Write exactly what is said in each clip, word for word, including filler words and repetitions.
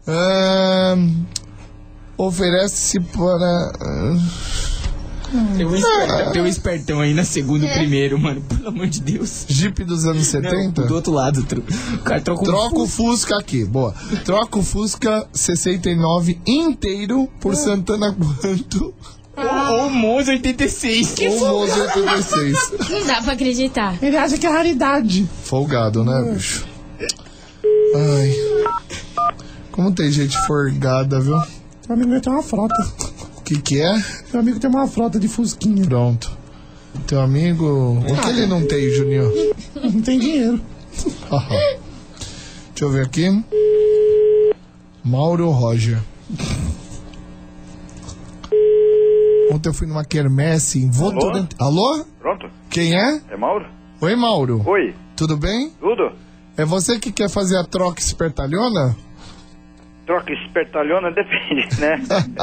Ah, oferece-se para... Tem um, espertão, tem um espertão aí na segunda, é. primeiro, mano. Pelo amor de Deus. Jeep dos anos setenta? Não, do outro lado. Tro... O cara troca um Troca o Fusca aqui, boa. Troca o Fusca sessenta e nove inteiro por é. Santana quanto? Ah. Ou o Monza oitenta e seis. Que Ou o Monza oitenta e seis. Não dá pra acreditar. Ele acha que é raridade. Folgado, né, é. bicho? Ai. Como tem gente folgada, viu? Meu amigo tem uma frota. O que que é? Meu amigo tem uma frota de Fusquinha. Pronto. Teu amigo... O que ele não tem, Juninho? Não tem dinheiro. Deixa eu ver aqui. Mauro Roger. Ontem eu fui numa quermesse em Votorantim. Alô? Alô? Pronto. Quem é? É Mauro. Oi, Mauro. Oi. Tudo bem? Tudo. É você que quer fazer a troca espertalhona? Troca espertalhona depende, né?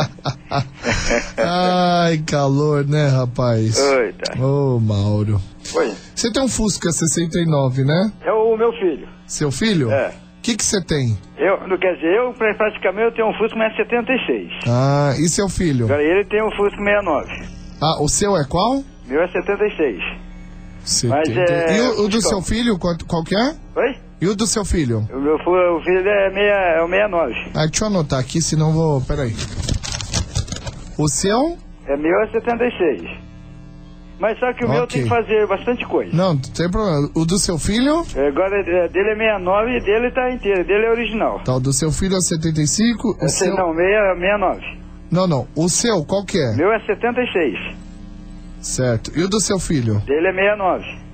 Ai, calor, né, rapaz? Oi, tá. Ô, Mauro. Oi. Você tem um Fusca sessenta e nove, né? É o meu filho. Seu filho? É. O que que você tem? Eu, não quer dizer, eu praticamente eu tenho um Fusca setenta e seis. Ah, e seu filho? Agora ele tem um Fusca sessenta e nove. Ah, o seu é qual? Meu é setenta e seis. setenta. Mas é... E o, o do seu filho, qual, qual que é? Oi? E o do seu filho? O meu o filho é, meia, é o sessenta e nove. Ah, deixa eu anotar aqui, senão eu vou... Peraí. O seu? É meu é setenta e seis. Mas só que o okay. meu tem que fazer bastante coisa. Não, não tem problema. O do seu filho? Agora, é, dele é sessenta e nove e dele tá inteiro. Dele é original. Tá, o do seu filho é setenta e cinco. É, o seu... Não, sessenta e nove. Não, não. O seu, qual que é? Meu é setenta e seis. Certo. E o do seu filho? Dele é sessenta e nove.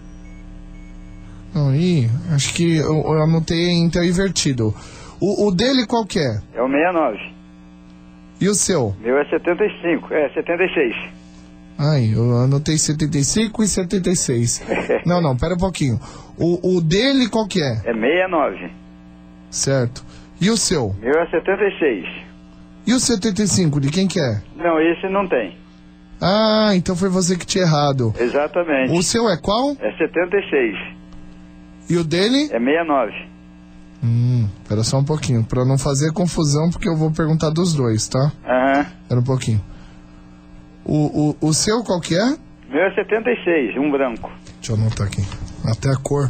Aí, acho que eu, eu anotei então invertido. O, o dele qual que é? É o sessenta e nove. E o seu? Meu é setenta e cinco, é setenta e seis. Ai, eu anotei setenta e cinco e setenta e seis. Não, não, pera um pouquinho. O, o dele qual que é? É sessenta e nove. Certo. E o seu? Meu é setenta e seis. E o setenta e cinco, de quem que é? Não, esse não tem. Ah, então foi você que tinha errado. Exatamente. O seu é qual? É setenta e seis. E o dele? É sessenta e nove. Hum, espera só um pouquinho, pra não fazer confusão, porque eu vou perguntar dos dois, tá? Aham. Uhum. Espera um pouquinho. O, o, o seu qual que é? Meu é setenta e seis, um branco. Deixa eu anotar aqui. Até a cor.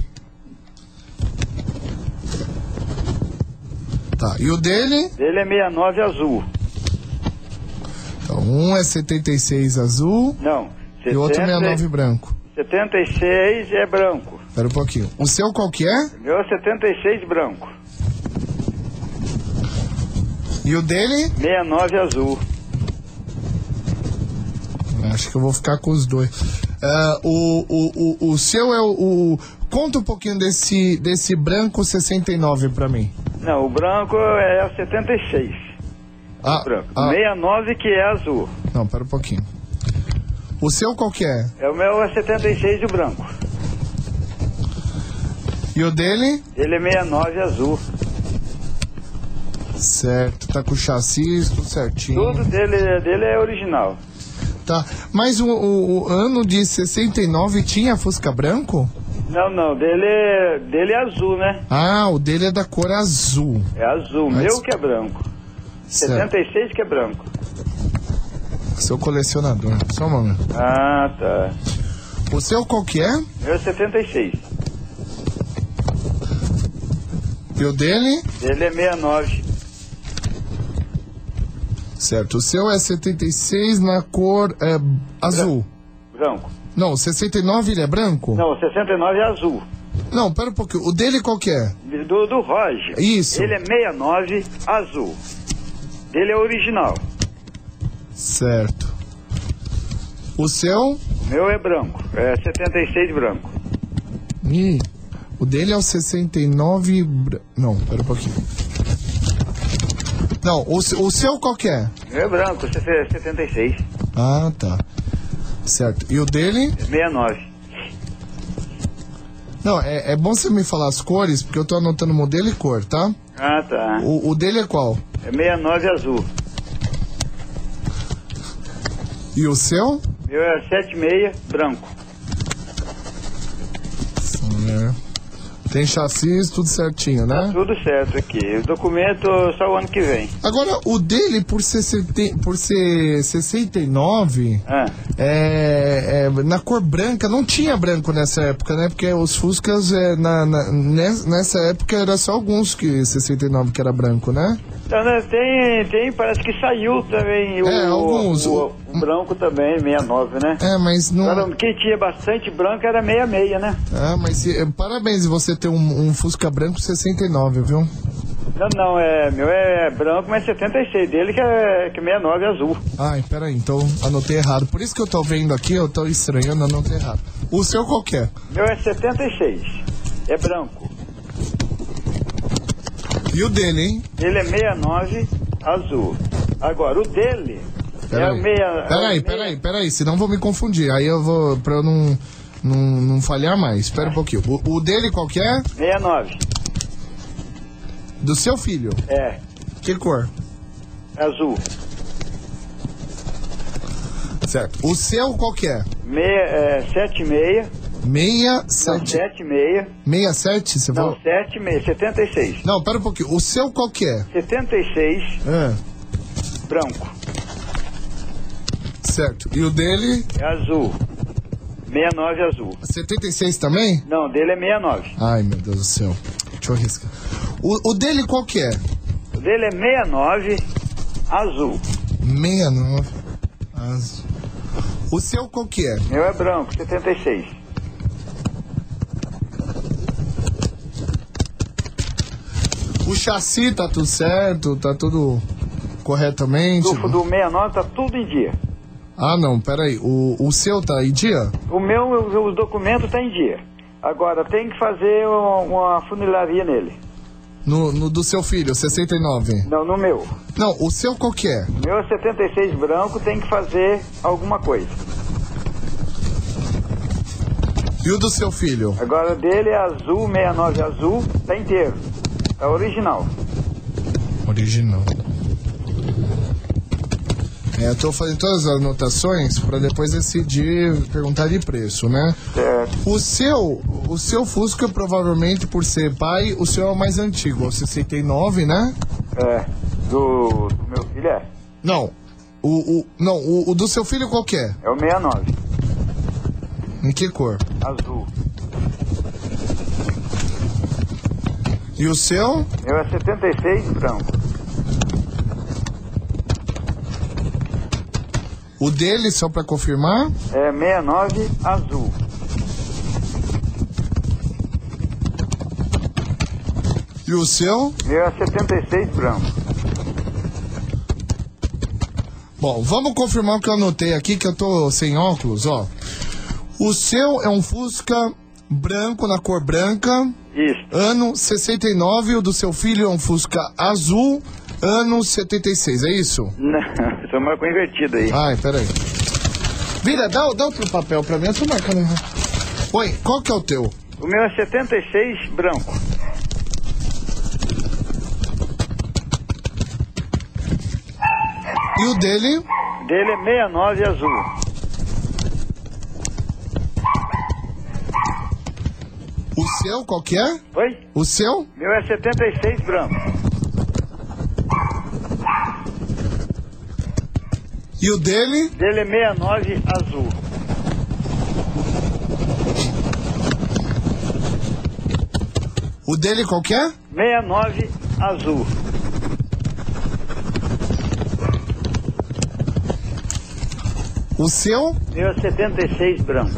Tá, e o dele? Dele é sessenta e nove azul. Então, um é setenta e seis azul. Não. setenta... E outro sessenta e nove branco. setenta e seis é branco. Espera um pouquinho. O seu qual que é? Meu é setenta e seis branco. E o dele? sessenta e nove azul. Acho que eu vou ficar com os dois. Uh, o, o, o, o seu é o, o... Conta um pouquinho desse, desse branco sessenta e nove pra mim. Não, o branco é o setenta e seis. Ah, o branco. Ah. sessenta e nove que é azul. Não, pera um pouquinho. O seu qual que é? É o meu é setenta e seis e o branco. E o dele? Ele é sessenta e nove azul. Certo, tá com o chassi, tudo certinho. Tudo dele, dele é original. Tá, mas o, o, o ano de sessenta e nove tinha Fusca branco? Não, não, dele, dele é azul, né? Ah, o dele é da cor azul. É azul, mas... meu que é branco. Certo. setenta e seis que é branco. Seu colecionador, só um momento. Ah, tá. O seu qual que é? Meu é setenta e seis. E o dele? Dele é sessenta e nove. Certo, o seu é setenta e seis na cor é, azul. Branco. Não, o sessenta e nove ele é branco? Não, o sessenta e nove é azul. Não, pera um pouquinho. O dele qual que é? Do, do Roger. Isso. Ele é sessenta e nove azul. Ele é original. Certo. O seu? Meu é branco. É setenta e seis branco. Ih, o dele é o sessenta e nove... Br... Não, pera um pouquinho. Não, o, o seu qual que é? Meu é branco, setenta e seis. Ah, tá. Certo. E o dele? É sessenta e nove. Não, é, é bom você me falar as cores, porque eu tô anotando modelo e cor, tá? Ah, tá. O, o dele é qual? É sessenta e nove azul. E o seu? Meu é setenta e seis branco. É. Tem chassis, tudo certinho, né? Tá tudo certo aqui. O documento só o ano que vem. Agora, o dele, por, sessenta, por ser sessenta e nove, Ah. é, é, na cor branca, não tinha branco nessa época, né? Porque os Fuscas, é, na, na, nessa época, era só alguns que sessenta e nove que era branco, né? Então, né, tem, tem, parece que saiu também o, É, alguns. o, o branco também, sessenta e nove, né? É, mas não... Agora, quem tinha bastante branco era sessenta e seis, né? Ah, mas se, parabéns você ter um, um Fusca branco sessenta e nove, viu? Não, não, é, meu é branco, mas setenta e seis dele que é, que é sessenta e nove azul. Ai, peraí, então anotei errado. Por isso que eu tô vendo aqui, eu tô estranhando, anotei errado. O seu qual que é? Meu é setenta e seis, é branco. E o dele, hein? Ele é sessenta e nove azul. Agora, o dele é o Peraí, meia... peraí, peraí, peraí, senão vou me confundir. Aí eu vou, pra eu não, não, não falhar mais. Espera um pouquinho. O, o dele qual que é? sessenta e nove, Do seu filho. é, Que cor? azul. Certo. O seu qual que é? Meia, é, setenta e seis, Meia, não, sete... setenta e seis, Meia, sete, você não, falou? setenta e seis, setenta e seis. Não, pera um pouquinho. O seu qual que é? setenta e seis, Ah, branco. certo. E o dele? É azul. sessenta e nove azul. setenta e seis também? Não, dele é sessenta e nove. Ai, meu Deus do céu. Deixa eu arriscar. O, o dele qual que é? O dele é sessenta e nove azul. sessenta e nove. Azul. O seu qual que é? Meu é branco, setenta e seis. O chassi tá tudo certo? Tá tudo corretamente? Do, do sessenta e nove tá tudo em dia. Ah, não, peraí. O, o seu tá em dia? O meu, os documentos tá em dia. Agora, tem que fazer uma, uma funilaria nele. No, no do seu filho, sessenta e nove? Não, no meu. Não, o seu qual que é? O meu é setenta e seis branco, tem que fazer alguma coisa. E o do seu filho? Agora, o dele é azul, sessenta e nove azul, tá inteiro. Tá original. Original. É, eu tô fazendo todas as anotações para depois decidir, perguntar de preço, né? Certo. O seu, o seu Fusca, provavelmente, por ser pai, o seu é o mais antigo, é o sessenta e nove, né? É, do, do meu filho é. Não, o, o, não o, o do seu filho qual que é? É o sessenta e nove, Em que cor? azul. E o seu? Meu é setenta e seis branco. O dele, só para confirmar? É sessenta e nove azul. E o seu? Meu é setenta e seis branco. Bom, vamos confirmar o que eu anotei aqui, que eu tô sem óculos, ó. O seu é um Fusca branco, na cor branca, Isso. ano sessenta e nove, o do seu filho é um Fusca azul, ano setenta e seis, é isso? Não, essa marca invertida aí. Ai, peraí. Vira, dá, dá outro papel pra mim, eu tô marcando errado. Oi, qual que é o teu? O meu é setenta e seis branco. E o dele? Dele é sessenta e nove azul. O seu, qual que é? Oi? O seu? Meu é setenta e seis branco. E o dele? Dele é sessenta e nove azul. O dele qual que é? sessenta e nove azul. O seu? Meu é setenta e seis branco.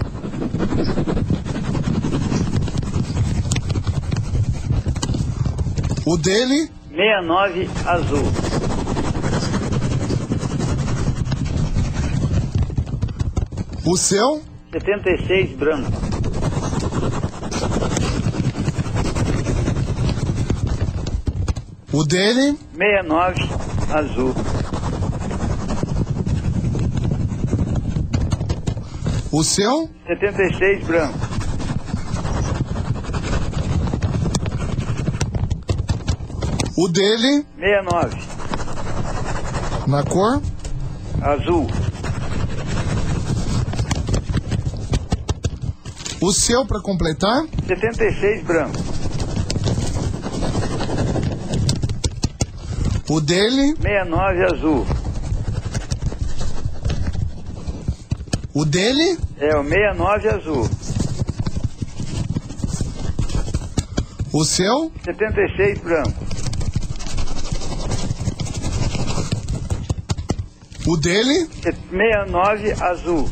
O dele? sessenta e nove azul. O seu? setenta e seis branco. O dele? sessenta e nove azul. O seu? setenta e seis branco. O dele? sessenta e nove Na cor? azul. O seu, pra completar? setenta e seis branco. O dele? sessenta e nove azul. O dele? É o sessenta e nove azul. O seu? setenta e seis branco. O dele? sessenta e nove azul.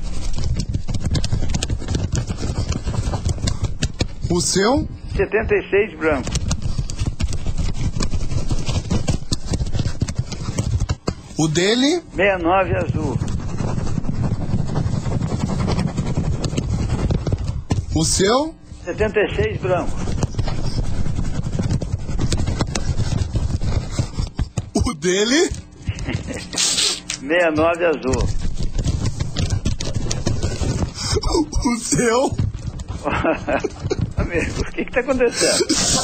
O seu? setenta e seis branco. O dele? sessenta e nove azul. O seu? setenta e seis branco. O dele? sessenta e nove azul. O seu? Amigo, o que que tá acontecendo?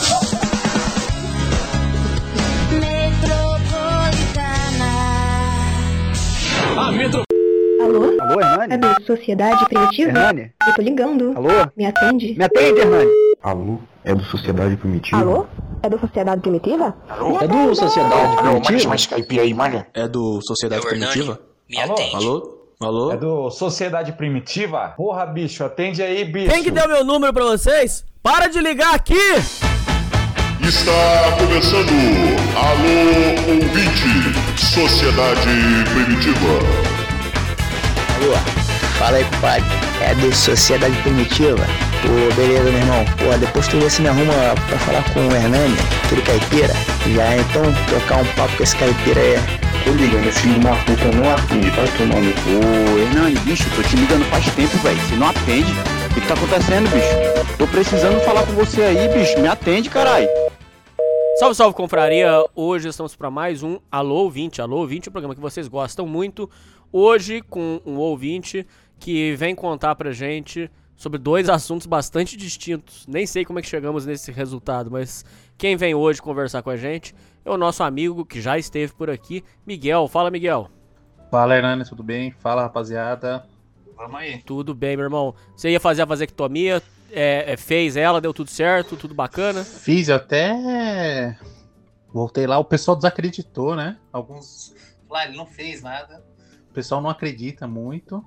Ah, metro... Alô? Alô, Hernani? É do Sociedade Primitiva? Hernani? Eu tô ligando. Alô? Me atende? Me atende, Hernani? Alô? É do Sociedade Primitiva? Alô? É do Sociedade Primitiva? É do Sociedade Primitiva? mais caipira aí, malha. É do Sociedade Primitiva? Me atende. Alô? Alô? É do Sociedade Primitiva? Porra, bicho, atende aí, bicho. Quem que deu meu número pra vocês? Para de ligar aqui! Está começando Alô Ouvinte, Sociedade Primitiva. Alô? Fala aí, compadre. É do Sociedade Primitiva? Pô, beleza, meu irmão. Pô, depois tu vê se me arruma pra falar com o Hernani, aquele caipira. Já então trocar um papo com esse caipira aí. Tô ligando, filho de uma puta, não atende, vai tomar no cu. Ô, Hernani, bicho, tô te ligando faz tempo, velho. Se não atende, o que, que tá acontecendo, bicho? Tô precisando falar com você aí, bicho. Me atende, caralho. Salve, salve, confraria. Hoje estamos para mais um Alô Ouvinte. Alô Ouvinte, um programa que vocês gostam muito. Hoje com um ouvinte que vem contar pra gente sobre dois assuntos bastante distintos. Nem sei como é que chegamos nesse resultado, mas quem vem hoje conversar com a gente é o nosso amigo que já esteve por aqui, Miguel. Fala, Miguel. Fala, Hernani, tudo bem? Fala, rapaziada. Vamos aí. Tudo bem, meu irmão. Você ia fazer a vasectomia, é, é, fez ela, deu tudo certo, tudo bacana? Fiz até... Voltei lá, o pessoal desacreditou, né? Alguns... Lá, ele não fez nada. O pessoal não acredita muito.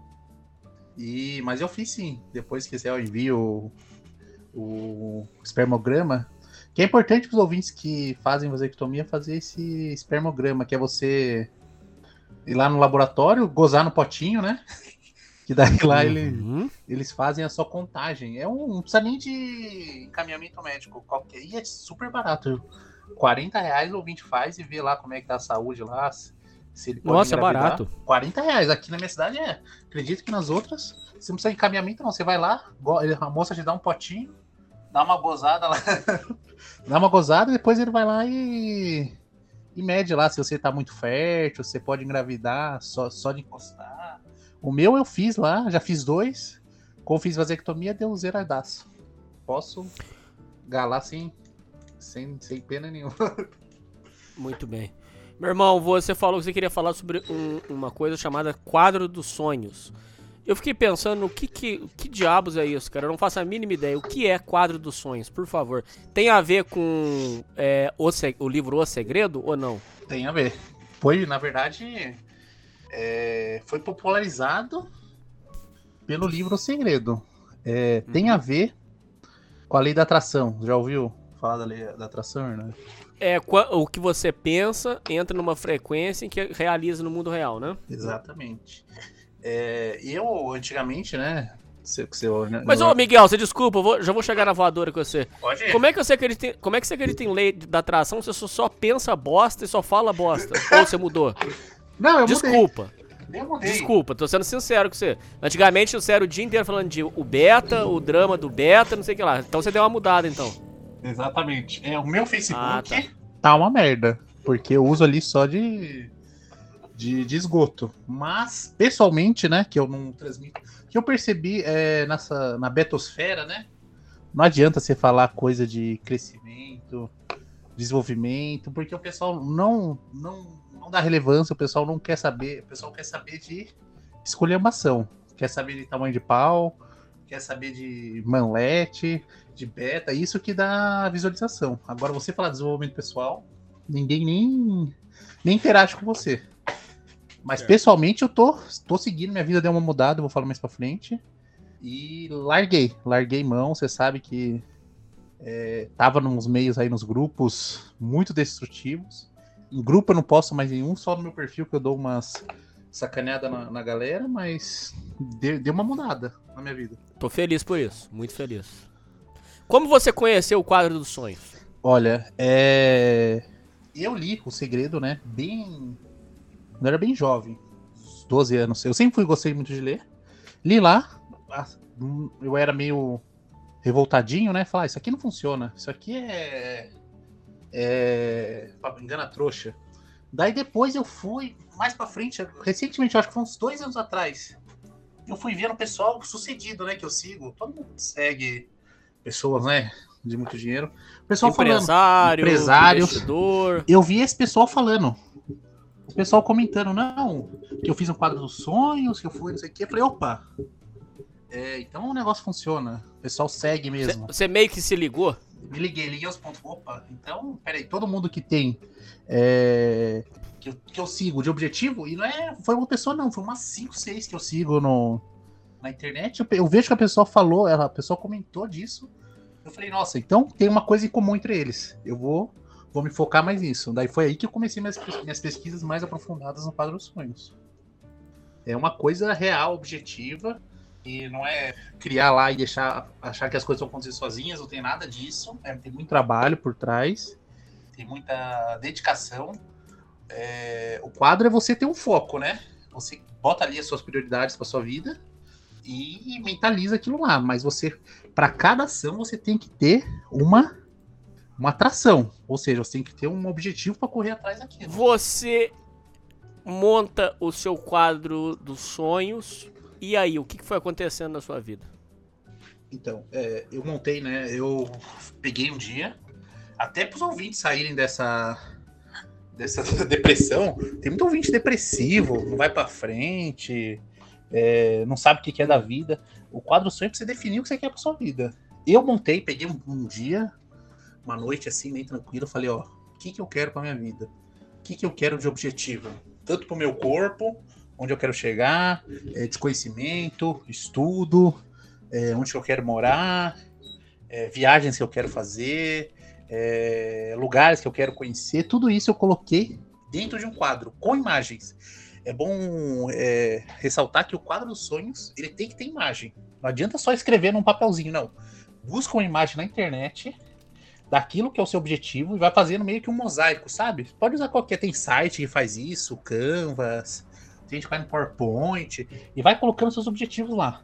E... Mas eu fiz sim. Depois que eu envio o... o espermograma. Que é importante para os ouvintes que fazem vasectomia fazer esse espermograma, que é você ir lá no laboratório, gozar no potinho, né? Que daí lá uhum. ele, eles fazem a sua contagem. É um, não precisa nem de encaminhamento médico qualquer. E é super barato. quarenta reais o ouvinte faz e vê lá como é que tá a saúde lá. Se ele pode Nossa, engravidar. É barato. quarenta reais. Aqui na minha cidade é. Acredito que nas outras você não precisa de encaminhamento não. Você vai lá, a moça te dá um potinho, dá uma gozada lá. Dá uma gozada e depois ele vai lá e, e mede lá se você tá muito fértil, se você pode engravidar só, só de encostar. O meu eu fiz lá, já fiz dois. Como fiz vasectomia, deu zeradaço. Posso galar sem, sem, sem pena nenhuma. Muito bem. Meu irmão, você falou que você queria falar sobre um, uma coisa chamada quadro dos sonhos. Eu fiquei pensando, o que, que, que diabos é isso, cara? Eu não faço a mínima ideia. O que é quadro dos sonhos, por favor? Tem a ver com é, o, o livro O Segredo ou não? Tem a ver. Foi, na verdade, é, foi popularizado pelo livro O Segredo. É, uhum. Tem a ver com a lei da atração. Já ouviu falar da lei da atração, né? É, o que você pensa entra numa frequência em que realiza no mundo real, né? Exatamente. É, eu, antigamente, né? Se, se eu, Mas, ô, Miguel, você desculpa, eu vou, já vou chegar na voadora com você. Pode ir. Como é que você acredita, como é que você acredita em lei da atração se você só pensa bosta e só fala bosta? Ou você mudou? Não, eu Desculpa. mudei. Eu mudei. Desculpa, tô sendo sincero com você. Antigamente você era o dia inteiro falando de o beta, o drama do beta, não sei o que lá. Então você deu uma mudada, então. Exatamente. É, o meu Facebook ah, tá. tá uma merda. Porque eu uso ali só de... De, de esgoto, mas pessoalmente, né, que eu não transmito, que eu percebi é, nessa, na betosfera, né, não adianta você falar coisa de crescimento, desenvolvimento, porque o pessoal não, não, não dá relevância, o pessoal não quer saber, o pessoal quer saber de esculhambação, quer saber de tamanho de pau, quer saber de manlete, de beta, isso que dá visualização. Agora você falar de desenvolvimento pessoal, ninguém nem... nem interajo com você. Mas é. pessoalmente eu tô, tô seguindo, minha vida deu uma mudada, eu vou falar mais pra frente. E larguei, larguei mão, você sabe que é, tava nos meios aí, nos grupos muito destrutivos. Em grupo eu não posto mais nenhum, só no meu perfil que eu dou umas sacaneadas na, na galera, mas deu, deu uma mudada na minha vida. Tô feliz por isso, muito feliz. Como você conheceu o quadro dos sonhos? Olha, é... eu li O Segredo, né, bem... eu era bem jovem, uns doze anos. Eu sempre fui gostei muito de ler. Li lá, eu era meio revoltadinho, né? Falar, ah, isso aqui não funciona. Isso aqui é... é... engana trouxa. Daí depois eu fui, mais pra frente, recentemente, eu acho que foi uns dois anos atrás, eu fui vendo o pessoal sucedido, né? Que eu sigo. Todo mundo segue pessoas, né? De muito dinheiro. O pessoal Empresário, falando... Empresários. Investidor. Eu vi esse pessoal falando... O pessoal comentando, não, que eu fiz um quadro dos sonhos, que eu fui, não sei o quê. Eu falei, opa, é, então o negócio funciona. O pessoal segue mesmo. Você meio que se ligou? Me liguei, liguei os pontos. Opa, então, peraí, todo mundo que tem, é, que, eu, que eu sigo de objetivo, e não é, foi uma pessoa não, foi umas cinco, seis que eu sigo no, na internet. Eu, eu vejo que a pessoa falou, ela, a pessoa comentou disso. Eu falei, nossa, então tem uma coisa em comum entre eles. Eu vou... Vou me focar mais nisso. Daí foi aí que eu comecei minhas, minhas pesquisas mais aprofundadas no quadro dos sonhos. É uma coisa real, objetiva, e não é criar lá e deixar achar que as coisas vão acontecer sozinhas, não tem nada disso. É, tem muito trabalho por trás, tem muita dedicação. É, o quadro é você ter um foco, né? Você bota ali as suas prioridades para sua vida e mentaliza aquilo lá. Mas você, para cada ação, você tem que ter uma Uma atração, ou seja, você tem que ter um objetivo para correr atrás daquilo. Você monta o seu quadro dos sonhos, e aí, o que foi acontecendo na sua vida? Então, é, eu montei, né, eu peguei um dia, até para os ouvintes saírem dessa, dessa depressão, tem muito ouvinte depressivo, não vai para frente, é, não sabe o que é da vida. O quadro sonho é para você definir o que você quer para sua vida. Eu montei, peguei um, um dia... uma noite assim, bem tranquilo, eu falei, ó, o que que eu quero pra minha vida? O que que eu quero de objetivo? Tanto pro meu corpo, onde eu quero chegar, é, de conhecimento, estudo, é, onde eu quero morar, é, viagens que eu quero fazer, é, lugares que eu quero conhecer, tudo isso eu coloquei dentro de um quadro, com imagens. É bom é, ressaltar que o quadro dos sonhos, ele tem que ter imagem. Não adianta só escrever num papelzinho, não. Busca uma imagem na internet... daquilo que é o seu objetivo e vai fazendo meio que um mosaico, sabe? Pode usar qualquer, tem site que faz isso, Canvas, tem gente que vai no PowerPoint e vai colocando seus objetivos lá.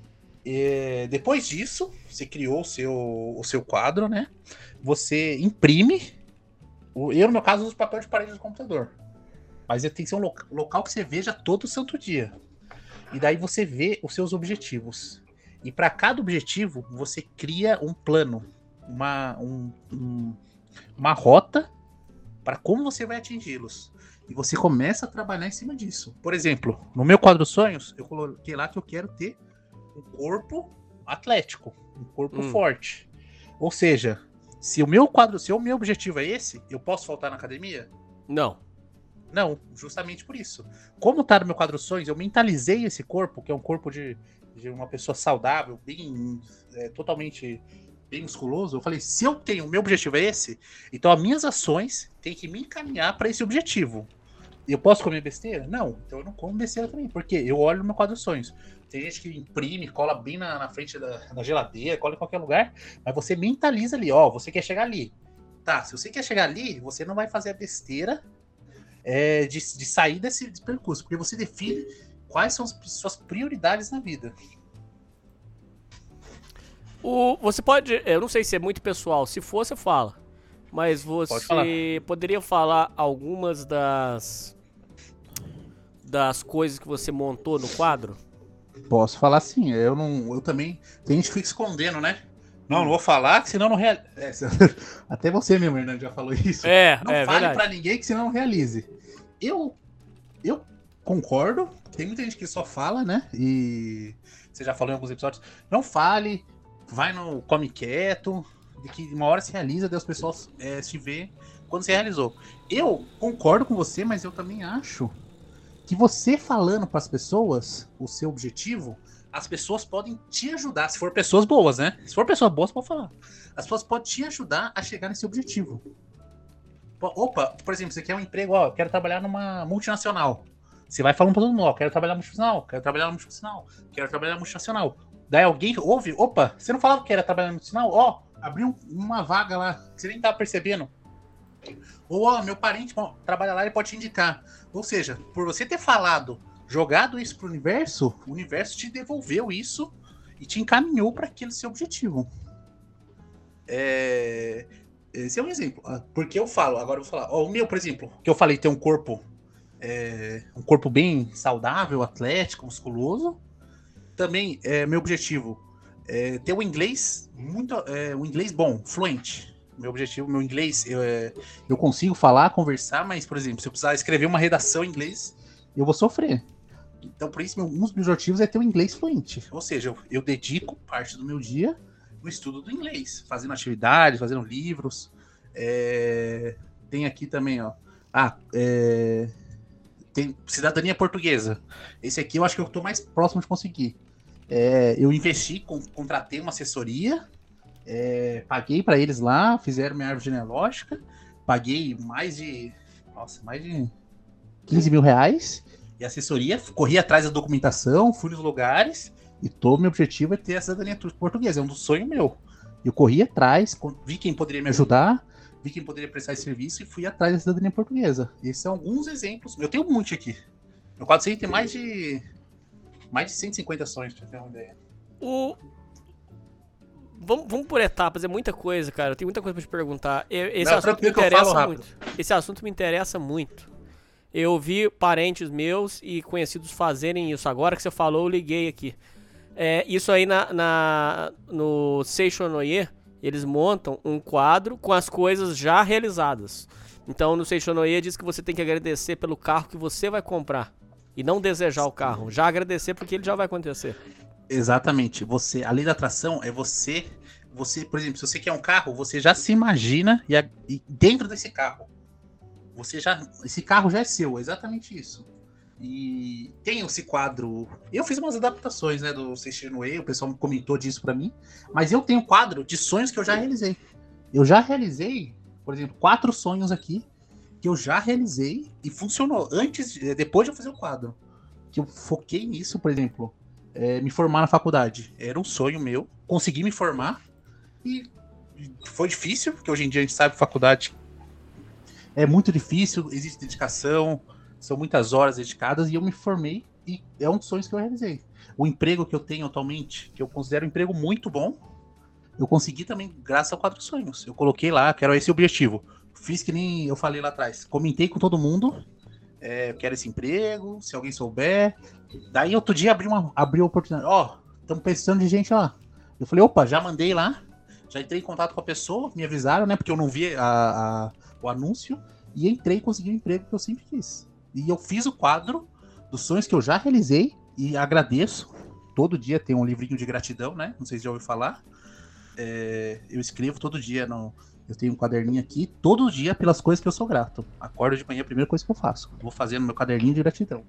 E depois disso, você criou o seu, o seu quadro, né? Você imprime, eu no meu caso uso papel de parede do computador, mas tem que ser um local, local que você veja todo santo dia. E daí você vê os seus objetivos. E para cada objetivo, você cria um plano, Uma, um, um, uma rota para como você vai atingi-los. E você começa a trabalhar em cima disso. Por exemplo, no meu quadro sonhos, eu coloquei lá que eu quero ter um corpo atlético, um corpo hum. forte. Ou seja, se o meu quadro, se o meu objetivo é esse, eu posso faltar na academia? Não. Não, justamente por isso. Como tá no meu quadro sonhos, eu mentalizei esse corpo, que é um corpo de, de uma pessoa saudável, bem, é, totalmente... bem musculoso. Eu falei, se eu tenho, o meu objetivo é esse, então as minhas ações têm que me encaminhar para esse objetivo. Eu posso comer besteira? Não, então eu não como besteira também, porque eu olho no meu quadro de sonhos. Tem gente que imprime, cola bem na, na frente da, da geladeira, cola em qualquer lugar, mas você mentaliza ali, ó, você quer chegar ali. Tá, se você quer chegar ali, você não vai fazer a besteira é, de, de sair desse, desse percurso, porque você define quais são as suas prioridades na vida. O, você pode, eu não sei se é muito pessoal, se for, você fala. Mas você poderia falar algumas das das coisas que você montou no quadro? Posso falar sim, eu não, eu também, tem gente que fica escondendo, né? Não, não vou falar, que senão não realiza. É, até você mesmo, Hernando, já falou isso. É, não é fale verdade. Pra ninguém que senão não realize. Eu, eu concordo, tem muita gente que só fala, né? E você já falou em alguns episódios, não fale, vai no come quieto, de que uma hora se realiza, daí as pessoas é, se vê quando você realizou. Eu concordo com você, mas eu também acho que você falando para as pessoas o seu objetivo, as pessoas podem te ajudar, se for pessoas boas, né? Se for pessoas boas, pode falar. As pessoas podem te ajudar a chegar nesse objetivo. Opa, por exemplo, você quer um emprego, ó, eu quero trabalhar numa multinacional. Você vai falando para todo mundo, ó, quero trabalhar multinacional, quero trabalhar na multinacional, quero trabalhar na multinacional. Daí alguém ouve, opa, você não falava que era trabalhar na multinacional? Ó, abriu uma vaga lá, que você nem tava percebendo. Ou, ó, meu parente bom, trabalha lá, ele pode te indicar. Ou seja, por você ter falado, jogado isso pro universo, o universo te devolveu isso e te encaminhou para aquele seu objetivo. É... Esse é um exemplo. Porque eu falo, agora eu vou falar, ó, o meu, por exemplo, que eu falei ter um corpo, é, um corpo bem saudável, atlético, musculoso. Também, é, meu objetivo é ter um inglês muito, é, um inglês bom, fluente. Meu objetivo, meu inglês, eu, é, eu consigo falar, conversar, mas, por exemplo, se eu precisar escrever uma redação em inglês, eu vou sofrer. Então, por isso, meu, um dos meus objetivos é ter um inglês fluente. Ou seja, eu, eu dedico parte do meu dia no estudo do inglês, fazendo atividades, fazendo livros. É, tem aqui também, ó. Ah, é, tem cidadania portuguesa. Esse aqui eu acho que eu tô mais próximo de conseguir. É, eu investi, com, contratei uma assessoria, é, paguei para eles lá, fizeram minha árvore genealógica, paguei mais de, nossa, mais de quinze mil reais. E a assessoria, corri atrás da documentação, fui nos lugares. E todo meu objetivo é ter a cidadania portuguesa, é um dos sonhos meu. Eu corri atrás, vi quem poderia me ajudar, vi quem poderia prestar esse serviço e fui atrás da cidadania portuguesa. Esses são alguns exemplos. Eu tenho um monte aqui. Meu quadro tem mais de mais de cento e cinquenta sonhos, pra ter uma ideia. O... Vamos, vamos por etapas, é muita coisa, cara. Eu tenho muita coisa pra te perguntar. Esse Não, assunto me interessa muito. Esse assunto me interessa muito. Eu vi parentes meus e conhecidos fazerem isso. Agora que você falou, eu liguei aqui. É, isso aí na, na, no Seishonoye, eles montam um quadro com as coisas já realizadas. Então no Seishonoye diz que você tem que agradecer pelo carro que você vai comprar. E não desejar o carro, já agradecer porque ele já vai acontecer. Exatamente. Você, a lei da atração é você, você, por exemplo, se você quer um carro, você já se imagina e, a, e dentro desse carro. Você já, esse carro já é seu, é exatamente isso. E tem esse quadro. Eu fiz umas adaptações, né, do Seishonoye, o pessoal comentou disso pra mim. Mas eu tenho um quadro de sonhos que eu já realizei. Eu já realizei, por exemplo, quatro sonhos aqui que eu já realizei e funcionou antes, depois de eu fazer o quadro. Que eu foquei nisso, por exemplo, é, me formar na faculdade. Era um sonho meu, consegui me formar e foi difícil, porque hoje em dia a gente sabe que faculdade é muito difícil, existe dedicação. São muitas horas dedicadas e eu me formei e é um dos sonhos que eu realizei. O emprego que eu tenho atualmente, que eu considero um emprego muito bom, eu consegui também graças a quatro sonhos. Eu coloquei lá, quero esse objetivo. Fiz que nem eu falei lá atrás. Comentei com todo mundo, é, eu quero esse emprego, se alguém souber. Daí outro dia abri uma, abri uma oportunidade. Ó, oh, estamos precisando de gente lá. Eu falei, opa, já mandei lá, já entrei em contato com a pessoa, me avisaram, né, porque eu não vi a, a, o anúncio. E entrei e consegui um emprego que eu sempre quis. E eu fiz o quadro dos sonhos que eu já realizei e agradeço. Todo dia tem um livrinho de gratidão, né? Não sei se já ouviu falar. É, eu escrevo todo dia. No, eu tenho um caderninho aqui, todo dia pelas coisas que eu sou grato. Acordo de manhã, a primeira coisa que eu faço. Vou fazendo meu caderninho de gratidão.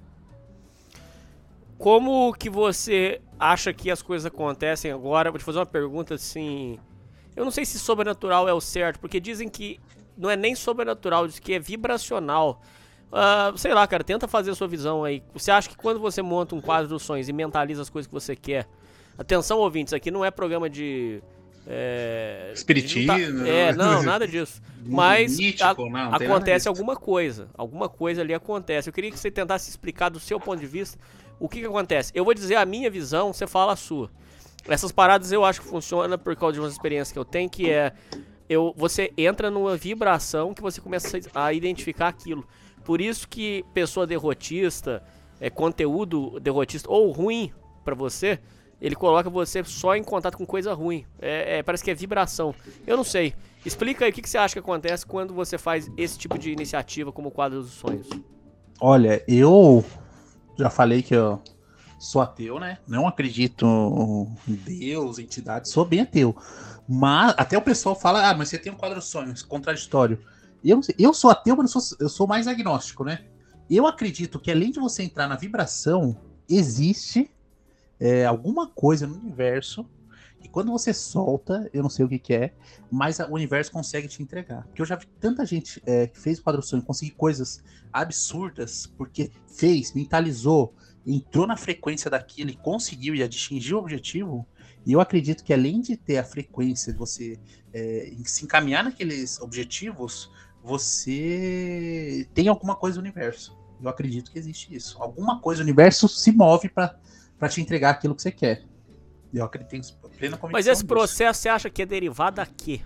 Como que você acha que as coisas acontecem agora? Vou te fazer uma pergunta assim... Eu não sei se sobrenatural é o certo, porque dizem que não é nem sobrenatural, diz que é vibracional. Uh, sei lá, cara, tenta fazer a sua visão aí. Você acha que quando você monta um quadro dos sonhos e mentaliza as coisas que você quer... Atenção, ouvintes, aqui não é programa de... É, espiritismo. De, é, não, nada disso. Mas mítico, a, não, acontece alguma coisa. Alguma coisa ali acontece. Eu queria que você tentasse explicar do seu ponto de vista o que que acontece. Eu vou dizer a minha visão, você fala a sua. Essas paradas eu acho que funciona por causa de uma experiência que eu tenho, que é... Eu, você entra numa vibração que você começa a identificar aquilo. Por isso que pessoa derrotista, é, conteúdo derrotista ou ruim pra você, ele coloca você só em contato com coisa ruim. É, é, parece que é vibração. Eu não sei. Explica aí o que, que você acha que acontece quando você faz esse tipo de iniciativa como o quadro dos sonhos. Olha, eu já falei que eu sou ateu, né? Não acredito em Deus, entidade, sou bem ateu. Mas até o pessoal fala, ah, mas você tem um quadro dos sonhos, contraditório. Eu, não sei, eu sou ateu, mas eu sou, eu sou mais agnóstico, né? Eu acredito que além de você entrar na vibração, existe é, alguma coisa no universo e quando você solta, eu não sei o que, que é, mas o universo consegue te entregar. Porque eu já vi tanta gente é, que fez o quadro sonho conseguir coisas absurdas, porque fez, mentalizou, entrou na frequência daquilo e conseguiu e atingiu o objetivo. E eu acredito que além de ter a frequência de você é, se encaminhar naqueles objetivos, você tem alguma coisa no universo. Eu acredito que existe isso. Alguma coisa no universo se move para te entregar aquilo que você quer. Eu acredito em plena convicção. Mas esse disso. processo você acha que é derivado da quê?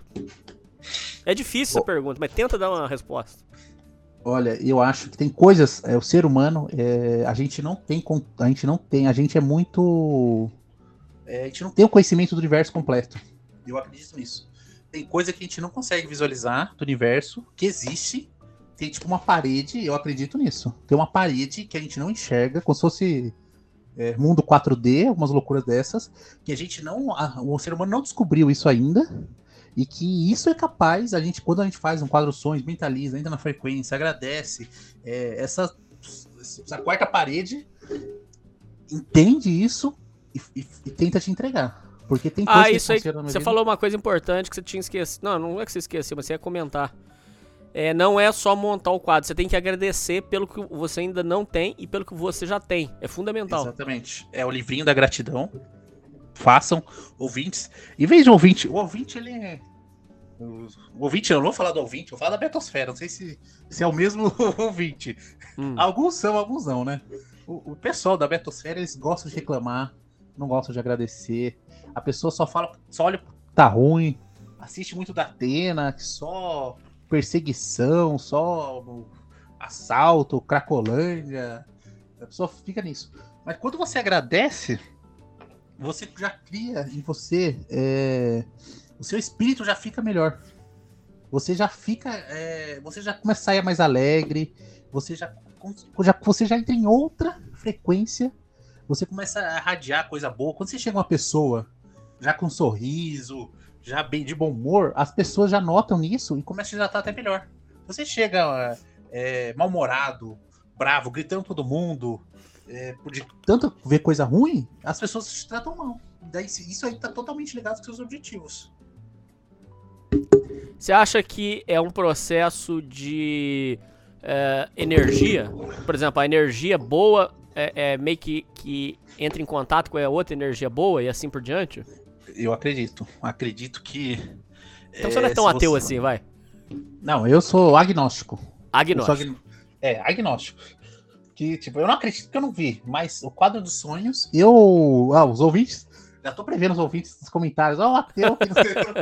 É difícil essa pergunta, mas tenta dar uma resposta. Olha, eu acho que tem coisas, é, o ser humano, é, a gente não tem, a gente não tem, a gente é muito, é, a gente não tem o conhecimento do universo completo. Eu acredito nisso. Tem coisa que a gente não consegue visualizar do universo, que existe, tem tipo uma parede, eu acredito nisso. Tem uma parede que a gente não enxerga, como se fosse é, mundo quatro D, algumas loucuras dessas, que a gente não, a, o ser humano não descobriu isso ainda. E que isso é capaz, a gente, quando a gente faz um quadro sonhos, mentaliza, entra na frequência, agradece, é, essa, essa quarta parede entende isso e, e, e tenta te entregar. Porque tem coisa ah, que isso aí, você vida. falou uma coisa importante que você tinha esquecido. Não, não é que você esqueceu, mas você ia comentar. É, não é só montar o quadro, você tem que agradecer pelo que você ainda não tem e pelo que você já tem. É fundamental. Exatamente. É o livrinho da gratidão. Façam, ouvintes. E vejam o ouvinte. O ouvinte, ele é. O, o ouvinte, eu não vou falar do ouvinte, eu vou falar da Betosfera. Não sei se, se é o mesmo ouvinte. Hum. Alguns são, alguns não, né? O, o pessoal da Betosfera, eles gostam de reclamar, não gostam de agradecer. A pessoa só fala, só olha, tá ruim. Assiste muito da Atena, só perseguição, só assalto, Cracolândia. A pessoa fica nisso. Mas quando você agradece, você já cria em você, é, o seu espírito já fica melhor. Você já fica, é, você já começa a sair mais alegre, você já, já, você já entra em outra frequência, você começa a radiar coisa boa. Quando você chega uma pessoa já com um sorriso, já bem de bom humor, as pessoas já notam nisso e começam a já estar até melhor. Você chega é, mal-humorado, bravo, gritando todo mundo, É, de tanto ver coisa ruim, as pessoas te tratam mal. Daí, isso aí tá totalmente ligado com seus objetivos. Você acha que é um processo de é, energia? Por exemplo, a energia boa é, é meio que, que entra em contato com a outra energia boa e assim por diante? Eu acredito. Acredito que... Então você é, não é tão ateu você... assim, vai? Não, eu sou agnóstico. Agnóstico. Sou agn... É, agnóstico. Que, tipo, eu não acredito que eu não vi, mas o quadro dos sonhos, eu... Ah, os ouvintes, já tô prevendo os ouvintes nos comentários, ó, oh, o ateu, que não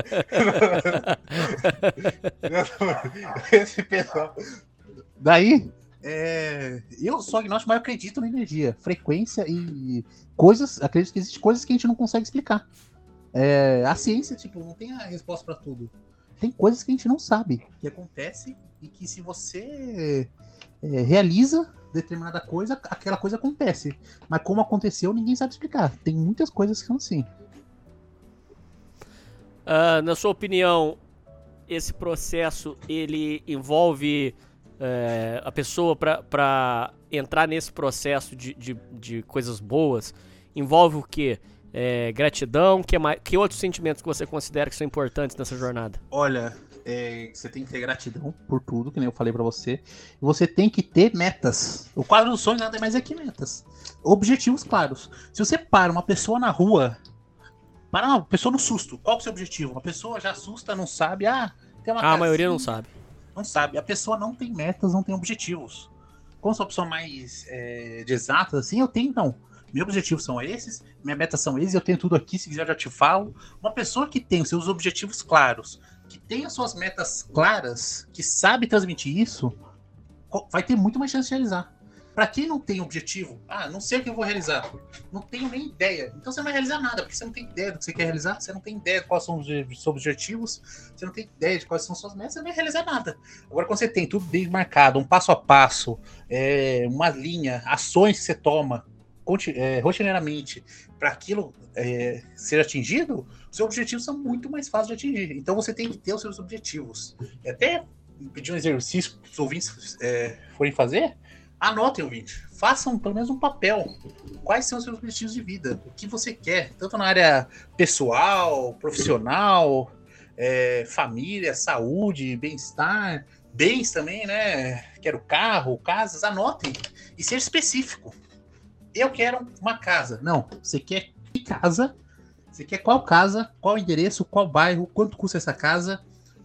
sei... Esse pessoal... Daí, é... eu sou agnóstico, mas eu acredito na energia, frequência e coisas, acredito que existem coisas que a gente não consegue explicar. É... A ciência, tipo, não tem a resposta pra tudo. Tem coisas que a gente não sabe, que acontece e que se você é, realiza determinada coisa, aquela coisa acontece. Mas como aconteceu, ninguém sabe explicar. Tem muitas coisas que são assim. Uh, na sua opinião, esse processo, ele envolve uh, a pessoa para entrar nesse processo de, de, de coisas boas, envolve o quê? É, gratidão? Que, mais, que outros sentimentos que você considera que são importantes nessa jornada? Olha... É, você tem que ter gratidão por tudo, que nem eu falei pra você. E você tem que ter metas. O quadro dos sonhos nada mais é que metas. Objetivos claros. Se você para uma pessoa na rua, para uma pessoa no susto, qual é o seu objetivo? Uma pessoa já assusta, não sabe. Ah, tem uma ah, a maioria não sabe. Não sabe. A pessoa não tem metas, não tem objetivos. Como sou uma pessoa mais é, de exatas, assim, eu tenho, então. Meus objetivos são esses, minhas metas são esses, eu tenho tudo aqui, se quiser eu já te falo. Uma pessoa que tem os seus objetivos claros, que tem as suas metas claras, que sabe transmitir isso, vai ter muito mais chance de realizar. Pra quem não tem objetivo, ah, não sei o que eu vou realizar, não tenho nem ideia, então você não vai realizar nada, porque você não tem ideia do que você quer realizar, você não tem ideia de quais são os seus objetivos, você não tem ideia de quais são suas metas, você não vai realizar nada. Agora, quando você tem tudo bem marcado, um passo a passo, é, uma linha, ações que você toma, É, rotineiramente para aquilo é, ser atingido, os seus objetivos são muito mais fáceis de atingir. Então você tem que ter os seus objetivos. É até pedir um exercício para os ouvintes é, forem fazer, anotem, ouvinte. Façam pelo menos um papel. Quais são os seus objetivos de vida? O que você quer? Tanto na área pessoal, profissional, é, família, saúde, bem-estar, bens também, né? Quero carro, casas. Anotem e seja específico. Eu quero uma casa. Não, você quer que casa? Você quer qual casa? Qual endereço? Qual bairro? Quanto custa essa casa?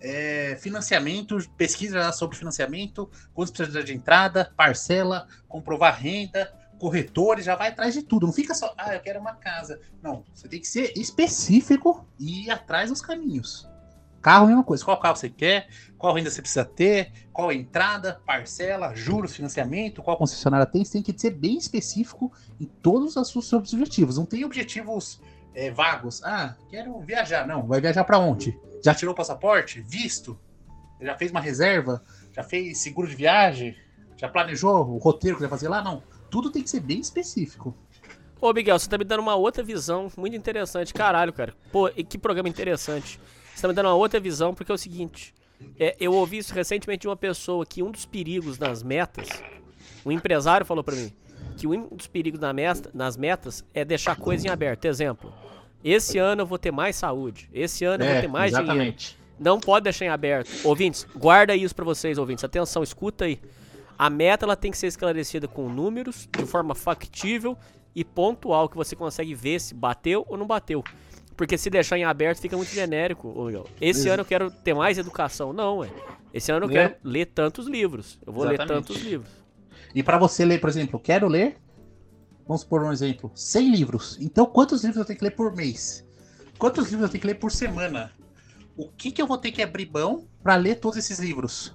É, financiamento, pesquisa sobre financiamento, quanto precisa de entrada, parcela, comprovar renda, corretores, já vai atrás de tudo. Não fica só, ah, eu quero uma casa. Não, você tem que ser específico e ir atrás dos caminhos. Carro, mesma coisa. Qual carro você quer? Qual renda você precisa ter? Qual entrada, parcela, juros, financiamento? Qual concessionária tem? Você tem que ser bem específico em todos os seus objetivos. Não tem objetivos é, vagos. Ah, quero viajar. Não, vai viajar para onde? Já tirou o passaporte? Visto? Já fez uma reserva? Já fez seguro de viagem? Já planejou o roteiro que vai fazer lá? Não. Tudo tem que ser bem específico. Ô, Miguel, você tá me dando uma outra visão muito interessante. Caralho, cara. Pô, e que programa interessante. Você tá me dando uma outra visão, porque é o seguinte. É, eu ouvi isso recentemente de uma pessoa que um dos perigos nas metas... Um empresário falou pra mim que um dos perigos na meta, nas metas é deixar coisa em aberto. Exemplo. Esse ano eu vou ter mais saúde. Esse ano eu É, vou ter mais exatamente. dinheiro. Não pode deixar em aberto. Ouvintes, guarda isso pra vocês, ouvintes. Atenção, escuta aí. A meta ela tem que ser esclarecida com números, de forma factível e pontual, que você consegue ver se bateu ou não bateu. Porque se deixar em aberto fica muito genérico, ô Miguel. Esse Ex- ano eu quero ter mais educação. Não, ué. Esse ano eu É. quero ler tantos livros. Eu vou ler Exatamente. tantos livros. E para você ler, por exemplo, eu quero ler, vamos supor um exemplo, cem livros. Então, quantos livros eu tenho que ler por mês? Quantos livros eu tenho que ler por semana? O que, que eu vou ter que abrir mão para ler todos esses livros?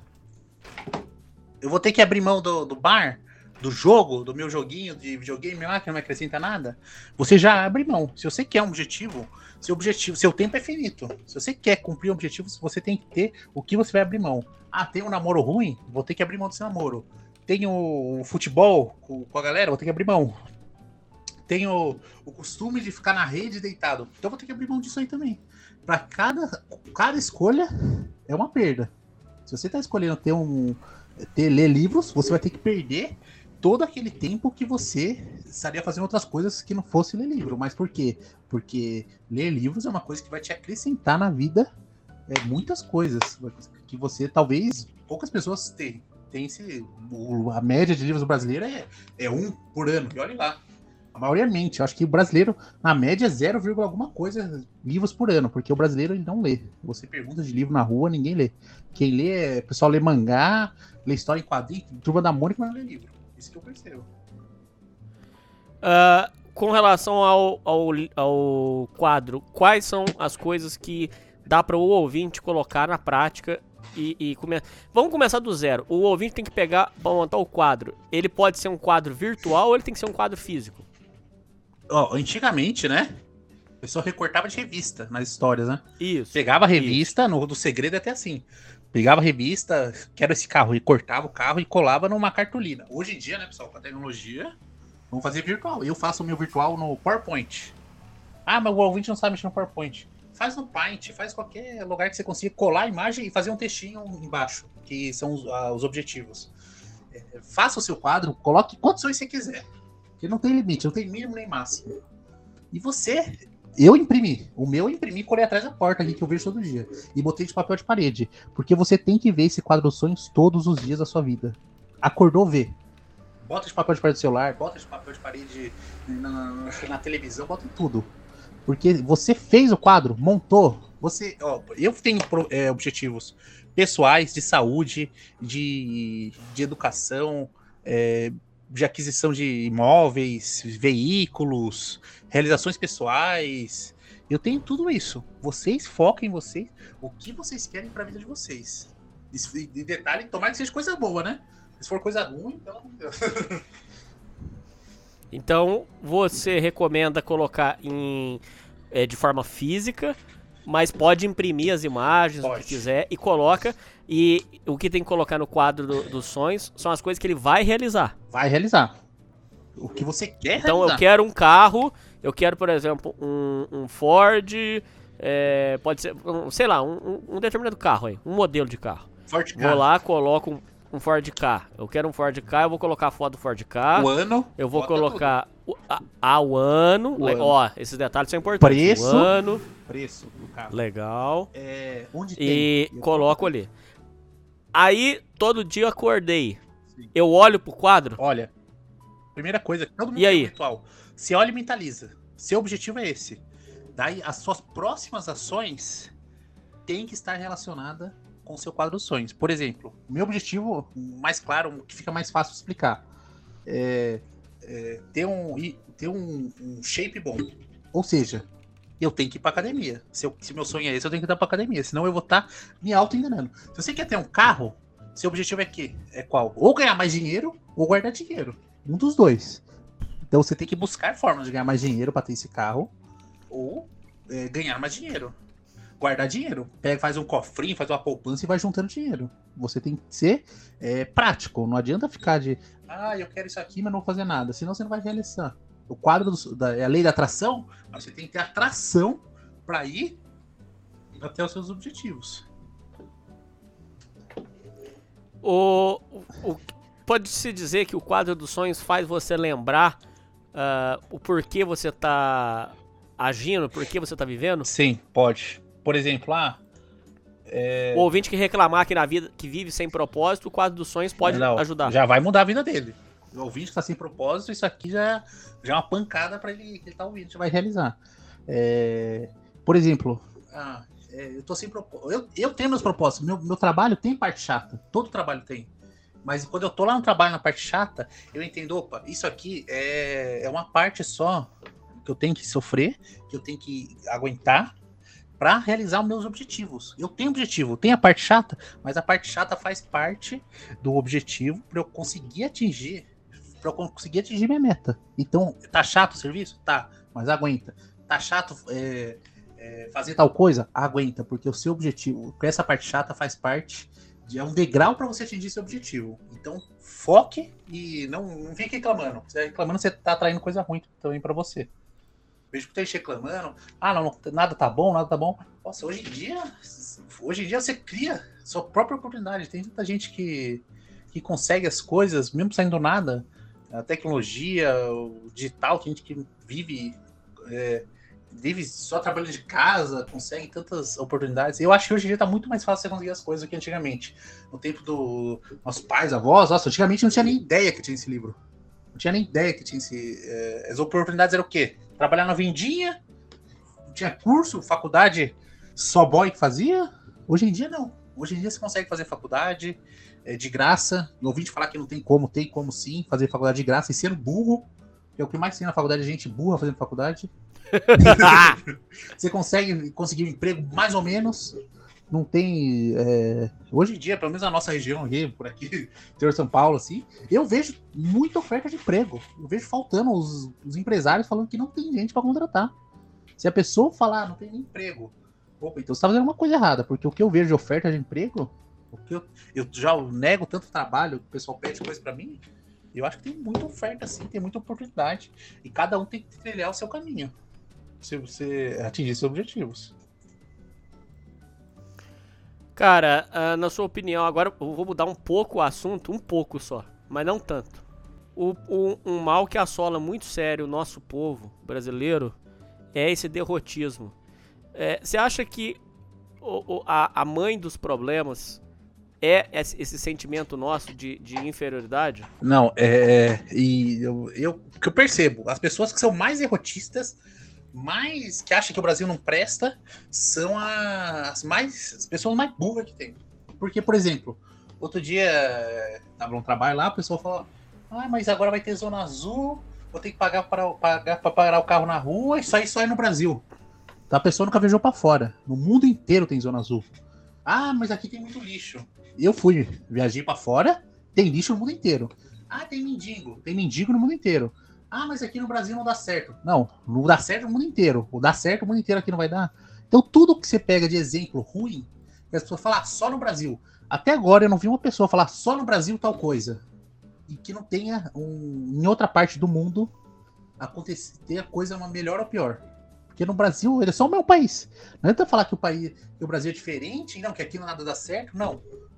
Eu vou ter que abrir mão do, do bar, do jogo, do meu joguinho de videogame lá, que não me acrescenta nada? Você já abre mão. Se você quer um objetivo, seu objetivo, seu tempo é finito. Se você quer cumprir um objetivo, você tem que ter o que você vai abrir mão. Ah, tem um namoro ruim? Vou ter que abrir mão desse namoro. Tem o futebol com, com a galera? Vou ter que abrir mão. Tenho o costume de ficar na rede deitado. Então vou ter que abrir mão disso aí também. Para cada, cada escolha é uma perda. Se você está escolhendo ter um, ter, ler livros, você vai ter que perder todo aquele tempo que você estaria fazendo outras coisas que não fosse ler livro. Mas por quê? Porque ler livros é uma coisa que vai te acrescentar na vida é, muitas coisas que você talvez poucas pessoas têm. Tem esse, o, a média de livros brasileira é, é um por ano. E olha lá. A maioria mente. Eu acho que o brasileiro, na média, é zero, alguma coisa livros por ano, porque o brasileiro ele não lê. Você pergunta de livro na rua, ninguém lê. Quem lê é o pessoal lê mangá, lê história em quadrinho, Turma da Mônica, mas não lê livro. Isso que eu percebo. Uh, com relação ao, ao, ao quadro, quais são as coisas que dá para o ouvinte colocar na prática e, e come... Vamos começar do zero. O ouvinte tem que pegar para montar o quadro. Ele pode ser um quadro virtual ou ele tem que ser um quadro físico? Ó, antigamente, né? A pessoa recortava de revista nas histórias, né? Isso. Pegava a revista, no do segredo é até assim. Pegava a revista, quero esse carro, e cortava o carro e colava numa cartolina. Hoje em dia, né, pessoal, com a tecnologia, vamos fazer virtual. Eu faço o meu virtual no PowerPoint. Ah, mas o ouvinte não sabe mexer no PowerPoint. Faz no Paint, faz qualquer lugar que você consiga colar a imagem e fazer um textinho embaixo, que são os, ah, os objetivos. É, faça o seu quadro, coloque quantos sonhos você quiser. Porque não tem limite, não tem mínimo nem máximo. E você... Eu imprimi. O meu eu imprimi e colei atrás da porta aqui que eu vejo todo dia. E botei de papel de parede. Porque você tem que ver esse quadro dos sonhos todos os dias da sua vida. Acordou, vê. Bota de papel de parede no celular, bota de papel de parede na, na, na televisão, bota em tudo. Porque você fez o quadro, montou. Você, ó, eu tenho é, objetivos pessoais, de saúde, de, de educação, é, de aquisição de imóveis, veículos, realizações pessoais. Eu tenho tudo isso. Vocês focam em vocês, o que vocês querem para a vida de vocês. E, e detalhe, tomara que seja coisa boa, né? Se for coisa ruim, pelo amor de Deus. Então, você recomenda colocar em, é, de forma física, mas pode imprimir as imagens, pode. O que quiser, e coloca. E o que tem que colocar no quadro do, dos sonhos são as coisas que ele vai realizar. Vai realizar. O que você quer então, realizar. Eu quero um carro, eu quero, por exemplo, um, um Ford, é, pode ser, um, sei lá, um, um determinado carro aí, um modelo de carro. Ford K. Vou lá, coloco um, um Ford K. Eu quero um Ford K, eu vou colocar a foto do Ford K. O ano. Eu vou colocar o, a, a, o ano. O Le, ano. Ó, esses detalhes são importantes. Preço. O ano. Preço do carro. Legal. É, onde e tem? coloco ali. Aí, todo dia eu acordei. Sim. Eu olho pro quadro. Olha, primeira coisa, todo mundo e aí? Ritual. Você olha e mentaliza. Seu objetivo é esse. Daí, as suas próximas ações têm que estar relacionadas com o seu quadro dos sonhos. Por exemplo, o meu objetivo, mais claro, que fica mais fácil de explicar, é, é ter, um, ter um, um shape bom. Ou seja, eu tenho que ir pra academia. Se, eu, se meu sonho é esse, eu tenho que ir pra academia. Senão eu vou estar tá me auto-enganando. Se você quer ter um carro, seu objetivo é que é qual? Ou ganhar mais dinheiro, ou guardar dinheiro. Um dos dois. Então você tem que buscar formas de ganhar mais dinheiro para ter esse carro, ou é, ganhar mais dinheiro. Guardar dinheiro. Pega, faz um cofrinho, faz uma poupança e vai juntando dinheiro. Você tem que ser é, prático. Não adianta ficar de, ah, eu quero isso aqui, mas não vou fazer nada. Senão você não vai realizar. O quadro do, da, é a lei da atração, mas você tem que ter atração para ir até os seus objetivos. O, o, pode-se dizer que o quadro dos sonhos faz você lembrar uh, o porquê você tá agindo, por que você tá vivendo? Sim, pode. Por exemplo, ah, é... o ouvinte que reclamar que na vida que vive sem propósito, o quadro dos sonhos pode Não, ajudar. Já vai mudar a vida dele. O ouvinte que tá sem propósito, isso aqui já, já é uma pancada para ele que ele tá ouvindo, já vai realizar. É... Por exemplo, ah, é, eu tô sem propósito. Eu, eu tenho meus propósitos. Meu, meu trabalho tem parte chata. Todo trabalho tem. Mas quando eu tô lá no trabalho, na parte chata, eu entendo, opa, isso aqui é, é uma parte só que eu tenho que sofrer, que eu tenho que aguentar para realizar os meus objetivos. Eu tenho objetivo, tem a parte chata, mas a parte chata faz parte do objetivo para eu conseguir atingir, para eu conseguir atingir minha meta. Então, tá chato o serviço? Tá, mas aguenta. Tá chato é, é, fazer tal coisa? Aguenta, porque o seu objetivo, essa parte chata faz parte, de, é um degrau para você atingir seu objetivo. Então, foque e não, não fique reclamando. Você reclamando, você tá atraindo coisa ruim também para você. Vejo que tem gente reclamando, ah, não, não, nada tá bom, nada tá bom. Nossa, hoje em dia, hoje em dia você cria sua própria oportunidade. Tem tanta gente que, que consegue as coisas, mesmo saindo do nada. A tecnologia, o digital, tem gente que vive, é, vive só trabalhando de casa, consegue tantas oportunidades. Eu acho que hoje em dia tá muito mais fácil você conseguir as coisas do que antigamente. No tempo dos nossos pais, avós, nossa, antigamente não tinha nem ideia que tinha esse livro. Não tinha nem ideia que tinha esse... É, as oportunidades eram o quê? Trabalhar na vendinha, tinha curso, faculdade, só boy que fazia. Hoje em dia, não. Hoje em dia você consegue fazer faculdade é, de graça. Eu ouvi falar que não tem como, tem como sim, fazer faculdade de graça e sendo burro. Que é o que mais tem na faculdade, é gente burra fazendo faculdade. Você consegue conseguir um emprego mais ou menos. Não tem... É... Hoje em dia, pelo menos na nossa região aqui, por aqui, interior de São Paulo, assim, eu vejo muita oferta de emprego. Eu vejo faltando os, os empresários falando que não tem gente para contratar. Se a pessoa falar, ah, não tem nem emprego, opa, então você tá fazendo uma coisa errada, porque o que eu vejo de oferta de emprego, o que eu, eu já nego tanto trabalho, o pessoal pede coisa para mim, eu acho que tem muita oferta, assim, tem muita oportunidade, e cada um tem que trilhar o seu caminho, se você atingir seus objetivos. Cara, uh, na sua opinião, agora eu vou mudar um pouco o assunto, um pouco só, mas não tanto. O, o, um mal que assola muito sério o nosso povo brasileiro é esse derrotismo. Você é, acha que o, o, a, a mãe dos problemas é esse, esse sentimento nosso de, de inferioridade? Não, é... E eu, eu, o que eu percebo, as pessoas que são mais derrotistas, mais que acham que o Brasil não presta, são as mais as pessoas mais burras que tem. Porque, por exemplo, outro dia tava num trabalho lá, a pessoa falou, ah, mas agora vai ter zona azul, vou ter que pagar para pagar para parar o carro na rua, isso aí só é no Brasil. Então a pessoa nunca viajou para fora. No mundo inteiro tem zona azul. Ah, mas aqui tem muito lixo. Eu fui, viajei para fora, tem lixo no mundo inteiro. Ah, tem mendigo, tem mendigo no mundo inteiro. Ah, mas aqui no Brasil não dá certo. Não, não dá certo no mundo inteiro. O dá certo o mundo inteiro aqui não vai dar. Então tudo que você pega de exemplo ruim, as pessoas falam ah, só no Brasil. Até agora eu não vi uma pessoa falar só no Brasil tal coisa. E que não tenha um, em outra parte do mundo acontecer, ter a coisa uma melhor ou pior. Porque no Brasil, ele é só o meu país. Não adianta falar que o, país, que o Brasil é diferente, não, que aqui nada dá certo. Não.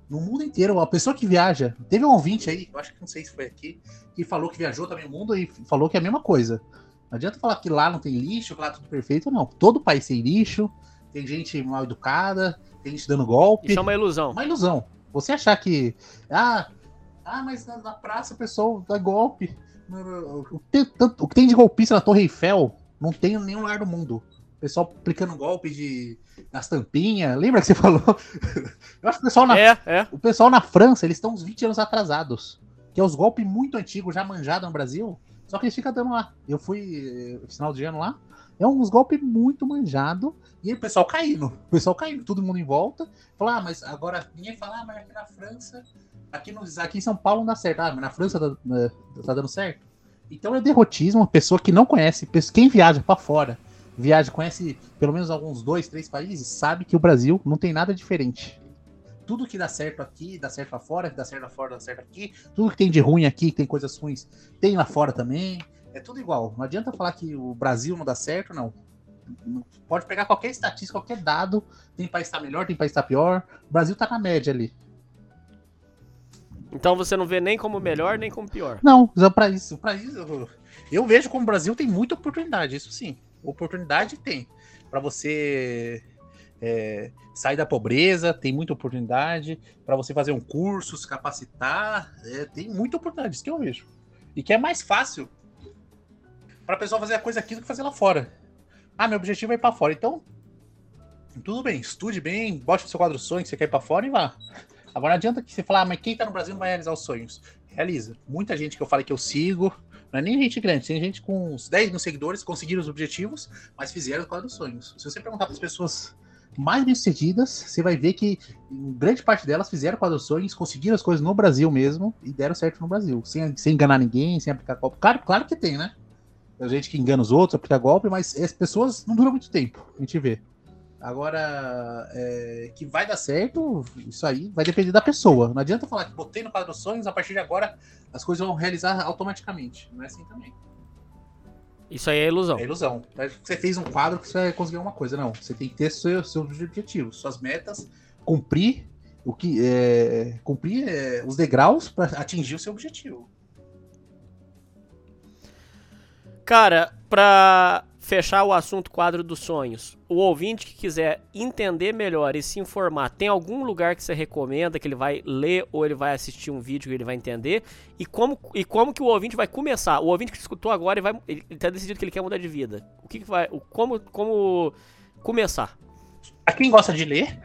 No mundo inteiro, a pessoa que viaja, teve um ouvinte aí, eu acho que não sei se foi aqui, que falou que viajou também o mundo e falou que é a mesma coisa. Não adianta falar que lá não tem lixo, que lá é tudo perfeito, não. Todo país tem lixo, tem gente mal educada, tem gente dando golpe. Isso é uma ilusão. Uma ilusão. Você achar que, ah, ah mas na, na praça o pessoal dá golpe. O que, tem, o que tem de golpista na Torre Eiffel não tem em nenhum lugar do mundo. O pessoal aplicando golpe de, nas tampinhas. Lembra que você falou? Eu acho que o pessoal na, é, é. o pessoal na França, eles estão uns vinte anos atrasados. Que é os golpes muito antigos, já manjados no Brasil. Só que eles ficam dando lá. Eu fui no final de ano lá. É uns golpes muito manjados. E aí o pessoal caindo. O pessoal caindo, todo mundo em volta. Falar, ah, mas agora ninguém fala, ah, mas aqui na França, aqui, no, aqui em São Paulo não dá certo. Ah, mas na França tá, tá dando certo. Então é derrotismo, uma pessoa que não conhece, quem viaja pra fora, viaja, conhece pelo menos alguns dois, três países, sabe que o Brasil não tem nada diferente. Tudo que dá certo aqui, dá certo lá fora, que dá certo lá fora, dá certo aqui. Tudo que tem de ruim aqui, que tem coisas ruins, tem lá fora também. É tudo igual. Não adianta falar que o Brasil não dá certo, não. Pode pegar qualquer estatística, qualquer dado. Tem país que tá melhor, tem país que tá pior. O Brasil tá na média ali. Então você não vê nem como melhor, nem como pior. Não, pra isso, pra isso eu, eu vejo como o Brasil tem muita oportunidade, isso sim. Oportunidade tem. Pra você é, sair da pobreza, tem muita oportunidade. Pra você fazer um curso, se capacitar, é, tem muita oportunidade, isso que eu vejo. E que é mais fácil pra pessoa fazer a coisa aqui do que fazer lá fora. Ah, meu objetivo é ir pra fora. Então, tudo bem, estude bem, bote o seu quadro sonho que você quer ir pra fora e vá. Agora não adianta que você falar, ah, mas quem tá no Brasil não vai realizar os sonhos. Realiza. Muita gente que eu falei que eu sigo, não é nem gente grande, tem gente com uns dez mil seguidores que conseguiram os objetivos, mas fizeram o quadro dos sonhos. Se você perguntar para as pessoas mais bem-sucedidas, você vai ver que grande parte delas fizeram o quadro dos sonhos, conseguiram as coisas no Brasil mesmo e deram certo no Brasil, sem, sem enganar ninguém, sem aplicar golpe. Claro, claro que tem, né? Tem gente que engana os outros, aplica golpe, mas as pessoas não duram muito tempo, a gente vê. Agora, é, que vai dar certo, isso aí vai depender da pessoa. Não adianta falar que botei no quadro dos sonhos, a partir de agora as coisas vão realizar automaticamente. Não é assim também. Isso aí é ilusão. É ilusão. Você fez um quadro que você vai conseguir alguma coisa. Não, você tem que ter seus, seus objetivos, suas metas, cumprir, o que, é, cumprir é, os degraus para atingir o seu objetivo. Cara, pra fechar o assunto quadro dos sonhos, o ouvinte que quiser entender melhor e se informar, tem algum lugar que você recomenda que ele vai ler ou ele vai assistir um vídeo que ele vai entender? E como, e como que o ouvinte vai começar? O ouvinte que escutou agora, ele, vai, ele tá decidido que ele quer mudar de vida. O que, que vai... O, como, como começar? Pra quem gosta de ler,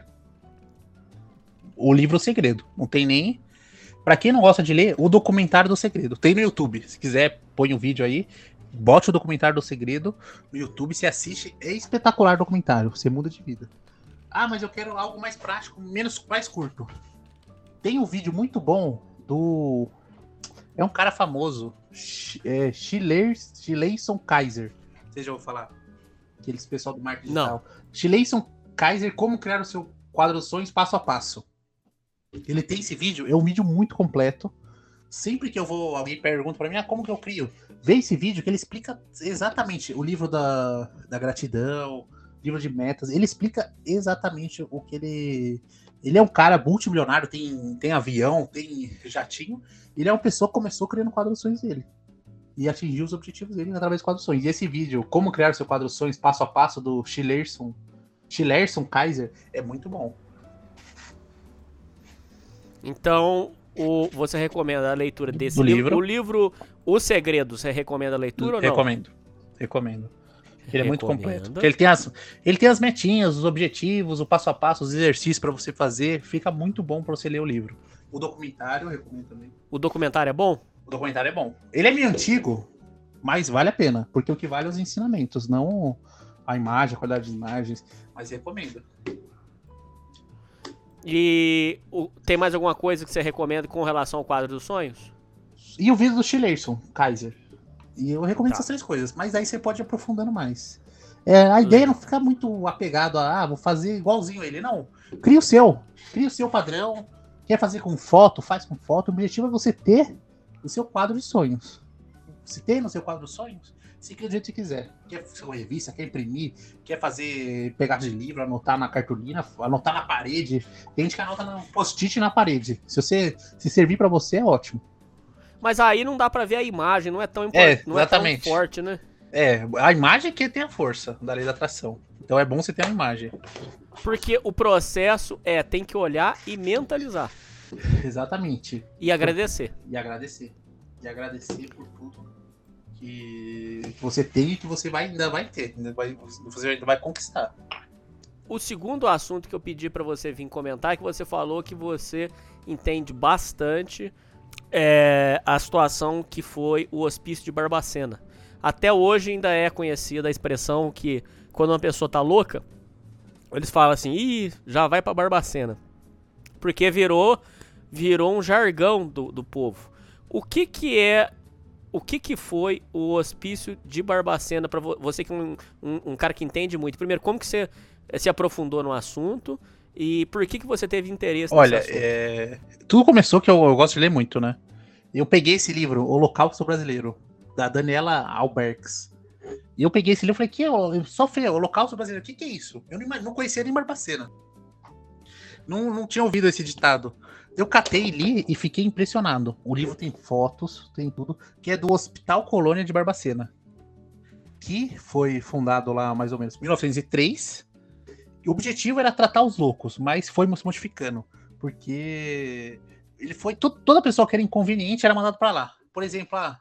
o livro O Segredo. Não tem nem... Pra quem não gosta de ler, o documentário do Segredo. Tem no YouTube. Se quiser, põe um vídeo aí. Bote o documentário do Segredo no YouTube, você assiste, é espetacular o documentário, você muda de vida. Ah, mas eu quero algo mais prático, menos, mais curto. Tem um vídeo muito bom do... É um cara famoso, é, Chileison Kaiser. Você já ouviu falar? Aqueles pessoal do marketing digital. Chileison Kaiser, como criar o seu quadro dos sonhos passo a passo. Ele tem esse vídeo, é um vídeo muito completo. Sempre que eu vou, alguém pergunta pra mim, ah, como que eu crio? Vê esse vídeo que ele explica exatamente o livro da, da gratidão, livro de metas, ele explica exatamente o que ele... Ele é um cara multimilionário, tem, tem avião, tem jatinho, ele é uma pessoa que começou criando o quadro dos sonhos dele. E atingiu os objetivos dele através do quadro dos sonhos. E esse vídeo, como criar seu quadro dos sonhos passo a passo, do Chileison, Chileison Kaiser, é muito bom. Então... O, você recomenda a leitura desse do livro? livro? O livro O Segredo, você recomenda a leitura ou não? Recomendo. Recomendo. Ele é muito Recomendo. completo. Porque ele tem as, ele tem as metinhas, os objetivos, o passo a passo, os exercícios pra você fazer. Fica muito bom pra você ler o livro. O documentário eu recomendo também. O documentário é bom? O documentário é bom. Ele é meio antigo, mas vale a pena. Porque o que vale é os ensinamentos, não a imagem, a qualidade de imagens. Mas recomendo. E o, tem mais alguma coisa que você recomenda com relação ao quadro dos sonhos? E o vídeo do Chileison Kaiser. E eu recomendo Tá. essas três coisas. Mas aí você pode ir aprofundando mais. É, a ideia é não ficar muito apegado a, ah, vou fazer igualzinho ele. Não. Cria o seu. Cria o seu padrão. Quer fazer com foto? Faz com foto. O objetivo é você ter o seu quadro de sonhos. Se tem no seu quadro de sonhos, Você cria do jeito que você quiser. Quer fazer uma revista, quer imprimir, quer fazer pegada de livro, anotar na cartolina, anotar na parede. Tem gente que anota no post-it na parede. Se você se servir pra você, é ótimo. Mas aí não dá pra ver a imagem, não é tão É, importante, não é tão exatamente. forte, né? É, a imagem que tem a força da lei da atração. Então é bom você ter uma imagem. Porque o processo é, tem que olhar e mentalizar. Exatamente. E agradecer. E agradecer. E agradecer por tudo que você tem e que você vai, ainda vai ter. Ainda vai, você ainda vai conquistar. O segundo assunto que eu pedi pra você vir comentar é que você falou que você entende bastante é, a situação que foi o hospício de Barbacena. Até hoje ainda é conhecida a expressão que quando uma pessoa tá louca, eles falam assim, ih, já vai pra Barbacena. Porque virou, virou um jargão do, do povo. O que que é, o que que foi o hospício de Barbacena pra vo, você que é um, um, um cara que entende muito? Primeiro, como que você se aprofundou no assunto e por que que você teve interesse Olha, nesse assunto? é... tudo começou que eu, eu gosto de ler muito, né? Eu peguei esse livro, Holocausto Brasileiro, da Daniela Albergs. E eu peguei esse livro e falei, que eu só falei, Holocausto Brasileiro, o que que é isso? Eu não, não conhecia nem Barbacena. Não, não tinha ouvido esse ditado. Eu catei, li e fiquei impressionado. O livro tem fotos, tem tudo, que é do Hospital Colônia de Barbacena, que foi fundado lá mais ou menos em mil novecentos e três. E o objetivo era tratar os loucos, mas foi se modificando, porque ele foi to- toda pessoa que era inconveniente era mandada para lá. Por exemplo, ah,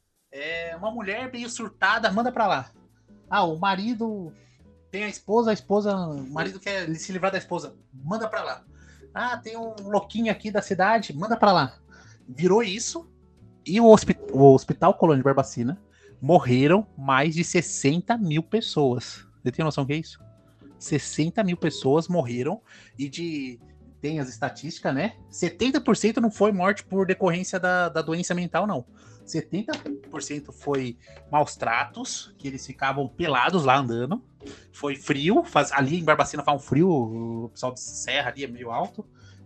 é uma mulher meio surtada, manda para lá. Ah, o marido tem a esposa, a esposa, o marido quer se livrar da esposa, manda para lá. Ah, tem um louquinho aqui da cidade, manda para lá. Virou isso, e o, hospi- o Hospital Colônia de Barbacena morreram mais de sessenta mil pessoas. Você tem noção do que é isso? sessenta mil pessoas morreram, e de tem as estatísticas, né? setenta por cento não foi morte por decorrência da, da doença mental, não. setenta por cento foi maus tratos, que eles ficavam pelados lá andando. Foi frio, faz, ali em Barbacena faz um frio, o pessoal de serra ali é meio alto.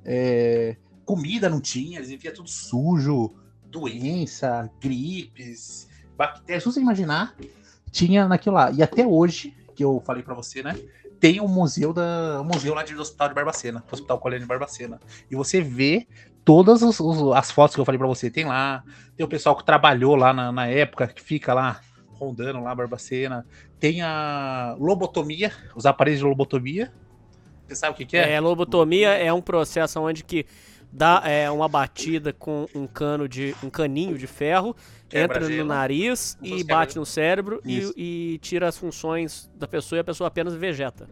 É, comida não tinha, eles viviam tudo sujo, doença, gripes, bactérias, tudo você imaginar, tinha naquilo lá. E até hoje, que eu falei pra você, né? Tem um museu, da, um museu lá do Hospital de Barbacena, do Hospital Colônia de Barbacena. E você vê todas os, os, as fotos que eu falei pra você. Tem lá, tem o pessoal que trabalhou lá na, na época, que fica lá rondando lá Barbacena. Tem a lobotomia, os aparelhos de lobotomia. Você sabe o que, que é? É, lobotomia é um processo onde que dá é, uma batida com um cano de um caninho de ferro, Quebra entra no gelo. nariz Como e fosse bate quebra- no cérebro Isso. e, e tira as funções da pessoa e a pessoa apenas vegeta.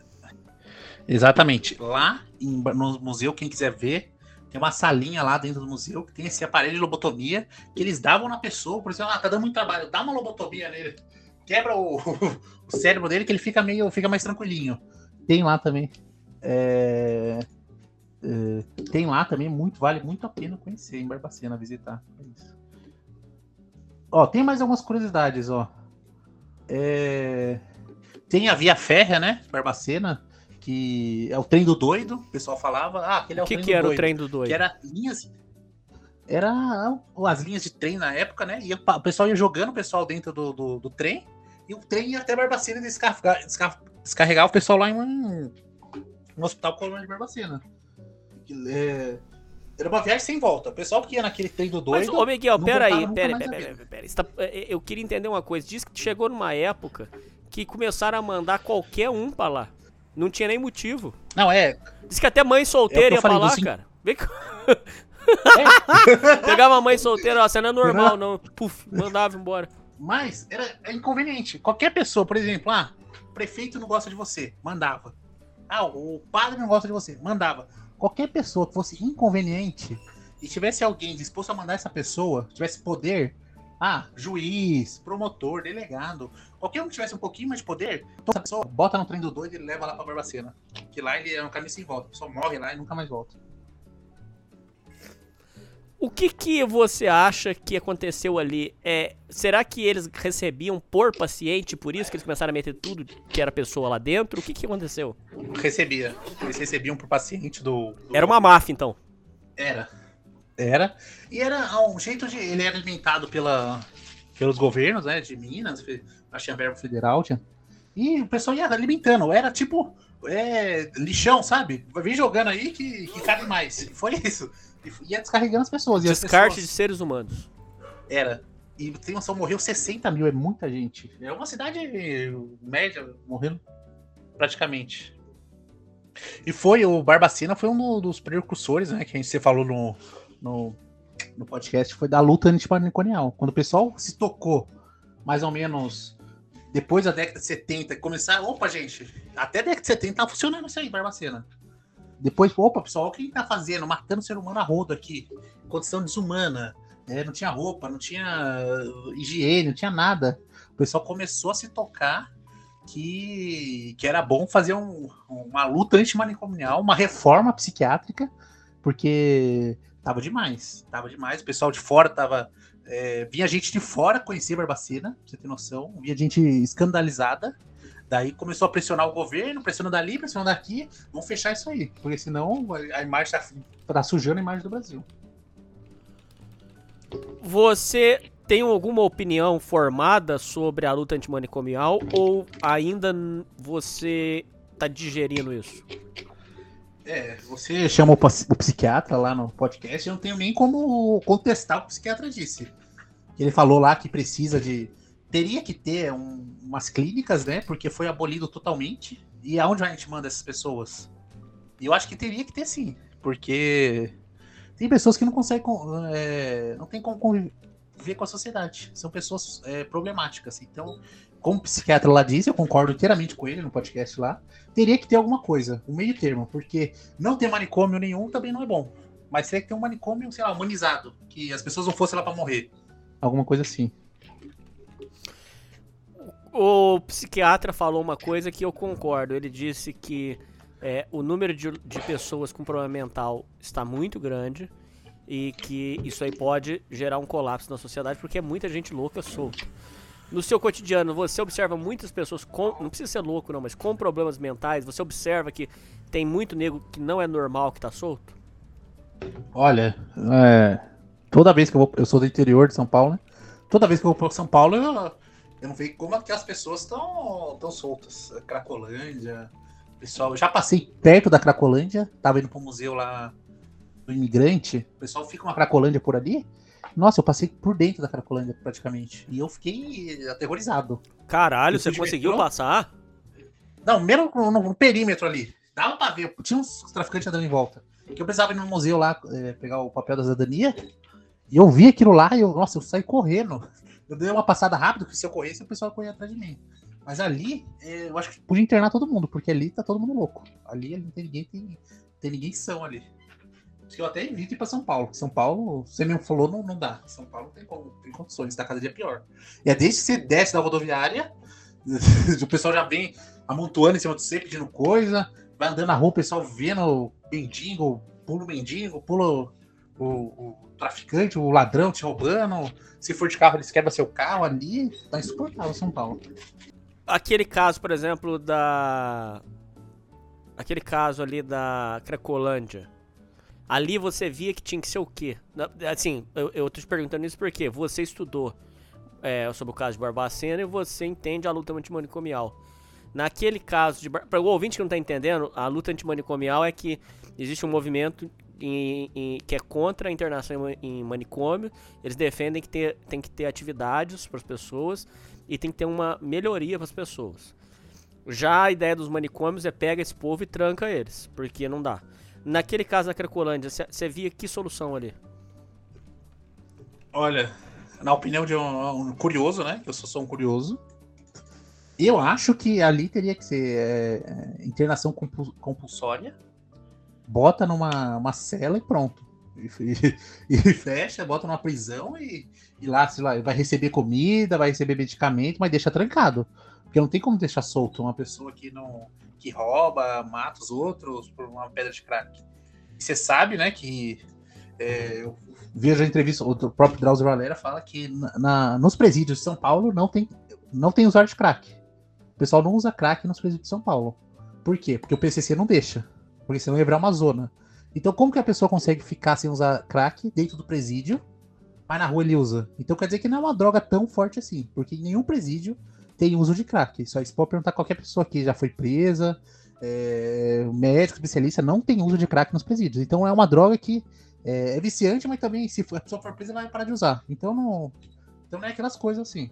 Exatamente. Lá em- no museu, quem quiser ver, tem uma salinha lá dentro do museu que tem esse aparelho de lobotomia que eles davam na pessoa, por exemplo, ah, tá dando muito trabalho, dá uma lobotomia nele, quebra o, o cérebro dele que ele fica meio, fica mais tranquilinho. Tem lá também. É, é, tem lá também, muito, vale muito a pena conhecer em Barbacena, visitar. É isso. Ó, tem mais algumas curiosidades, ó. É, tem a Via Férrea, né, Barbacena, que é o trem do doido, o pessoal falava, ah, aquele é o, O que trem que do era o doido. trem do doido? Que era linhas, era as linhas de trem na época, né, e o pessoal ia jogando o pessoal dentro do, do, do trem, e o trem ia até Barbacena e descarregar, descar, descarregar o pessoal lá em um, um hospital colônia de Barbacena. É, era uma viagem sem volta, o pessoal que ia naquele trem do doido... Mas, ô Miguel, não pera aí, voltava nunca pera, mais pera, na pera, vida. pera. Você tá- eu queria entender uma coisa. Diz que chegou numa época que começaram a mandar qualquer um pra lá. Não tinha nem motivo. Não, é... Diz que até mãe É solteira o que eu ia pra falei, lá, dos cin- cara. Vem cá. Pegava a mãe solteira, ó, cena normal, não. Puf, mandava embora. Mas era é inconveniente. Qualquer pessoa, por exemplo, ah, o prefeito não gosta de você, mandava. Ah, o padre não gosta de você, mandava. Qualquer pessoa que fosse inconveniente e tivesse alguém disposto a mandar essa pessoa, tivesse poder, ah, juiz, promotor, delegado, qualquer um que tivesse um pouquinho mais de poder, então essa pessoa bota no trem do doido e leva lá pra Barbacena. Que lá ele é um caminho sem volta. A pessoa morre lá e nunca mais volta. O que que você acha que aconteceu ali? É, será que eles recebiam por paciente, por isso que eles começaram a meter tudo que era pessoa lá dentro? O que que aconteceu? Recebia. Eles recebiam pro paciente do... do... Era uma máfia, então. Era. Era. E era um jeito de... Ele era alimentado pela... pelos governos, né, de Minas, acho que tinha verbo federal, tinha, e o pessoal ia alimentando, era tipo é, lixão, sabe? Vem jogando aí que, que cabe mais. E foi isso. E ia descarregando as pessoas. E Descarte as pessoas... de seres humanos. Era. E tem noção, morreu sessenta mil, é muita gente. É uma cidade média, morrendo praticamente. E foi, o Barbacena foi um dos precursores, né, que a gente você falou no, no, no podcast, foi da luta antimanicomial. Quando o pessoal se tocou, mais ou menos, depois da década de setenta, começaram, opa, gente, até a década de setenta tava funcionando isso aí, Barbacena. Depois, opa, pessoal, o que tá fazendo? Matando o ser humano a rodo aqui. Condição desumana. É, não tinha roupa, não tinha higiene, não tinha nada. O pessoal começou a se tocar que, que era bom fazer um, uma luta antimanicomial, uma reforma psiquiátrica, porque tava demais, tava demais. O pessoal de fora tava... É, vinha gente de fora conhecer Barbacena, pra você ter noção. Vinha gente escandalizada. Daí começou a pressionar o governo, pressionando dali, pressionando daqui. Vamos fechar isso aí, porque senão a imagem tá, tá sujando a imagem do Brasil. Você tem alguma opinião formada sobre a luta antimanicomial ou ainda você tá digerindo isso? É, você chamou o psiquiatra lá no podcast, eu não tenho nem como contestar o que o psiquiatra disse. Ele falou lá que precisa de... Teria que ter um, umas clínicas, né? Porque foi abolido totalmente. E aonde a gente manda essas pessoas? E eu acho que teria que ter sim, porque... Tem pessoas que não conseguem, é, não tem como conviver com a sociedade. São pessoas é, problemáticas. Então, como o psiquiatra lá disse, eu concordo inteiramente com ele no podcast lá, teria que ter alguma coisa, um meio termo, porque não ter manicômio nenhum também não é bom. Mas teria que ter um manicômio, sei lá, humanizado, que as pessoas não fossem lá pra morrer. Alguma coisa assim. O psiquiatra falou uma coisa que eu concordo. Ele disse que É, o número de, de pessoas com problema mental está muito grande e que isso aí pode gerar um colapso na sociedade porque é muita gente louca solta. No seu cotidiano, você observa muitas pessoas com, não precisa ser louco não, mas com problemas mentais, você observa que tem muito nego que não é normal que tá solto? Olha, é, toda vez que eu vou, eu sou do interior de São Paulo, né? Toda vez que eu vou para São Paulo, eu, eu não vejo como é que as pessoas estão tão soltas. Cracolândia... Pessoal, eu já passei perto da Cracolândia, tava indo pro museu lá do imigrante, o pessoal fica uma Cracolândia por ali. Nossa, eu passei por dentro da Cracolândia praticamente. E eu fiquei aterrorizado. Caralho, você conseguiu metrô? passar? Não, mesmo no, no perímetro ali. Dava pra ver, tinha uns traficantes andando em volta. Que eu precisava ir no museu lá, é, pegar o papel da cidadania. E eu vi aquilo lá e eu, nossa, eu saí correndo. Eu dei uma passada rápida, porque se eu corresse, o pessoal corria atrás de mim. Mas ali, é, eu acho que podia internar todo mundo, porque ali tá todo mundo louco. Ali, ali não tem ninguém, tem, tem ninguém são ali. Porque eu até evito ir pra São Paulo. São Paulo, você mesmo falou, não, não dá. São Paulo não tem, como, tem condições, tá cada dia pior. E é desde que você desce da rodoviária, o pessoal já vem amontoando em cima de você, pedindo coisa, vai andando na rua, o pessoal vendo mendigo, pula o mendigo, pula o, o traficante, o ladrão te roubando. Se for de carro, eles quebram seu carro ali. Tá insuportável São Paulo. Aquele caso, por exemplo, da... Aquele caso ali da Cracolândia. Ali você via que tinha que ser o quê? Assim, eu, eu tô te perguntando isso porque você estudou é, sobre o caso de Barbacena e você entende a luta antimanicomial. Naquele caso de... Para o ouvinte que não tá entendendo, a luta antimanicomial é que existe um movimento em, em, que é contra a internação em, em manicômio. Eles defendem que ter, tem que ter atividades para as pessoas e tem que ter uma melhoria para as pessoas. Já a ideia dos manicômios é pega esse povo e tranca eles, porque não dá. Naquele caso da Cracolândia, você via que solução ali? Olha, na opinião de um, um curioso, né? Que eu sou só um curioso. Eu acho que ali teria que ser é, internação compulsória. Bota numa uma cela e pronto. E, e, e fecha, bota numa prisão e, e lá, sei lá, vai receber comida, vai receber medicamento, mas deixa trancado. Porque não tem como deixar solto uma pessoa que não que rouba, mata os outros por uma pedra de crack. E você sabe, né, que é, eu vejo a entrevista, o próprio Drauzio Varela fala que na, na, nos presídios de São Paulo não tem, não tem usuário de crack. O pessoal não usa crack nos presídios de São Paulo. Por quê? Porque o P C C não deixa. Porque senão ia virar uma zona. Então como que a pessoa consegue ficar sem usar crack dentro do presídio, vai na rua ele usa. Então quer dizer que não é uma droga tão forte assim, porque nenhum presídio tem uso de crack. Isso aí você pode perguntar a qualquer pessoa que já foi presa, é, médico, especialista, não tem uso de crack nos presídios. Então é uma droga que é, é viciante, mas também se a pessoa for presa, ela vai parar de usar. Então não, então não é aquelas coisas assim.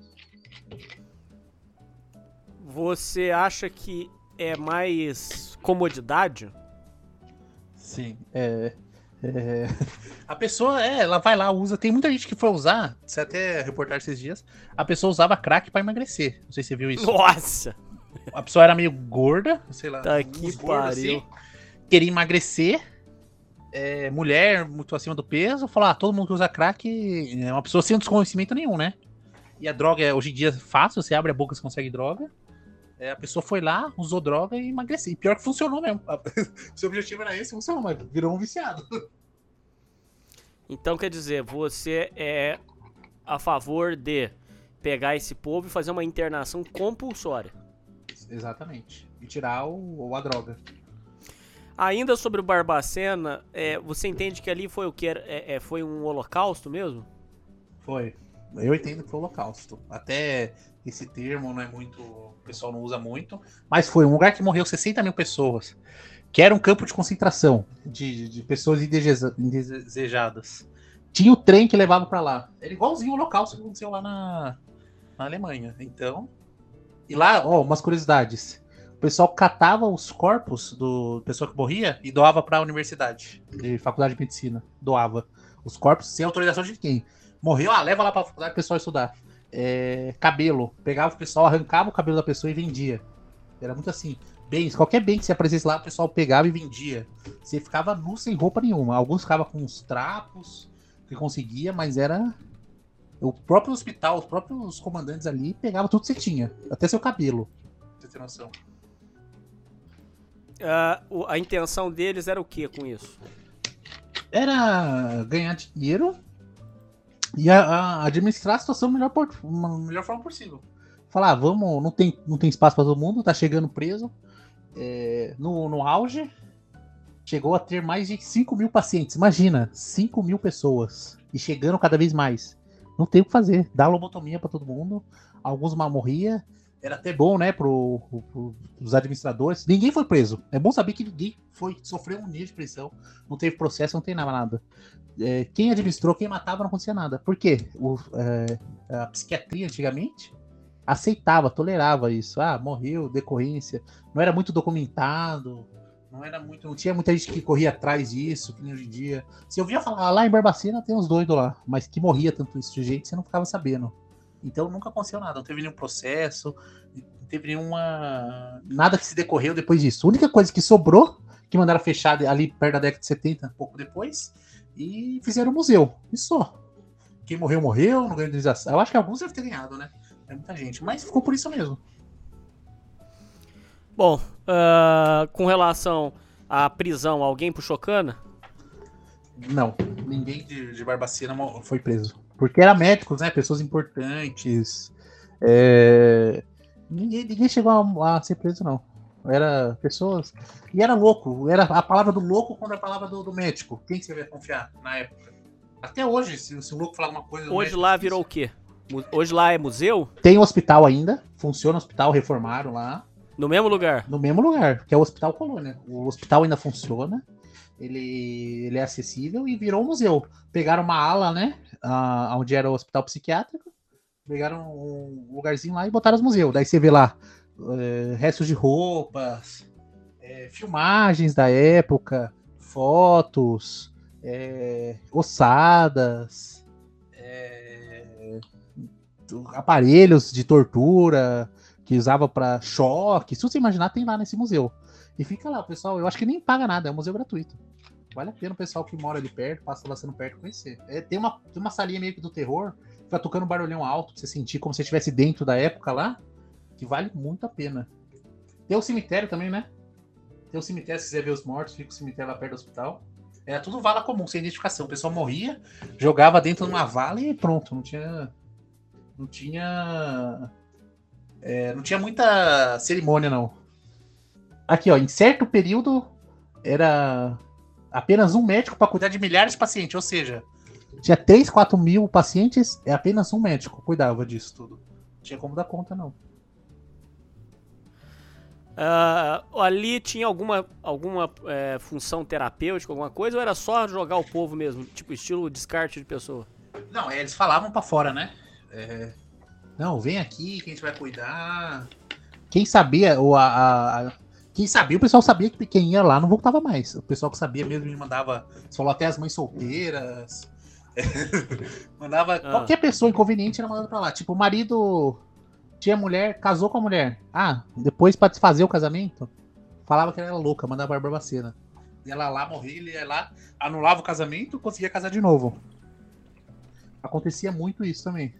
Você acha que é mais comodidade? Sim, é... É, a pessoa, é, ela vai lá, usa. Tem muita gente que foi usar, você até reportar esses dias, a pessoa usava crack pra emagrecer. Não sei se você viu isso. Nossa! A pessoa era meio gorda, sei lá. Tá que pariu. Assim, queria emagrecer, é, mulher muito acima do peso, falar, ah, todo mundo que usa crack é uma pessoa sem desconhecimento nenhum, né? E a droga, hoje em dia, é fácil, você abre a boca, você consegue droga. É, a pessoa foi lá, usou droga e emagreceu. E pior que funcionou mesmo. Seu objetivo era esse, funcionou, mas virou um viciado. Então quer dizer, você é a favor de pegar esse povo e fazer uma internação compulsória. Exatamente. E tirar o, a droga. Ainda sobre o Barbacena, é, você entende que ali foi o que? É, é, foi um holocausto mesmo? Foi. Eu entendo que foi holocausto. Até esse termo não é muito... O pessoal não usa muito. Mas foi um lugar que morreu sessenta mil pessoas. Que era um campo de concentração. De, de pessoas indesejadas. Tinha o trem que levava pra lá. Era igualzinho o holocausto que aconteceu lá na, na Alemanha. Então... E lá, ó, umas curiosidades. O pessoal catava os corpos do pessoal que morria e doava pra universidade. De faculdade de medicina. Doava. Os corpos sem autorização de ninguém. Morreu, ah, leva lá pra faculdade o pessoal estudar. É, cabelo. Pegava o pessoal, arrancava o cabelo da pessoa e vendia. Era muito assim. Bens, qualquer bem que você aparecesse lá, o pessoal pegava e vendia. Você ficava nu sem roupa nenhuma. Alguns ficavam com uns trapos que conseguia, mas era... O próprio hospital, os próprios comandantes ali pegavam tudo que você tinha. Até seu cabelo. Pra você ter noção. Uh, a intenção deles era o que com isso? Era ganhar dinheiro e a, a administrar a situação da melhor, por, uma melhor forma possível. Falar, ah, vamos, não tem, não tem espaço para todo mundo, tá chegando preso. É, no, no auge, chegou a ter mais de cinco mil pacientes. Imagina, cinco mil pessoas. E chegando cada vez mais. Não tem o que fazer. Dá lobotomia para todo mundo. Alguns mal morriam. Era até bom, né, pro, pro, pros administradores. Ninguém foi preso. É bom saber que ninguém foi, sofreu um nível de pressão. Não teve processo, não tem nada. nada. É, quem administrou, quem matava, não acontecia nada. Por quê? O, é, a psiquiatria, antigamente, aceitava, tolerava isso. Ah, morreu, decorrência. Não era muito documentado. Não era muito, não tinha muita gente que corria atrás disso, que nem hoje em dia. Você ouvia falar, lá em Barbacena tem uns doidos lá. Mas que morria tanto isso de gente, você não ficava sabendo. Então nunca aconteceu nada, não teve nenhum processo, não teve nenhuma... nada que se decorreu depois disso. A única coisa que sobrou, que mandaram fechar ali perto da década de setenta, pouco depois, e fizeram um museu, isso só. Quem morreu, morreu, não ganhou indenização. Eu acho que alguns devem ter ganhado, né? É muita gente, mas ficou por isso mesmo. Bom, uh, com relação à prisão, alguém puxou cana? Não, ninguém de, de Barbacena foi preso. Porque era médicos, né? Pessoas importantes. É... Ninguém, ninguém chegou a, a ser preso, não. Era pessoas... E era louco. Era a palavra do louco contra a palavra do, do médico. Quem que você vai confiar na época? Até hoje, se, se o louco falar alguma coisa... Hoje lá virou o quê? Hoje lá é museu? Tem um hospital ainda. Funciona o hospital, reformaram lá. No mesmo lugar? No mesmo lugar, que é o Hospital Colônia. O hospital ainda funciona. Ele, ele é acessível e virou um museu. Pegaram uma ala, né? Uh, onde era o hospital psiquiátrico. Pegaram um lugarzinho lá e botaram os museus. Daí você vê lá uh, restos de roupas, uh, filmagens da época, fotos, uh, ossadas, uh, aparelhos de tortura que usava para choque. Se você imaginar, tem lá nesse museu. E fica lá, pessoal. Eu acho que nem paga nada, é um museu gratuito. Vale a pena o pessoal que mora ali perto, passa lá sendo perto, conhecer. É, tem, uma, tem uma salinha meio que do terror, fica tocando um barulhão alto, pra você sentir como se você estivesse dentro da época lá, que vale muito a pena. Tem o cemitério também, né? Tem o cemitério, se quiser ver os mortos, fica o cemitério lá perto do hospital. Era tudo vala comum, sem identificação. O pessoal morria, jogava dentro de uma vala e pronto. Não tinha... Não tinha... É, não tinha muita cerimônia, não. Aqui, ó, em certo período era apenas um médico para cuidar de milhares de pacientes, ou seja, Tinha três, quatro mil pacientes, é apenas um médico cuidava disso tudo. Não tinha como dar conta, não. Uh, ali tinha alguma, alguma é, função terapêutica, alguma coisa, ou era só jogar o povo mesmo? Tipo, estilo descarte de pessoa? Não, eles falavam pra fora, né? É... Não, vem aqui que a gente vai cuidar. Quem sabia, ou a, a, a... Quem sabia, o pessoal sabia que quem ia lá não voltava mais. O pessoal que sabia mesmo, ele mandava, você falou até as mães solteiras. Mandava, ah. qualquer pessoa inconveniente era mandada pra lá. Tipo, o marido tinha mulher, casou com a mulher. Ah, depois pra desfazer o casamento, falava que ela era louca, mandava a Barbacena. Ia lá, lá morrer, ele ia lá, anulava o casamento, conseguia casar de novo. Acontecia muito isso também.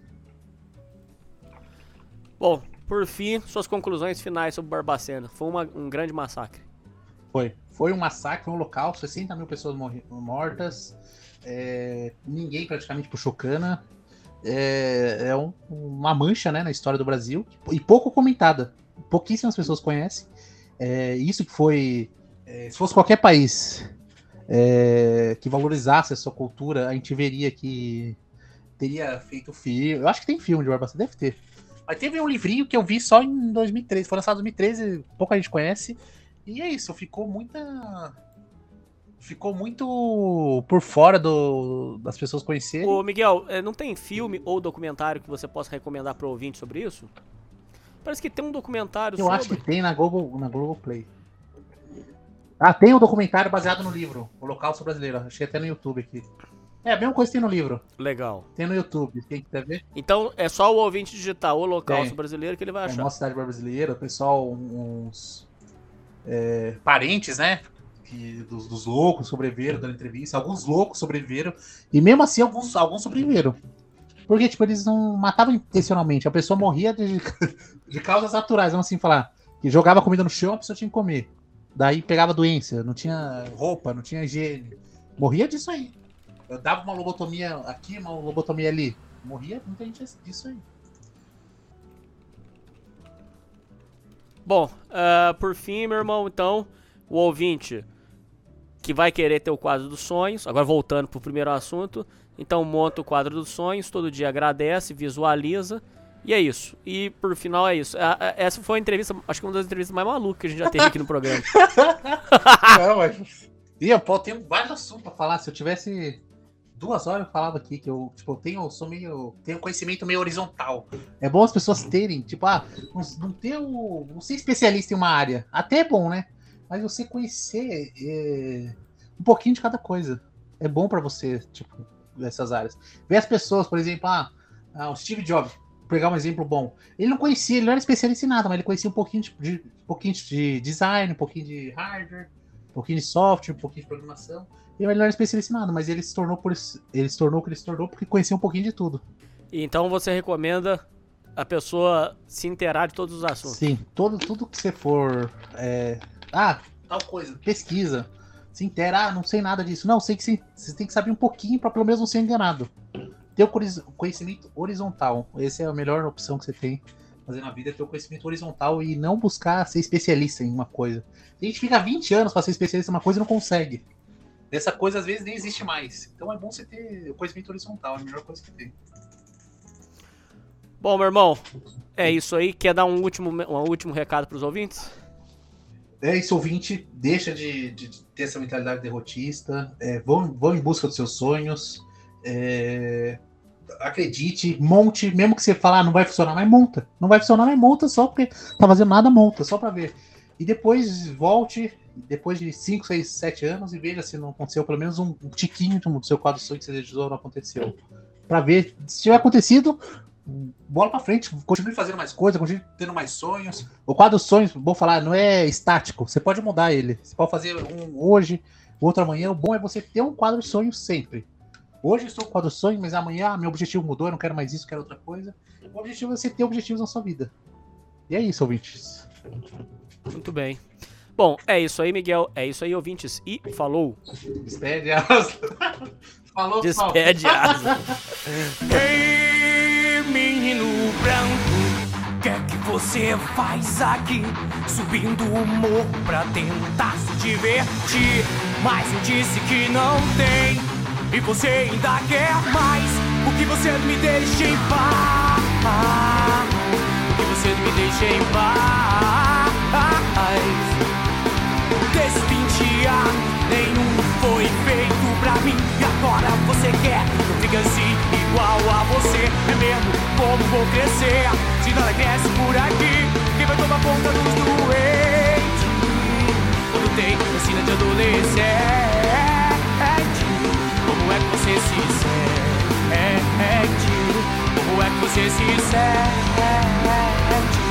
Bom, por fim, suas conclusões finais sobre Barbacena. Foi uma, um grande massacre. Foi. Foi um massacre, foi um local, sessenta mil pessoas morri, mortas. É, ninguém praticamente puxou cana. É, é um, uma mancha, né, na história do Brasil. E pouco comentada. Pouquíssimas pessoas conhecem. É, isso que foi... É, se fosse qualquer país é, que valorizasse a sua cultura, a gente veria que teria feito filme. Eu acho que tem filme de Barbacena, deve ter. Mas teve um livrinho que eu vi só em dois mil e treze. Foi lançado em dois mil e treze, pouca gente conhece. E é isso, ficou muita... Ficou muito por fora do, das pessoas conhecerem. Ô, Miguel, não tem filme ou documentário que você possa recomendar para o ouvinte sobre isso? Parece que tem um documentário eu sobre... Eu acho que tem na Google, na Google Play. Ah, tem um documentário baseado no livro, O Holocausto Brasileiro. Achei até no YouTube aqui. É, a mesma coisa que tem no livro. Legal. Tem no YouTube, quem quiser ver. Então é só o ouvinte digitar O Holocausto tem. Brasileiro que ele vai achar. É, Nossa Cidade Brasileira, o pessoal, uns é, parentes, né? Que, dos, dos loucos sobreviveram dando entrevista. Alguns loucos sobreviveram. E mesmo assim, alguns, alguns sobreviveram. Porque, tipo, eles não matavam intencionalmente. A pessoa morria de, de causas naturais, vamos assim falar. Que jogava comida no chão, a pessoa tinha que comer. Daí pegava doença, não tinha roupa, não tinha higiene. Morria disso aí. Eu dava uma lobotomia aqui, uma lobotomia ali. Morria muita gente disso aí. Bom, uh, por fim, meu irmão, então, o ouvinte que vai querer ter o quadro dos sonhos, agora voltando pro primeiro assunto, então monta o quadro dos sonhos, todo dia agradece, visualiza, e é isso. E por final é isso. Essa foi a entrevista, acho que uma das entrevistas mais malucas que a gente já teve aqui no programa. Não, mas... E eu tenho vários assuntos pra falar, se eu tivesse... Duas horas eu falava aqui que eu, tipo, eu tenho, sou meio, tenho conhecimento meio horizontal. É bom as pessoas terem, tipo, ah, não, não ter o, não ser especialista em uma área. Até é bom, né? Mas você conhecer é, um pouquinho de cada coisa. É bom pra você, tipo, nessas áreas. Ver as pessoas, por exemplo, ah, ah, o Steve Jobs, vou pegar um exemplo bom. Ele não conhecia, ele não era especialista em nada, mas ele conhecia um pouquinho de, de, um pouquinho de design, um pouquinho de hardware, um pouquinho de software, um pouquinho de programação. E ele não era especialista em nada, mas ele se tornou por ele se tornou o que ele se tornou porque conhecia um pouquinho de tudo. Então você recomenda a pessoa se inteirar de todos os assuntos? Sim, todo, tudo que você for... É, ah, tal coisa, pesquisa, se inteira, ah, não sei nada disso. Não, sei que você, você tem que saber um pouquinho para pelo menos não ser enganado. Ter o conhecimento horizontal, essa é a melhor opção que você tem fazer na vida, é ter o conhecimento horizontal e não buscar ser especialista em uma coisa. A gente fica vinte anos para ser especialista em uma coisa e não consegue. Essa coisa às vezes nem existe mais. Então é bom você ter o conhecimento horizontal, é a melhor coisa que tem. Bom, meu irmão, é isso aí. Quer dar um último, um último recado para os ouvintes? É isso, ouvinte. Deixa de, de, de ter essa mentalidade derrotista. É, vão, vão em busca dos seus sonhos. É, acredite, monte. Mesmo que você falar, ah, não vai funcionar, mas monta. Não vai funcionar, mas monta só porque tá fazendo nada, monta, só para ver. E depois volte... Depois de cinco, seis, sete anos e veja se não aconteceu pelo menos um, um tiquinho do seu quadro sonho que você desejou não aconteceu. Pra ver, se tiver acontecido, bola pra frente, continue fazendo mais coisas, continue tendo mais sonhos. O quadro sonhos, vou falar, não é estático, você pode mudar ele. Você pode fazer um hoje, outro amanhã. O bom é você ter um quadro sonho sempre. Hoje eu estou com o quadro sonho, mas amanhã ah, meu objetivo mudou, eu não quero mais isso, quero outra coisa. O objetivo é você ter objetivos na sua vida. E é isso, ouvintes. Muito bem. Bom, é isso aí, Miguel. É isso aí, ouvintes. E falou. Despede asa. Falou, Despede asa. Ei, menino branco, o que é que você faz aqui? Subindo o morro pra tentar se divertir. Mas eu disse que não tem e você ainda quer mais. Por que você não me deixa em paz? Por que você não me deixa em paz? Desses vinte anos, nenhum foi feito pra mim. E agora você quer que eu fique assim, igual a você. É mesmo como vou crescer se nada cresce por aqui? Quem vai tomar conta dos doentes quando tem vacina de adolescente? Como é que você se sente? Como é que você se sente?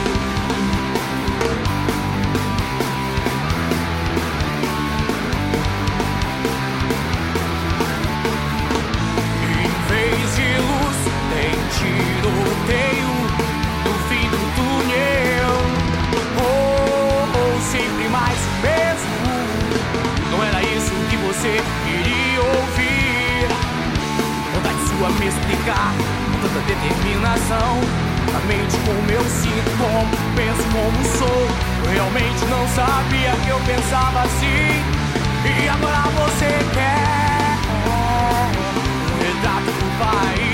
Tiroteio no fim do túnel. Oh, oh, sempre mais mesmo. Não era isso que você queria ouvir. Vontade sua me explicar com tanta determinação. A mente como eu sinto, como penso, como sou. Eu realmente não sabia que eu pensava assim. E agora você quer um retrato do país.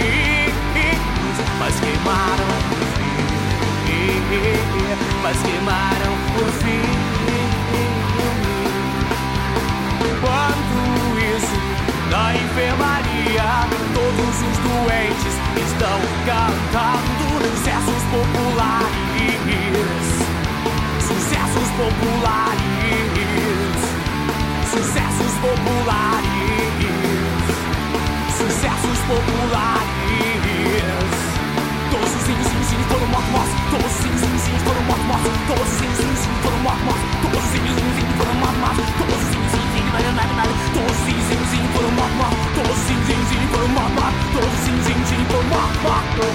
Mas queimaram por fim, mas queimaram por fim. Quanto isso na enfermaria, todos os doentes estão cantando sucessos populares, sucessos populares, sucessos populares, sucessos populares. Todos os índios, índios, índios foram mortos, mortos. Todos os índios, índios, índios foram mortos, mortos. Todos os índios, índios, índios foram mortos, mortos. Todos os índios, índios, índios foram mortos, mortos. Todos os índios, índios, índios nada, nada, nada. Todos os índios, índios, índios foram mortos, mortos. Todos os índios, índios, índios foram mortos, mortos. Todos os índios, índios, índios foram mortos, mortos.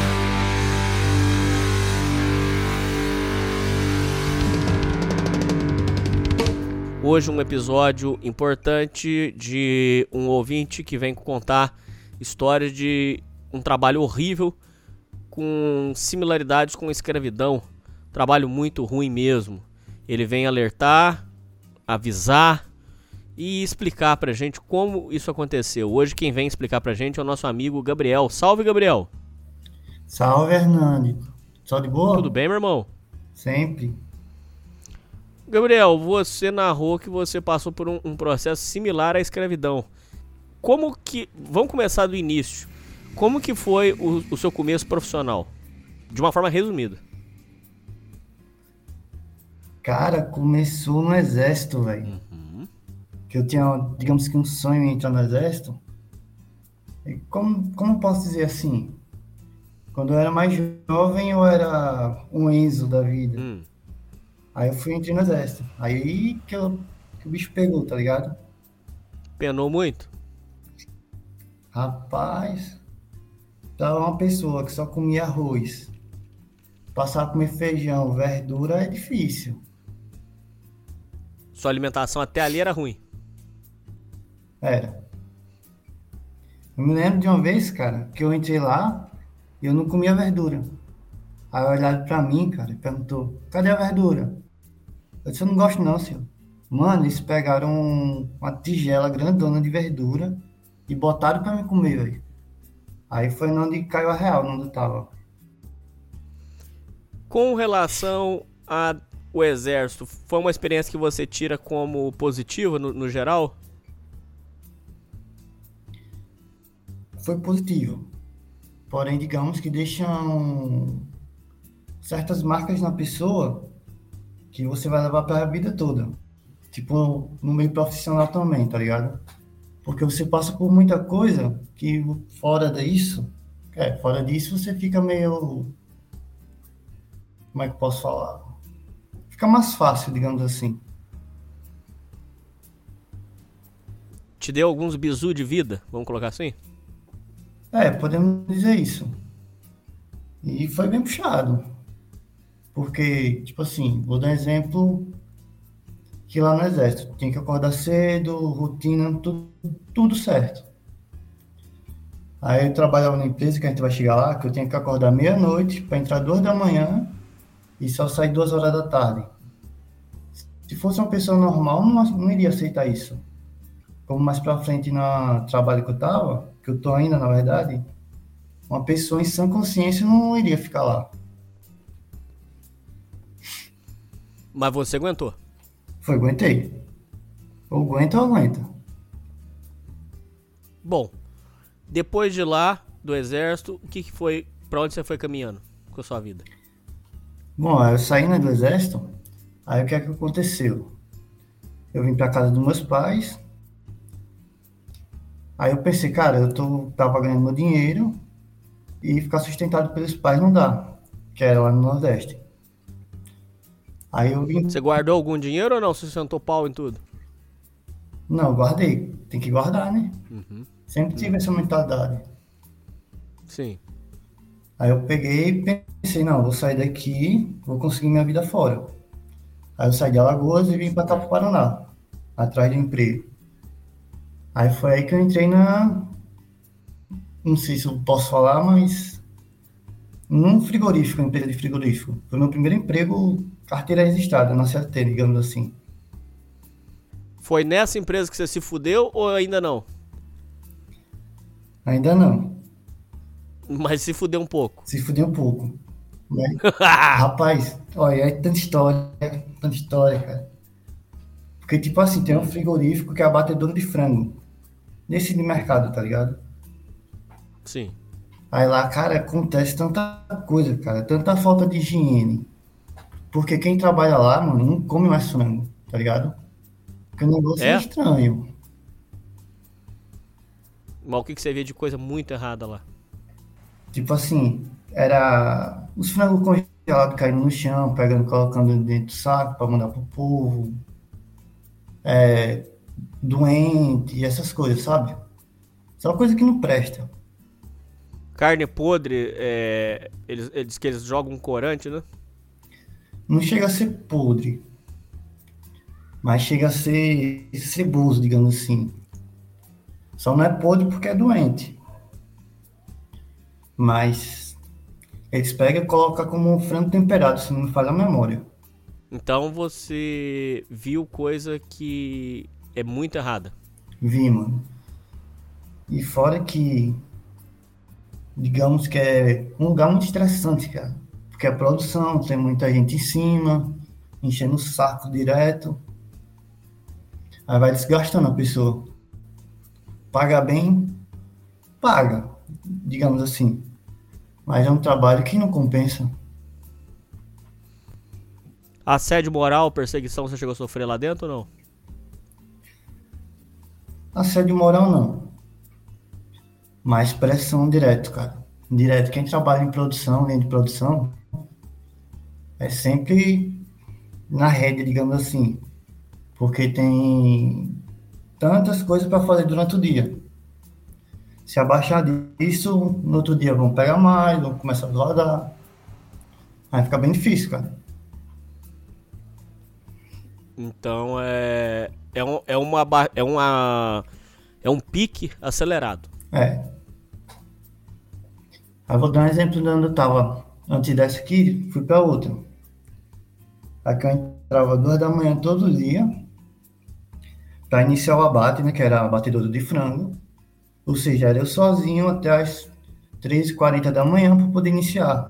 Hoje um episódio importante de um ouvinte que vem contar história de um trabalho horrível com similaridades com escravidão. Trabalho muito ruim mesmo. Ele vem alertar, avisar e explicar pra gente como isso aconteceu. Hoje quem vem explicar pra gente é o nosso amigo Gabriel. Salve, Gabriel! Salve, Hernani. Só de boa? Tudo bem, meu irmão? Sempre. Gabriel, você narrou que você passou por um, um processo similar à escravidão. Como que... Vamos começar do início. Como que foi o, o seu começo profissional? De uma forma resumida. Cara, começou no exército, velho. Uhum. Que eu tinha, digamos que um sonho em entrar no exército. E como, como posso dizer assim? Quando eu era mais jovem, eu era um Enzo da vida. Hum. Aí eu fui entrei no exército. Aí que, eu, que o bicho pegou, tá ligado? Penou muito? Rapaz, tava uma pessoa que só comia arroz. Passar a comer feijão, verdura é difícil. Sua alimentação até ali era ruim? Era. Eu me lembro de uma vez, cara, que eu entrei lá e eu não comia verdura. Aí olharam pra mim, cara, e perguntou, cadê a verdura? Eu disse, eu não gosto não, senhor. Mano, eles pegaram uma tigela grandona de verdura e botaram pra mim comer, velho. Aí foi onde caiu a real, onde eu tava. Com relação ao exército, foi uma experiência que você tira como positiva no, no geral? Foi positivo. Porém, digamos que deixam certas marcas na pessoa que você vai levar para a vida toda. Tipo, no meio profissional também, tá ligado? Porque você passa por muita coisa que fora disso, é, fora disso você fica meio... Como é que eu posso falar? Fica mais fácil, digamos assim. Te deu alguns bizus de vida, vamos colocar assim? É, podemos dizer isso. E foi bem puxado. Porque, tipo assim, vou dar um exemplo que lá no exército tinha que acordar cedo, rotina, tudo, tudo certo. Aí eu trabalhava na empresa, que a gente vai chegar lá, que eu tinha que acordar meia-noite para entrar duas da manhã e só sair duas horas da tarde. Se fosse uma pessoa normal, não, não iria aceitar isso. como mais pra frente no trabalho que eu tava, que eu tô ainda, na verdade, uma pessoa em sã consciência não iria ficar lá. Mas você aguentou? Foi, aguentei. Ou aguenta ou aguenta. Bom, depois de lá, do exército, o que, que foi, pra onde você foi caminhando com a sua vida? Bom, eu saí, né, do exército, aí o que é que aconteceu? Eu vim pra casa dos meus pais, aí eu pensei, cara, eu tô, tava ganhando meu dinheiro e ficar sustentado pelos pais não dá, que era lá no Nordeste. Aí eu vim... Você guardou algum dinheiro ou não? Você sentou pau em tudo? Não, guardei. Tem que guardar, né? Uhum. Sempre tive essa mentalidade. Sim. Aí eu peguei e pensei, não, vou sair daqui, vou conseguir minha vida fora. Aí eu saí de Alagoas e vim pra cá pro Paraná, atrás de emprego. Aí foi aí que eu entrei na... Não sei se eu posso falar, mas... Num frigorífico, uma empresa de frigorífico. Foi meu primeiro emprego, carteira registrada, na C L T, digamos assim. Foi nessa empresa que você se fudeu ou ainda não? Ainda não. Mas se fudeu um pouco. Se fudeu um pouco. Mas, rapaz, olha, é tanta história, tanta história, cara. Porque, tipo assim, tem um frigorífico que é abatedor de frango. Nesse de mercado, tá ligado? Sim. Aí lá, cara, acontece tanta coisa, cara. Tanta falta de higiene. Porque quem trabalha lá, mano, não come mais frango, tá ligado? Porque o negócio é, é estranho. Mas o que, que você vê de coisa muito errada lá? Tipo assim, era os frangos congelados caindo no chão, pegando, colocando dentro do saco pra mandar pro povo. É, doente e essas coisas, sabe? Só coisa que não presta. Carne podre, é, eles, eles que eles jogam um corante, né? Não chega a ser podre, mas chega a ser ceboso, digamos assim. Só não é podre porque é doente. Mas eles pegam e colocam como um frango temperado, se não me falha a memória. Então você viu coisa que é muito errada. Vi, mano. E fora que, digamos que é um lugar muito estressante, cara. Porque a produção, tem muita gente em cima, enchendo o saco direto. Aí vai desgastando a pessoa. Paga bem, paga, digamos assim. Mas é um trabalho que não compensa. Assédio moral, perseguição, você chegou a sofrer lá dentro ou não? Assédio moral, não. Mas pressão direto, cara. Direto. Quem trabalha em produção, linha de produção, é sempre na rédea, digamos assim. Porque tem tantas coisas para fazer durante o dia. Se abaixar disso, no outro dia vão pegar mais, vão começar a rodar. Aí fica bem difícil, cara. Então é é, um, é uma é uma é um pique acelerado. É. Aí vou dar um exemplo de onde eu tava antes dessa aqui, fui para outra. Aqui eu entrava duas da manhã todo dia para iniciar o abate, né, que era abatedor de frango. Ou seja, era eu sozinho até as três e quarenta da manhã para poder iniciar.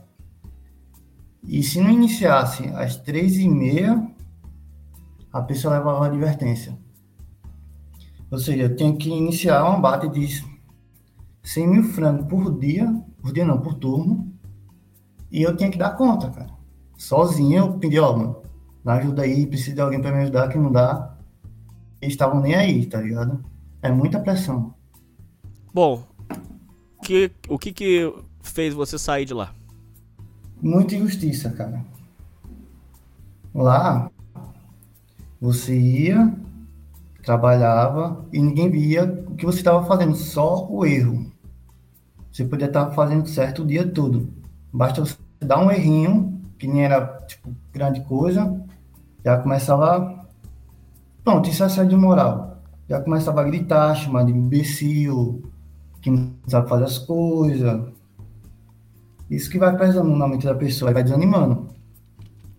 E se não iniciasse às três e meia, a pessoa levava a advertência. Ou seja, eu tenho que iniciar um abate de cem mil frangos por dia, por dia não, por turno, e eu tinha que dar conta, cara. Sozinho eu pedi, ó, mano, me ajuda aí, precisa de alguém para me ajudar, que não dá. Eles estavam nem aí, tá ligado? É muita pressão. Bom, que, o que que fez você sair de lá? Muita injustiça, cara. Lá, você ia, trabalhava e ninguém via o que você estava fazendo, só o erro. Você podia estar fazendo certo o dia todo. Basta você dar um errinho, que nem era, tipo, grande coisa, já começava... Pronto, isso é assédio moral. Já começava a gritar, chamar de imbecil, que não sabe fazer as coisas. Isso que vai pesando na mente da pessoa, vai desanimando.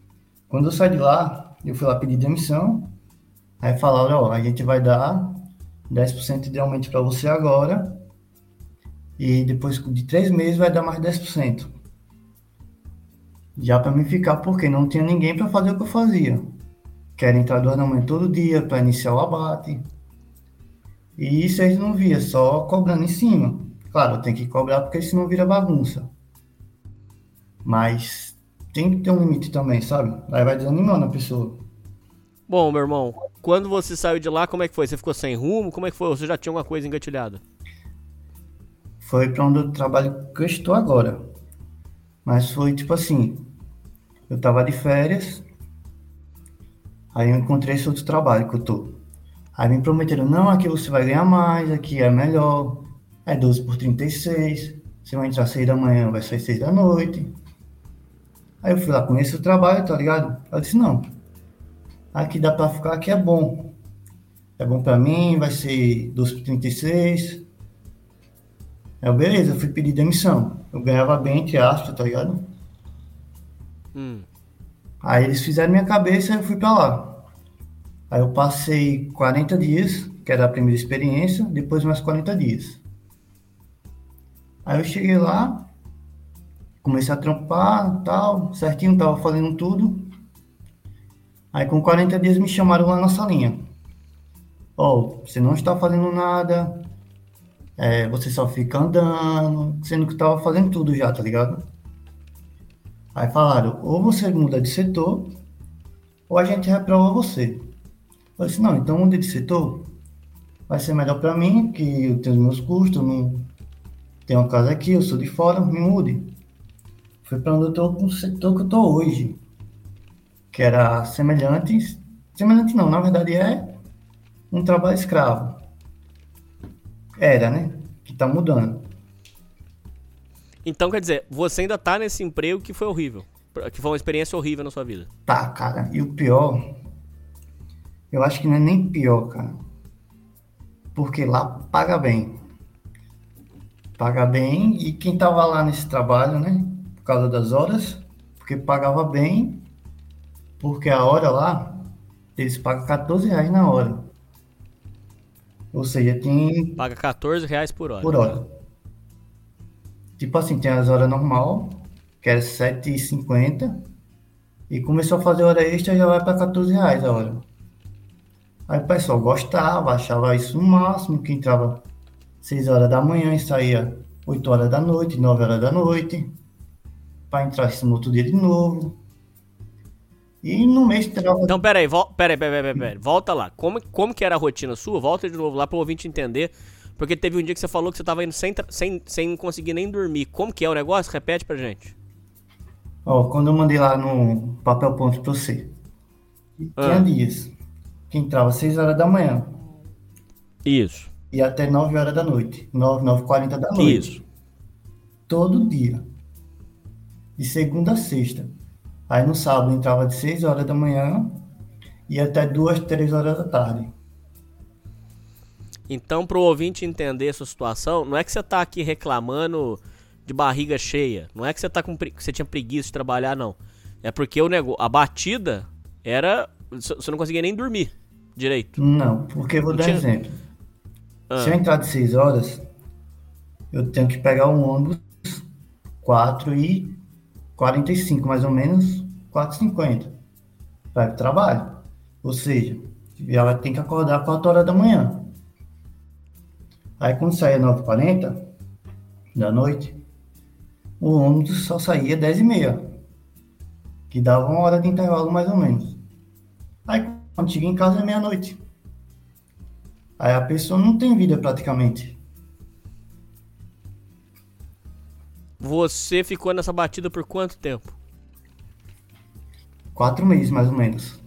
Quando eu saí de lá, eu fui lá pedir demissão, aí falaram, ó, a gente vai dar dez por cento de aumento para você agora. E depois de três meses vai dar mais dez por cento. Já para mim ficar, porque não tinha ninguém para fazer o que eu fazia. Que era entrar duas da manhã todo dia para iniciar o abate. E isso eles não via, só cobrando em cima. Claro, tem que cobrar porque senão vira bagunça. Mas tem que ter um limite também, sabe? Aí vai desanimando a pessoa. Bom, meu irmão, quando você saiu de lá, como é que foi? Você ficou sem rumo? Como é que foi? Você já tinha alguma coisa engatilhada? Foi para onde eu trabalho que eu estou agora. Mas foi tipo assim, eu tava de férias, aí eu encontrei esse outro trabalho que eu tô. Aí me prometeram, não, aqui você vai ganhar mais, aqui é melhor, é doze por trinta e seis, você vai entrar seis da manhã, vai sair seis da noite. Aí eu fui lá, conheci o trabalho, tá ligado? Eu disse, não, aqui dá pra ficar, aqui é bom. É bom pra mim, vai ser doze por trinta e seis. É, beleza, eu fui pedir demissão. Eu ganhava bem, entre aspas, tá ligado? Hum. Aí eles fizeram minha cabeça e eu fui pra lá. Aí eu passei quarenta dias, que era a primeira experiência, depois mais quarenta dias. Aí eu cheguei lá, comecei a trampar, tal, certinho, tava fazendo tudo. Aí com quarenta dias me chamaram lá na salinha. Ó, oh, você não está fazendo nada, é, você só fica andando, sendo que tava fazendo tudo já, tá ligado? Aí falaram, ou você muda de setor, ou a gente reprova você. Eu disse, não, então muda de setor, vai ser melhor pra mim, que eu tenho os meus custos, não tenho uma casa aqui, eu sou de fora, me mude. Foi pra onde eu tô com o setor que eu tô hoje, que era semelhante, semelhante não, na verdade é um trabalho escravo. Era, né? Que tá mudando. Então, quer dizer, você ainda tá nesse emprego que foi horrível, que foi uma experiência horrível na sua vida. Tá, cara, e o pior, eu acho que não é nem pior, cara, porque lá paga bem. Paga bem, e quem tava lá nesse trabalho, né, por causa das horas, porque pagava bem, porque a hora lá, eles pagam quatorze reais na hora. Ou seja, tem... Paga quatorze reais por hora. Por hora. Tipo assim, tem as horas normal, que era sete e cinquenta, e começou a fazer hora extra, já vai para quatorze reais a hora. Aí o pessoal gostava, achava isso o máximo, que entrava seis horas da manhã e saía oito horas da noite, nove horas da noite, para entrar no outro dia de novo. E no mês trava... Então, peraí, vol- peraí, peraí, peraí, peraí, volta lá. Como, como que era a rotina sua? Volta de novo lá para o ouvinte entender. Porque teve um dia que você falou que você tava indo sem, tra- sem, sem conseguir nem dormir. Como que é o negócio? Repete pra gente. Ó, quando eu mandei lá no papel ponto pra você, tinha Ah. dias que entrava seis horas da manhã. Isso. E até nove horas da noite. nove, nove e quarenta da noite. Isso. Todo dia. De segunda a sexta. Aí no sábado entrava de seis horas da manhã e até duas, três horas da tarde. Então, pro ouvinte entender essa situação, não é que você tá aqui reclamando de barriga cheia. Não é que você tá com pre... que você tinha preguiça de trabalhar, não. É porque o negócio, a batida era... Você não conseguia nem dormir direito. Não, porque eu vou Não dar tinha- exemplo. Ah. Se eu entrar de seis horas, eu tenho que pegar um ônibus quatro e quarenta e cinco, mais ou menos, quatro e cinquenta, para ir pro trabalho. Ou seja, ela tem que acordar quatro horas da manhã. Aí quando saía nove e quarenta da noite, o ônibus só saía dez e meia, que dava uma hora de intervalo mais ou menos. Aí quando chega em casa é meia-noite. Aí a pessoa não tem vida praticamente. Você ficou nessa batida por quanto tempo? Quatro meses, mais ou menos.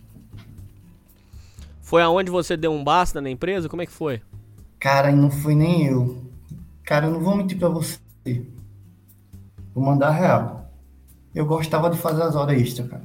Foi aonde você deu um basta na empresa? Como é que foi? Cara, e não foi nem eu. Cara, eu não vou mentir pra você. Vou mandar a real. Eu gostava de fazer as horas extras, cara.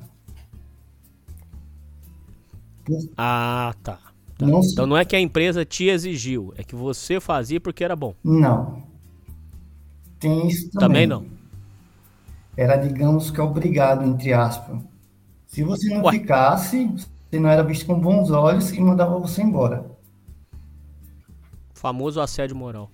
Ah, tá. Tá. Não, Então não é que a empresa te exigiu, é que você fazia porque era bom. não. Tem isso Também também. não. Era, digamos que obrigado, entre aspas. Se você não Ué. ficasse, você não era visto com bons olhos e mandava você embora. Famoso assédio moral.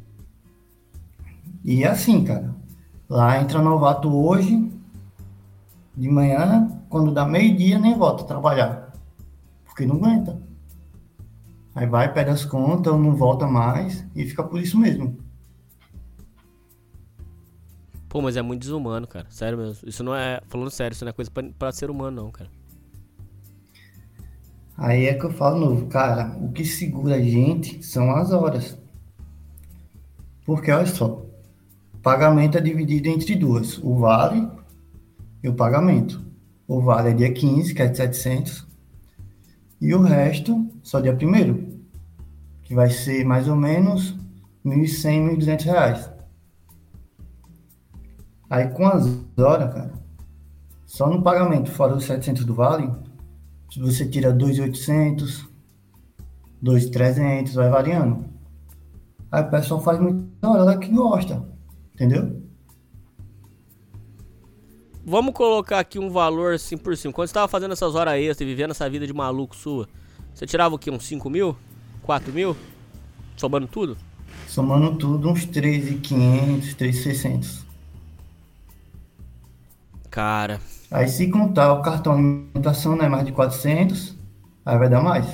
E é assim, cara. Lá entra novato hoje, de manhã, quando dá meio-dia, nem volta a trabalhar. Porque não aguenta. Aí vai, pega as contas, não volta mais e fica por isso mesmo. Pô, mas é muito desumano, cara. Sério mesmo. Isso não é... Falando sério, isso não é coisa pra, pra ser humano, não, cara. Aí é que eu falo novo, cara, o que segura a gente são as horas. Porque, olha só, o pagamento é dividido entre duas, o vale e o pagamento. O vale é dia quinze, que é de setecentos, e o resto só dia primeiro, que vai ser mais ou menos mil e cem, mil e duzentos reais. Aí com as horas, cara, só no pagamento, fora os setecentos do vale, se você tira dois mil e oitocentos, dois mil e trezentos, vai variando. Aí o pessoal faz muita hora que gosta, entendeu? Vamos colocar aqui um valor assim por cima. Quando você tava fazendo essas horas extras e vivendo essa vida de maluco sua, você tirava o quê? Uns cinco mil? quatro mil? Somando tudo? Somando tudo, uns três mil e quinhentos, três mil e seiscentos. Cara... Aí se contar o cartão de alimentação, né, mais de quatrocentos, aí vai dar mais.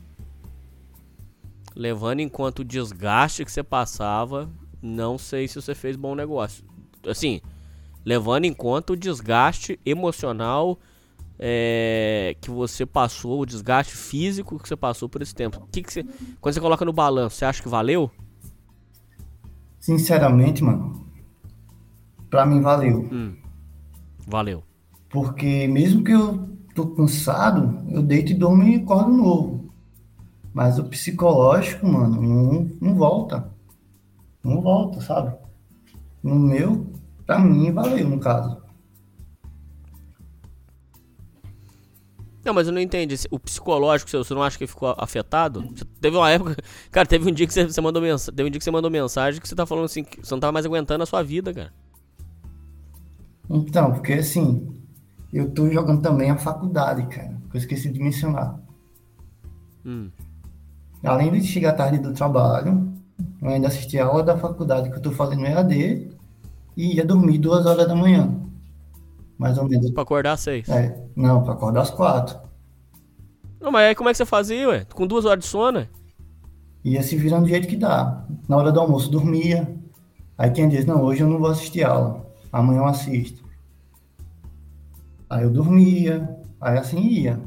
Levando em conta o desgaste que você passava, não sei se você fez bom negócio. Assim, levando em conta o desgaste emocional é, que você passou, o desgaste físico que você passou por esse tempo. Que que você, quando você coloca no balanço, você acha que valeu? Sinceramente, mano, pra mim valeu. Hum, valeu. Porque mesmo que eu tô cansado, eu deito e durmo e acordo novo. Mas o psicológico, mano, não, não volta. Não volta, sabe? No meu, pra mim, valeu, no caso. Não, mas eu não entendi. O psicológico seu, você não acha que ficou afetado? Você teve uma época... Cara, teve um dia que você, você mandou mensagem... Teve um dia que você mandou mensagem que você tá falando assim, que você não tava mais aguentando a sua vida, cara. Então, porque assim... Eu tô jogando também a faculdade, cara. Que eu esqueci de mencionar. Hum. Além de chegar tarde do trabalho, eu ainda assisti a aula da faculdade que eu tô fazendo E A D e ia dormir duas horas da manhã. Mais ou menos. Pra acordar às seis. É, não, pra acordar às quatro. Não, mas aí como é que você fazia, ué? Com duas horas de sono, né? Ia se virando do jeito que dá. Na hora do almoço dormia. Aí quem diz, não, hoje eu não vou assistir aula. Amanhã eu assisto. Aí eu dormia, aí assim ia.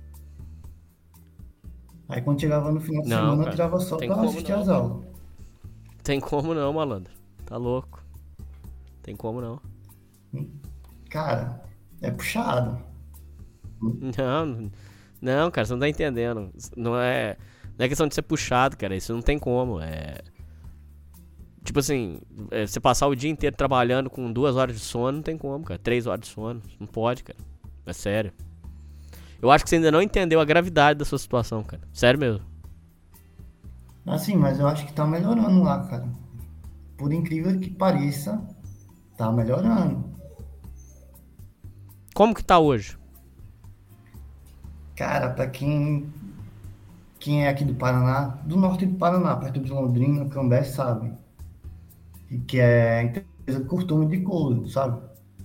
Aí quando chegava no final de não, semana, cara, eu tirava só pra assistir não, as aulas. Tem como não, malandro. Tá louco. Tem como não. Cara, é puxado. Não, não, cara, você não tá entendendo. Não é, não é questão de ser puxado, cara. Isso não tem como. É... Tipo assim, é, você passar o dia inteiro trabalhando com duas horas de sono, não tem como, cara. Três horas de sono, não pode, cara. É sério. Eu acho que você ainda não entendeu a gravidade da sua situação, cara. Sério mesmo. Assim, mas eu acho que tá melhorando lá, cara. Por incrível que pareça, tá melhorando. Como que tá hoje? Cara, pra quem, quem é aqui do Paraná, do norte do Paraná, perto de Londrina, Cambé, sabe? E que é a empresa de costume de couro, sabe?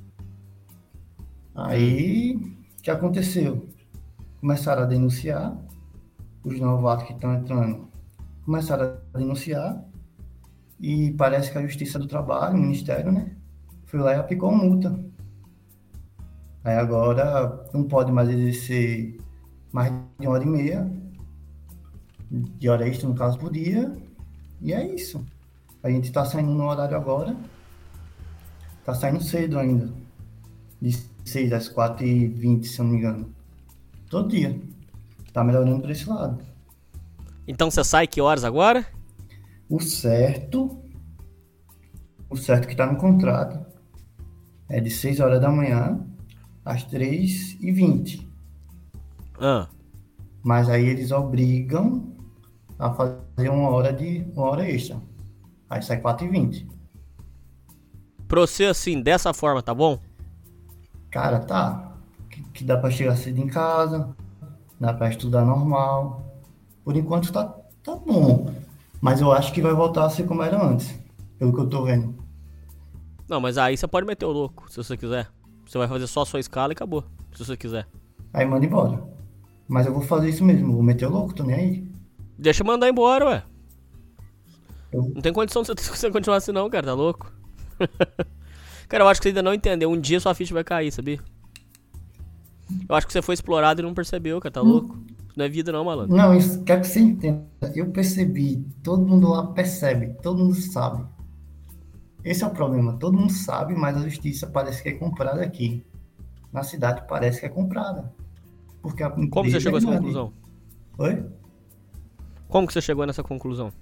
Aí, o que aconteceu? Começaram a denunciar, os novatos que estão entrando começaram a denunciar, e parece que a Justiça do Trabalho, o Ministério, né, foi lá e aplicou a multa. Aí agora não pode mais exercer mais de uma hora e meia, de hora extra no caso por dia, e é isso. A gente está saindo no horário agora, está saindo cedo ainda, de seis às quatro e vinte, se eu não me engano. Todo dia. Tá melhorando por esse lado. Então você sai que horas agora? O certo, o certo que tá no contrato é de seis horas da manhã às três e vinte. Ah. Mas aí eles obrigam a fazer uma hora de uma hora extra. Aí sai quatro e vinte. Pra você, assim, dessa forma, tá bom? Cara, tá. Que, que dá pra chegar cedo em casa, dá pra estudar normal. Por enquanto tá, tá bom. Mas eu acho que vai voltar a ser como era antes, pelo que eu tô vendo. Não, mas aí você pode meter o louco, se você quiser. Você vai fazer só a sua escala e acabou, se você quiser. Aí manda embora. Mas eu vou fazer isso mesmo, vou meter o louco, tô nem aí. Deixa eu mandar embora, ué. Eu... Não tem condição de você continuar assim não, cara, tá louco? Cara, eu acho que você ainda não entendeu. Um dia sua ficha vai cair, sabia? Eu acho que você foi explorado e não percebeu, cara, tá hum. louco? Isso não é vida não, malandro. Não, isso quero que você entenda. Eu percebi, todo mundo lá percebe, todo mundo sabe. Esse é o problema, todo mundo sabe, mas a justiça parece que é comprada aqui. Na cidade parece que é comprada. Porque a Como você chegou a essa conclusão? Oi? Como que você chegou nessa conclusão?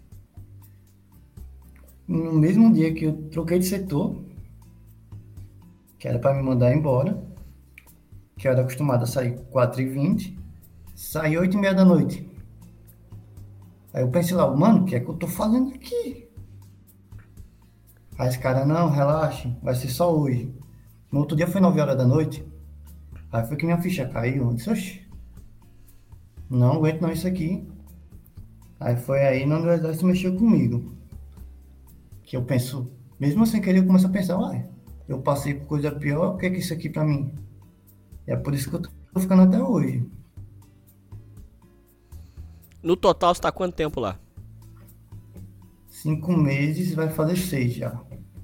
No mesmo dia que eu troquei de setor, que era para me mandar embora, que eu era acostumado a sair quatro e vinte, saí oito e meia da noite. Aí eu pensei lá, mano, o que é que eu tô fazendo aqui? Aí esse cara, não, relaxe, vai ser só hoje. No outro dia foi nove horas da noite. Aí foi que minha ficha caiu. Eu disse, oxi, não aguento não isso aqui. Aí foi aí onde o exército mexeu comigo. Que eu penso, mesmo sem querer, eu começo a pensar, uai, eu passei por coisa pior, o que é que isso aqui pra mim? E é por isso que eu tô ficando até hoje. No total, você tá quanto tempo lá? Cinco meses, vai fazer seis já.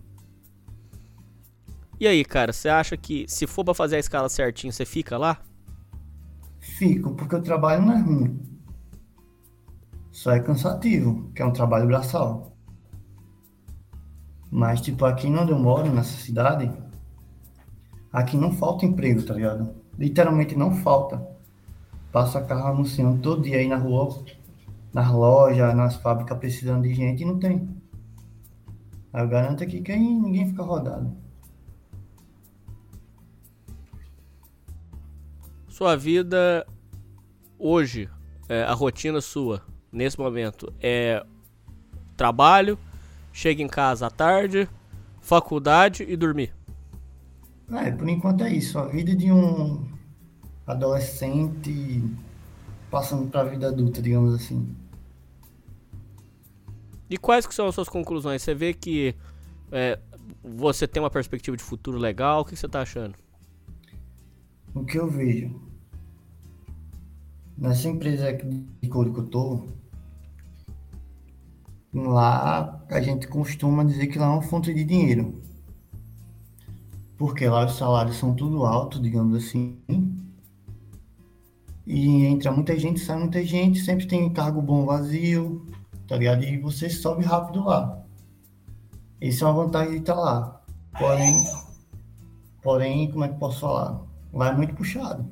E aí, cara, você acha que se for pra fazer a escala certinho, você fica lá? Fico, porque o trabalho não é ruim. Só é cansativo, que é um trabalho braçal. Mas, tipo, aqui onde eu moro, nessa cidade, aqui não falta emprego, tá ligado? Literalmente não falta. Passa carro anunciando todo dia aí na rua, nas lojas, nas fábricas precisando de gente e não tem. Aí eu garanto aqui que aí ninguém fica rodado. Sua vida hoje, é, a rotina sua, nesse momento, é trabalho, chega em casa à tarde, faculdade e dormir. É, por enquanto é isso. A vida de um adolescente passando para a vida adulta, digamos assim. E quais que são as suas conclusões? Você vê que é, você tem uma perspectiva de futuro legal, o que você tá achando? O que eu vejo nessa empresa de couro que eu tô, lá a gente costuma dizer que lá é uma fonte de dinheiro. Porque lá os salários são tudo altos, digamos assim. E entra muita gente, sai muita gente, sempre tem cargo bom vazio, tá ligado? E você sobe rápido lá. Isso é uma vantagem de estar lá. Porém, porém, como é que eu posso falar? Lá é muito puxado.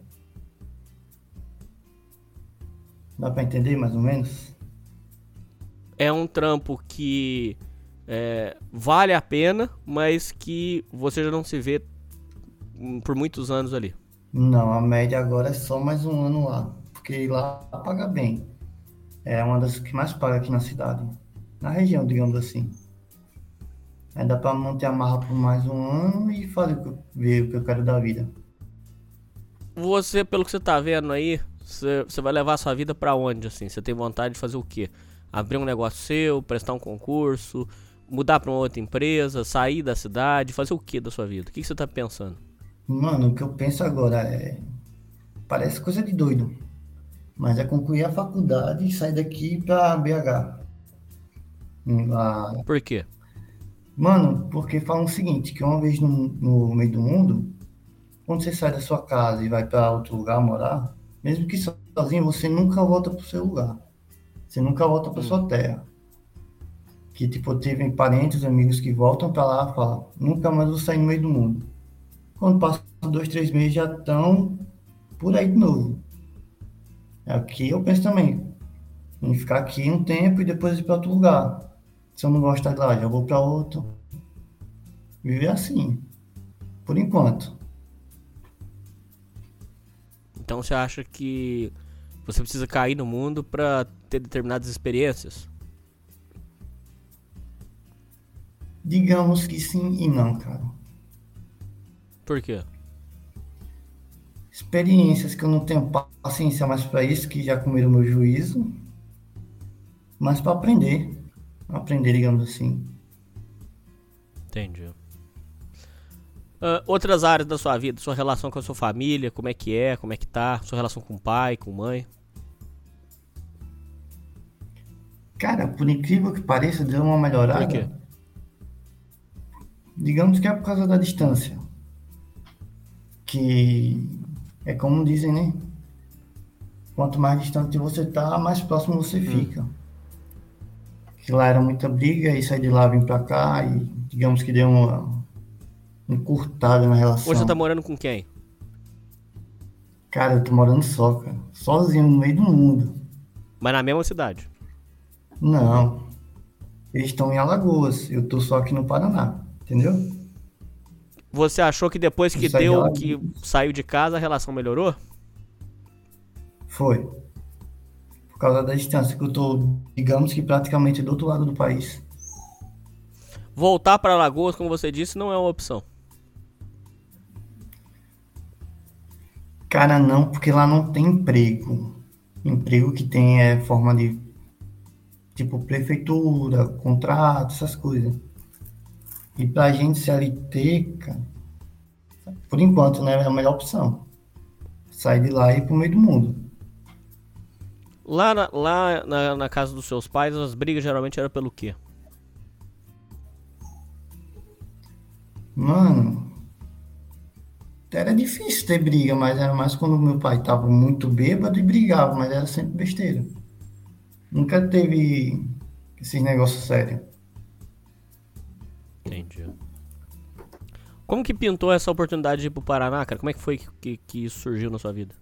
Dá pra entender mais ou menos? É um trampo que é, vale a pena, mas que você já não se vê por muitos anos ali. Não, a média agora é só mais um ano lá, porque lá paga bem. É uma das que mais paga aqui na cidade, na região, digamos assim. Aí dá pra manter a marra por mais um ano e fazer o que eu, ver o que eu quero da vida. Você, pelo que você tá vendo aí, você, você vai levar a sua vida pra onde, assim? Você tem vontade de fazer o quê? Abrir um negócio seu, prestar um concurso, mudar pra uma outra empresa, sair da cidade, fazer o quê da sua vida? O que, que você tá pensando? Mano, o que eu penso agora é... Parece coisa de doido. Mas é concluir a faculdade e sair daqui pra B H. Lá... Por quê? Mano, porque falam o seguinte, que uma vez no, no meio do mundo, quando você sai da sua casa e vai pra outro lugar morar, mesmo que sozinho, você nunca volta pro seu lugar. Você nunca volta pra hum. sua terra. Que, tipo, teve parentes, amigos que voltam pra lá e falam, nunca mais vou sair no meio do mundo. Quando passa dois, três meses, já estão por aí de novo. É o que eu penso também. Em ficar aqui um tempo e depois ir para outro lugar. Se eu não gostar de lá, já vou para outro. Viver assim. Por enquanto. Então você acha que você precisa cair no mundo para ter determinadas experiências? Digamos que sim e não, cara. Por quê? Experiências que eu não tenho paciência mais para isso, que já comeram meu juízo, mas para aprender. aprender, digamos assim. Entendi. Uh, outras áreas da sua vida, sua relação com a sua família, como é que é, como é que tá, sua relação com o pai, com a mãe? Cara, por incrível que pareça, deu uma melhorada. Por quê? Digamos que é por causa da distância. Que é como dizem, né? Quanto mais distante você tá, mais próximo você hum. fica. Que lá era muita briga, e saí de lá, vim pra cá, e digamos que deu uma encurtada na relação. Hoje você tá morando com quem? Cara, eu tô morando só, cara. Sozinho, no meio do mundo. Mas na mesma cidade? Não. Eles estão em Alagoas. Eu tô só aqui no Paraná. Entendeu? Você achou que depois que deu, que saiu de casa, a relação melhorou? Foi. Por causa da distância que eu tô, digamos que praticamente do outro lado do país. Voltar para Alagoas, como você disse, não é uma opção. Cara, não, porque lá não tem emprego. Emprego que tem é forma de, tipo, prefeitura, contrato, essas coisas. E pra gente C L T, cara, por enquanto, né, é a melhor opção. Sair de lá e ir pro meio do mundo. Lá, na, lá na, na casa dos seus pais, as brigas geralmente eram pelo quê? Mano, era difícil ter briga, mas era mais quando meu pai tava muito bêbado e brigava, mas era sempre besteira. Nunca teve esses negócios sérios. Entendi. Como que pintou essa oportunidade de ir pro Paraná, cara? Como é que foi que, que, que isso surgiu na sua vida?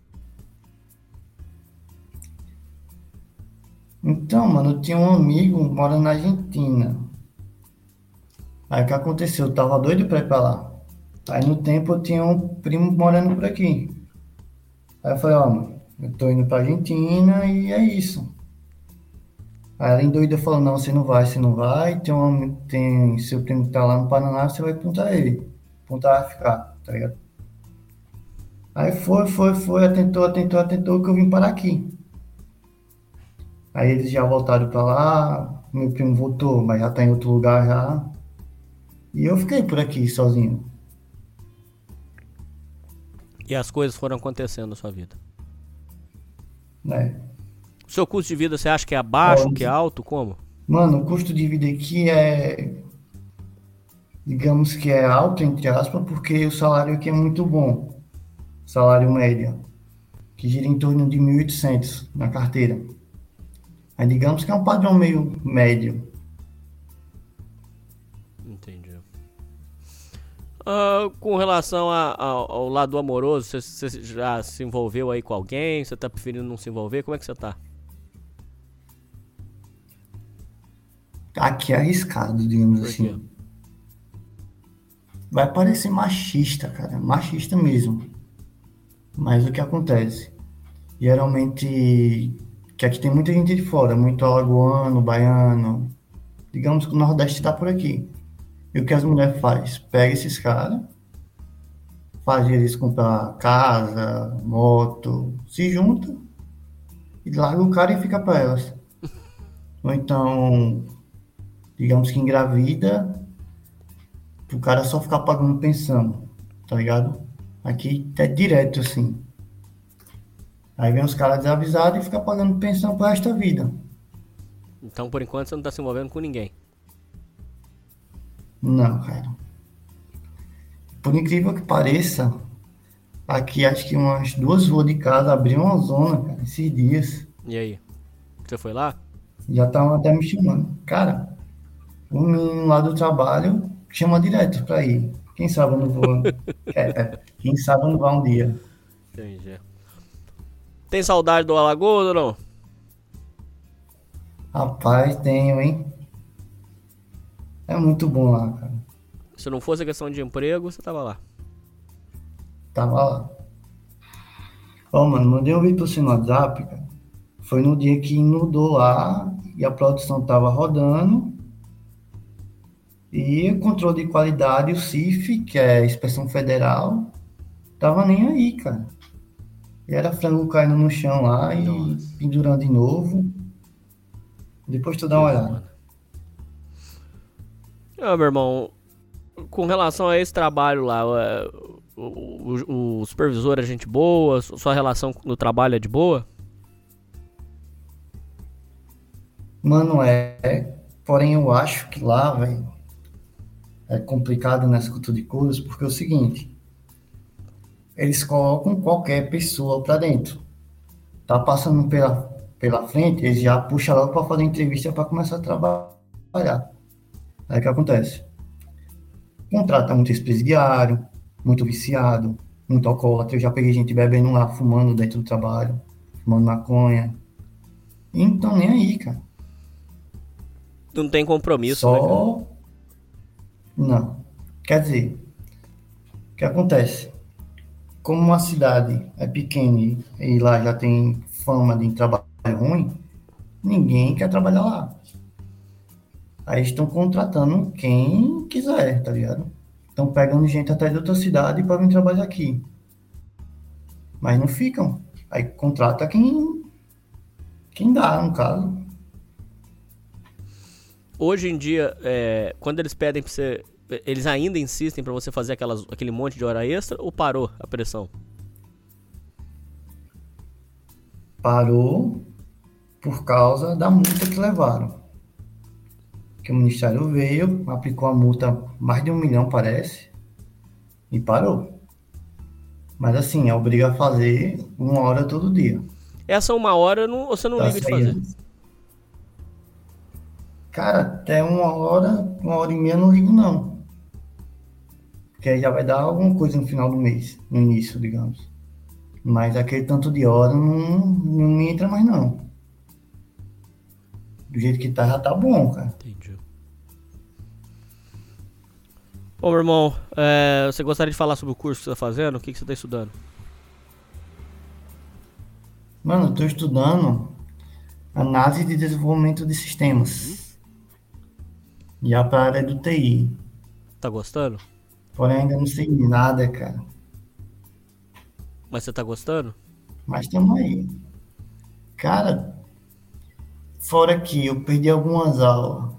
Então, mano, eu tinha um amigo morando na Argentina. Aí o que aconteceu? Eu tava doido pra ir pra lá. Aí no tempo eu tinha um primo morando por aqui. Aí eu falei, ó, mano, eu tô indo pra Argentina e é isso. Aí ela endoida falou, não, você não vai, você não vai. Tem, um, tem seu primo que tá lá no Paraná, você vai perguntar ele. Perguntar vai ficar, tá ligado? Aí foi, foi, foi, atentou, atentou, atentou que eu vim parar aqui. Aí eles já voltaram pra lá, meu primo voltou, mas já tá em outro lugar já. E eu fiquei por aqui sozinho. E as coisas foram acontecendo na sua vida? Né? O seu custo de vida, você acha que é baixo, Bom, que é alto? Como? Mano, o custo de vida aqui é, digamos que é alto, entre aspas, porque o salário aqui é muito bom. Salário médio, que gira em torno de mil e oitocentos na carteira. Aí digamos que é um padrão meio médio. Entendi. Uh, com relação a, a, ao lado amoroso, você, você já se envolveu aí com alguém? Você tá preferindo não se envolver? Como é que você tá? Aqui é arriscado, digamos Por assim. quê? Vai parecer machista, cara. Machista mesmo. Mas o que acontece? Geralmente, que aqui tem muita gente de fora, muito alagoano, baiano. Digamos que o Nordeste está por aqui. E o que as mulheres fazem? Pega esses caras, faz eles comprar casa, moto, se junta e larga o cara e fica para elas. Ou então, digamos que engravida, o cara só ficar pagando pensão, tá ligado? Aqui é direto assim. Aí vem os caras desavisados e fica pagando pensão pro resto da vida. Então, por enquanto, você não tá se envolvendo com ninguém. Não, cara. Por incrível que pareça, aqui acho que umas duas ruas de casa abriram uma zona, cara, esses dias. E aí? Você foi lá? Já estavam até me chamando. Cara, um menino lá do trabalho chama direto pra ir. Quem sabe eu não vou. é, é, quem sabe eu não vou um dia. Entendi. Tem saudade do Alagoas ou não? Rapaz, tenho, hein? É muito bom lá, cara. Se não fosse a questão de emprego, você tava lá. Tava lá. Ó, mano, mandei um vídeo pro seu no WhatsApp, cara. Foi no dia que inundou lá e a produção tava rodando. E o controle de qualidade, o C I F, que é a Inspeção Federal, tava nem aí, cara. E era frango caindo no chão lá e pendurando de novo. Depois tu dá uma olhada. Ah, meu irmão, com relação a esse trabalho lá, o, o, o supervisor é gente boa? Sua relação no trabalho é de boa? Mano, é. Porém, eu acho que lá, velho, é complicado nessa cultura de coisas, porque é o seguinte: eles colocam qualquer pessoa pra dentro. Tá passando pela, pela frente, eles já puxam logo pra fazer entrevista pra começar a trabalhar. Aí o que acontece? Contrata muito ex-presidiário, muito viciado, muito alcoólatra. Eu já peguei gente bebendo lá, fumando dentro do trabalho, fumando maconha. Então, nem aí, cara. Não tem compromisso, Só... né, cara? Não. Quer dizer, o que acontece? Como uma cidade é pequena e lá já tem fama de trabalho ruim, ninguém quer trabalhar lá. Aí estão contratando quem quiser, tá ligado? Estão pegando gente até de outra cidade para vir trabalhar aqui. Mas não ficam. Aí contrata quem, quem dá, no caso. Hoje em dia, é, quando eles pedem pra você... Eles ainda insistem pra você fazer aquelas, aquele monte de hora extra ou parou a pressão? Parou por causa da multa que levaram. Que o Ministério veio, aplicou a multa mais de um milhão, parece, e parou. Mas assim, é obriga a fazer uma hora todo dia. Essa uma hora não, você não Tá liga de fazer? Cara, até uma hora, uma hora e meia eu não ligo não. Porque aí já vai dar alguma coisa no final do mês, no início, digamos. Mas aquele tanto de hora não, não me entra mais não. Do jeito que tá, já tá bom, cara. Entendi. Bom, meu irmão, é, você gostaria de falar sobre o curso que você tá fazendo? O que, que você tá estudando? Mano, eu tô estudando análise de desenvolvimento de sistemas. Já pra área do T I. Tá gostando? Porém, ainda não sei nada, cara. Mas você tá gostando? Mas tamo aí. Cara, fora que eu perdi algumas aulas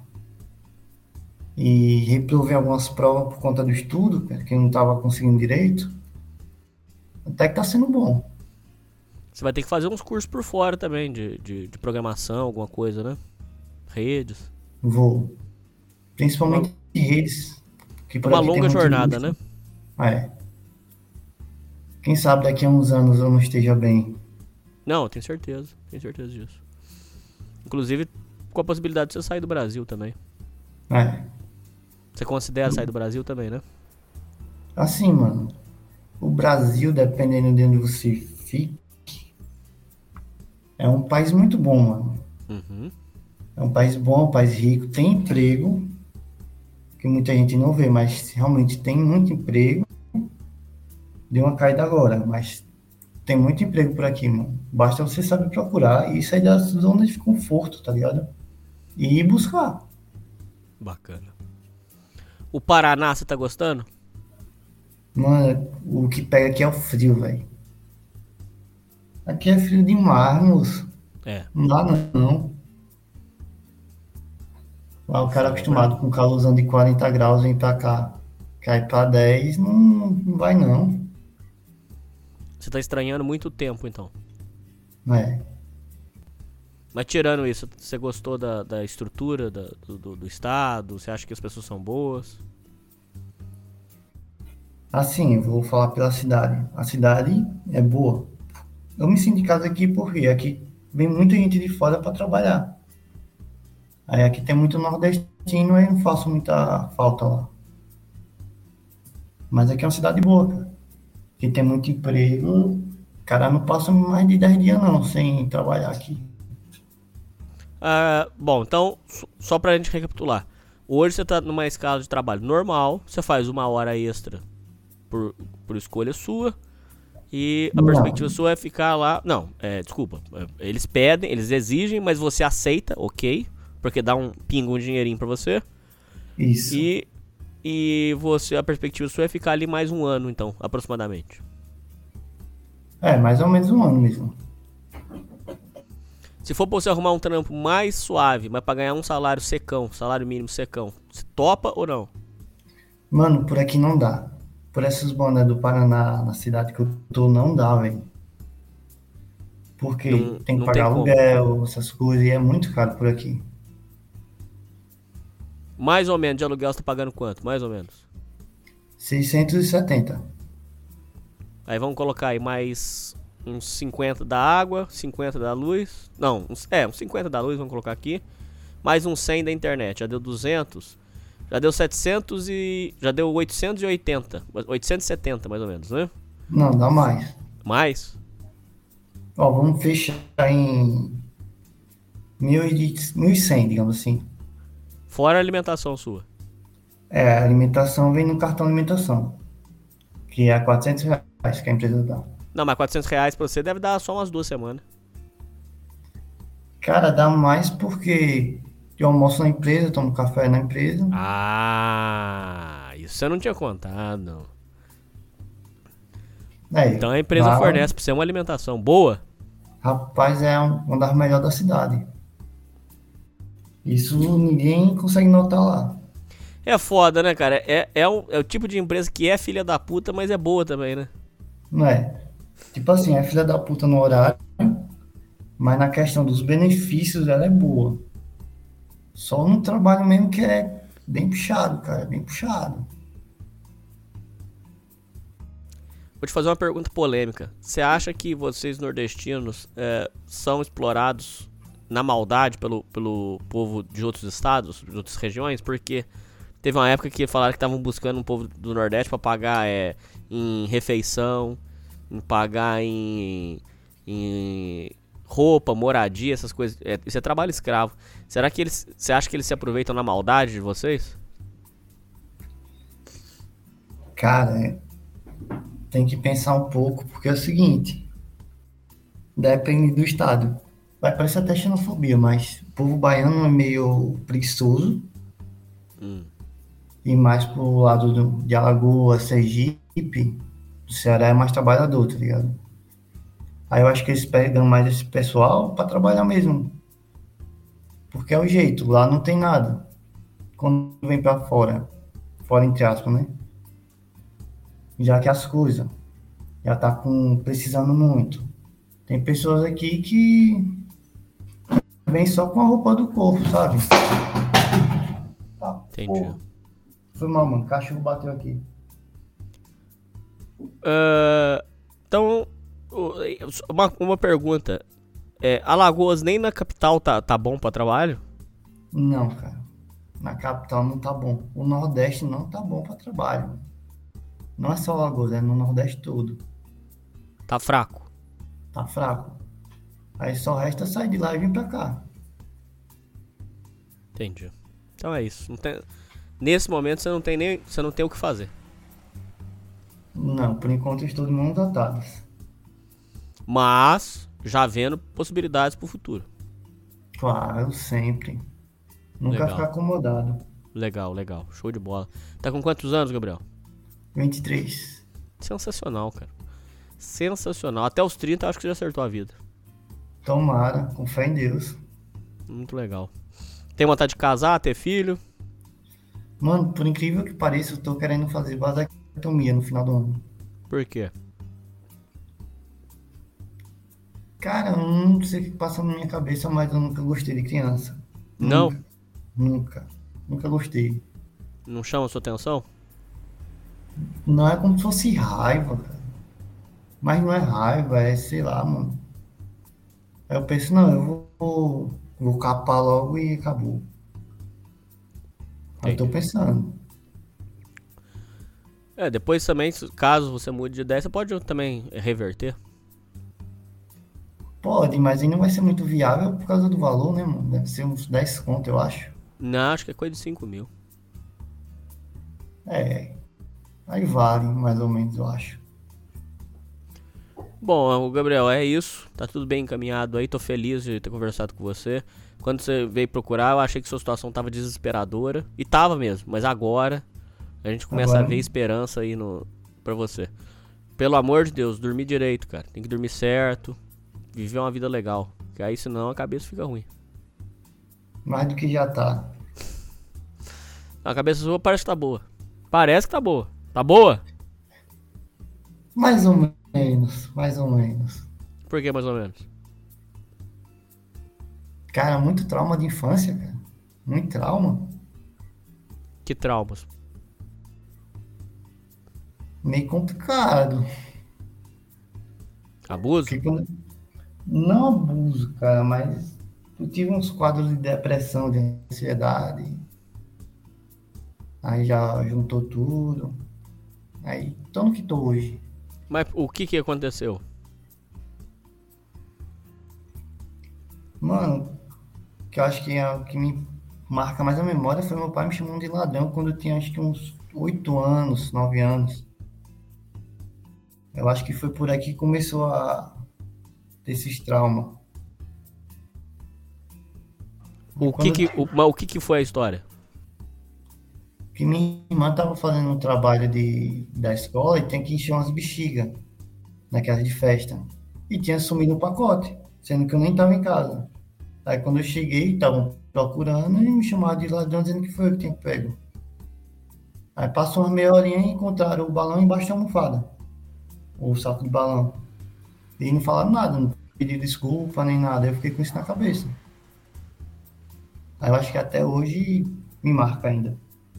e reprovei algumas provas por conta do estudo, cara, que eu não tava conseguindo direito, até que tá sendo bom. Você vai ter que fazer uns cursos por fora também, de, de, de programação, alguma coisa, né? Redes. Vou. Principalmente de redes. Que por Uma aqui tem longa muito jornada, indústria. né? É. Quem sabe daqui a uns anos eu não esteja bem. Não, tenho certeza. Tenho certeza disso. Inclusive, com a possibilidade de você sair do Brasil também. É. Você considera sair do Brasil também, né? Assim, mano. O Brasil, dependendo de onde você fique, é um país muito bom, mano. Uhum. É um país bom, um país rico, tem emprego, que muita gente não vê, mas realmente tem muito emprego. Deu uma caída agora, mas tem muito emprego por aqui, mano. Basta você saber procurar e sair da zona de conforto, tá ligado? E ir buscar. Bacana. O Paraná, você tá gostando? Mano, o que pega aqui é o frio, velho. Aqui é frio demais, moço. É. Não dá não. Lá o cara acostumado com calorzão de quarenta graus vem pra cá, cai pra dez, não, não vai não. Você tá estranhando muito o tempo, então. É. Mas tirando isso, você gostou da, da estrutura da, do, do, do estado? Você acha que as pessoas são boas? Assim, eu vou falar pela cidade. A cidade é boa. Eu me sinto em casa aqui porque aqui vem muita gente de fora para trabalhar. Aí aqui tem muito nordestino e eu não faço muita falta lá. Mas aqui é uma cidade boa, cara. Aqui tem muito emprego. O cara não passa mais de dez dias não sem trabalhar aqui. Ah, bom, então, só pra gente recapitular. Hoje você tá numa escala de trabalho normal, você faz uma hora extra por, por escolha sua. E a Não. perspectiva sua é ficar lá... Não, é, desculpa. Eles pedem, eles exigem, mas você aceita, ok. Porque dá um pingo, um dinheirinho pra você. Isso. E, e você, a perspectiva sua é ficar ali mais um ano, então, aproximadamente. É, mais ou menos um ano mesmo. Se for pra você arrumar um trampo mais suave, mas pra ganhar um salário secão, salário mínimo secão, você topa ou não? Mano, por aqui não dá. Por essas bandas do Paraná, na cidade que eu tô, não dá, velho. Porque Não- tem que não pagar tem como. aluguel, essas coisas, e é muito caro por aqui. Mais ou menos de aluguel você tá pagando quanto? Mais ou menos. seiscentos e setenta. Aí vamos colocar aí mais uns cinquenta da água, cinquenta da luz. Não, uns, é, uns cinquenta da luz, vamos colocar aqui. Mais uns cem da internet, já deu duzentos. Já deu setecentos e... Já deu oitocentos e oitenta. oitocentos e setenta mais ou menos, né? Não, dá mais. Mais? Ó, vamos fechar em mil e cem, digamos assim. Fora a alimentação sua. É, a alimentação vem no cartão alimentação, que é quatrocentos reais que a empresa dá. Não, mas quatrocentos reais pra você deve dar só umas duas semanas. Cara, dá mais porque eu almoço na empresa, tomo café na empresa. Ah, isso você não tinha contado. É, Então a empresa lá, fornece pra você uma alimentação boa. Rapaz, é um- uma das melhores da cidade. Isso ninguém consegue notar lá. É foda, né, cara? É, é, o, é o tipo de empresa que é filha da puta, mas é boa também, né? Não é? Tipo assim, é filha da puta no horário, mas na questão dos benefícios ela é boa. Só no trabalho mesmo que é bem puxado, cara, bem puxado. Vou te fazer uma pergunta polêmica. Você acha que vocês nordestinos é, são explorados na maldade pelo, pelo povo de outros estados, de outras regiões? Porque teve uma época que falaram que estavam buscando um povo do Nordeste pra pagar é, em refeição, em pagar em, em roupa, moradia, essas coisas. É, isso é trabalho escravo. Será que eles, você acha que eles se aproveitam na maldade de vocês? Cara, é- tem que pensar um pouco, porque é o seguinte, depende do estado. Vai parecer até xenofobia, mas o povo baiano é meio preguiçoso. Hum. E mais pro lado do, de Alagoas, Sergipe, o Ceará é mais trabalhador, tá ligado? Aí eu acho que eles pegam mais esse pessoal pra trabalhar mesmo. Porque é o jeito, lá não tem nada. Quando vem pra fora, fora entre aspas, né? Já que as coisas já tá com, precisando muito. Tem pessoas aqui que vem só com a roupa do corpo, sabe? Tá, Entendi. pô. Foi mal, mano. O cachorro bateu aqui. Ah, então, o- uma, uma pergunta. É, Alagoas nem na capital tá, tá bom pra trabalho? Não, cara. Na capital não tá bom. O Nordeste não tá bom pra trabalho. Não é só Alagoas, é no Nordeste todo. Tá fraco. Tá fraco. Aí só resta sair de lá e vir pra cá. Entendi. Então é isso. Não tem- Nesse momento você não tem nem, você não tem o que fazer. Não, por enquanto eu estou de mãos atadas. Mas já vendo possibilidades pro futuro. Claro, sempre. Nunca Legal. ficar acomodado. Legal, legal. Show de bola. Tá com quantos anos, Gabriel? vinte e três. Sensacional, cara. Sensacional. Até os trinta eu acho que você já acertou a vida. Tomara, com fé em Deus. Muito legal. Tem vontade de casar, ter filho? Mano, por incrível que pareça, eu tô querendo fazer vasectomia no final do ano. Por quê? Cara, eu não sei o que passa na minha cabeça, mas eu nunca gostei de criança. Não? Nunca. Nunca. Nunca gostei. Não chama a sua atenção? Não é como se fosse raiva, cara. Mas não é raiva, é sei lá, mano. Aí eu penso, não, eu vou, vou capar logo e acabou. Aí eu tô pensando. É, depois também, se- caso você mude de ideia, você pode também reverter. Pode, mas aí não vai ser muito viável por causa do valor, né, mano? Deve ser uns dez conto, eu acho. Não, acho que é coisa de cinco mil. É. Aí vale, mais ou menos, eu acho. Bom, Gabriel, é isso. Tá tudo bem encaminhado aí. Tô feliz de ter conversado com você. Quando você veio procurar, eu achei que sua situação tava desesperadora. E tava mesmo, mas agora a gente começa Agora- a ver esperança aí no, pra você. Pelo amor de Deus, dormir direito, cara. Tem que dormir certo. Viver uma vida legal. Que aí senão a cabeça fica ruim. Mais do que já tá. A cabeça sua parece que tá boa. Parece que tá boa. Tá boa? Mais ou menos, mais ou menos. Por que mais ou menos? Cara, muito trauma de infância, cara. Muito trauma. Que traumas? Meio complicado. Abuso? Quando... Não abuso, cara, mas eu tive uns quadros de depressão, de ansiedade. Aí já juntou tudo. Aí tô no que tô hoje. Mas o que que aconteceu? Mano, que eu acho que é o que me marca mais a memória foi meu pai me chamando de ladrão quando eu tinha acho que uns oito anos, nove anos. Eu acho que foi por aí que começou a ter esses traumas. O que que, o, mas o que que foi a história? Que minha irmã tava fazendo um trabalho de, da escola e tem que encher umas bexigas na casa de festa. E tinha sumido um pacote, sendo que eu nem tava em casa. Aí quando eu cheguei, estavam procurando e me chamaram de ladrão dizendo que foi eu que tinha pego. Aí passou uma meia horinha e encontraram o balão embaixo da almofada. O saco de balão. E não falaram nada, não pediram desculpa nem nada. Eu fiquei com isso na cabeça. Aí eu acho que até hoje me marca ainda.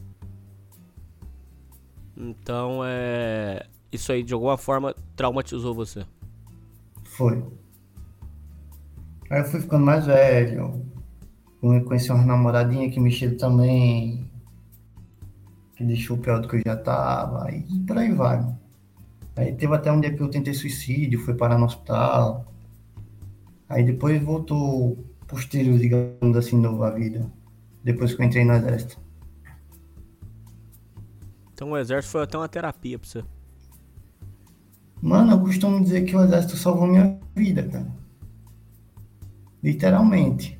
Então, é... isso aí, de alguma forma, traumatizou você? Foi. Aí eu fui ficando mais velho. Conheci uma namoradinha que mexeu também. Que deixou pior do que eu já tava. E por aí vai. Aí teve até um dia que eu tentei suicídio, fui parar no hospital. Aí depois voltou posterior, digamos assim, novo a vida. Depois que eu entrei no exército. Então o exército foi até uma terapia pra você. Mano, eu costumo dizer que o exército salvou minha vida, cara. Literalmente.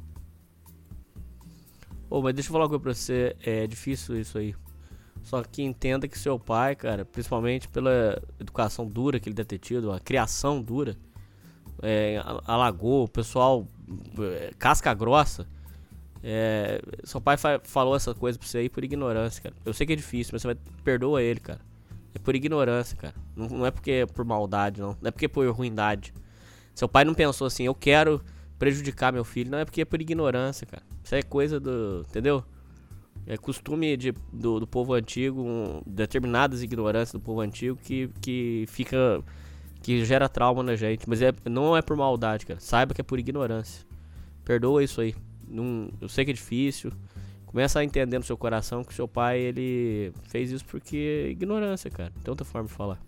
Ô, mas deixa eu falar uma coisa pra você, é difícil isso aí. Só que entenda que seu pai, cara, principalmente pela educação dura que ele deve ter tido, a criação dura, é, alagou, o pessoal, é, casca grossa. É, seu pai fa- falou essa coisa pra você aí por ignorância, cara. Eu sei que é difícil, mas você vai perdoa ele, cara. É por ignorância, cara. Não, não é porque é por maldade, não. Não é porque é por ruindade. Seu pai não pensou assim, eu quero prejudicar meu filho. Não, é porque é por ignorância, cara. Isso é coisa do... Entendeu? É costume de, do, do povo antigo, um, determinadas ignorâncias do povo antigo que, que fica... que gera trauma na gente. Mas é, não é por maldade, cara. Saiba que é por ignorância. Perdoa isso aí. Não, eu sei que é difícil. Começa a entender no seu coração que seu pai, ele fez isso porque é ignorância, cara. Tem outra forma de falar.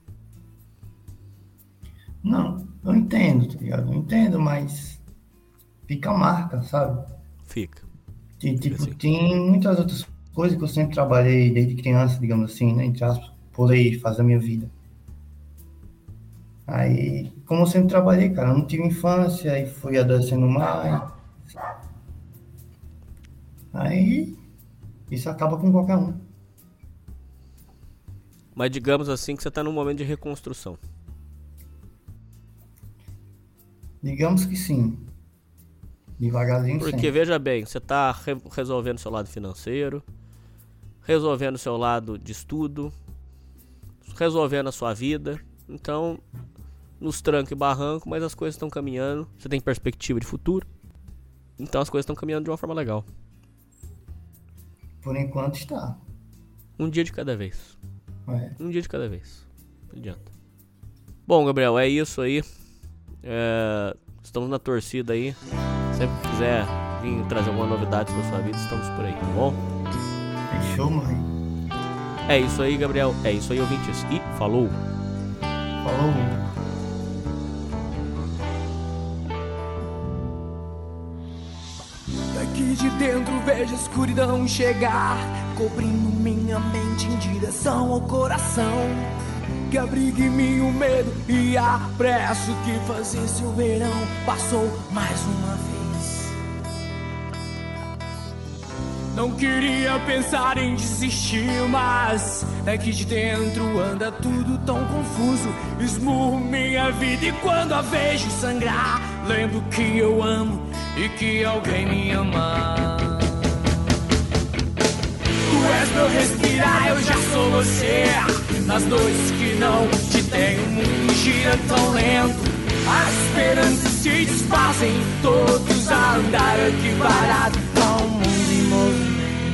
Não, eu entendo, tá ligado? Eu entendo, mas fica a marca, sabe? Fica. E, tipo, assim. Tem muitas outras coisas que eu sempre trabalhei desde criança, digamos assim, né? Entre aspas, pulei, fazer a minha vida. Aí, como eu sempre trabalhei, cara, eu não tive infância, aí fui adoecendo mais. Aí, isso acaba com qualquer um. Mas digamos assim que você tá num momento de reconstrução. Digamos que sim. Devagarzinho Porque sempre. veja bem, você tá re- resolvendo seu lado financeiro, resolvendo seu lado de estudo, resolvendo a sua vida. Então, nos tranco e barranco, mas as coisas estão caminhando. Você tem perspectiva de futuro. Então as coisas estão caminhando de uma forma legal. Por enquanto está. Um dia de cada vez. É. Um dia de cada vez. Não adianta. Bom, Gabriel, é isso aí. É, estamos na torcida aí. Sempre que quiser vir trazer alguma novidade sobre a sua vida, estamos por aí, tá bom? Fechou, mãe. É isso aí, Gabriel. É isso aí, ouvintes. E falou. Falou. Daqui de dentro vejo a escuridão chegar, cobrindo minha mente em direção ao coração, que abriga em mim o medo e a pressa que fazesse o verão passou mais uma vez. Não queria pensar em desistir, mas é que de dentro anda tudo tão confuso. Esmurro minha vida e quando a vejo sangrar, lembro que eu amo e que alguém me ama. Tu és meu respirar, eu já sou você. Nas noites que não te tenho, o mundo gira tão lento. As esperanças se desfazem, todos a andar aqui parado, com o mundo em movimento.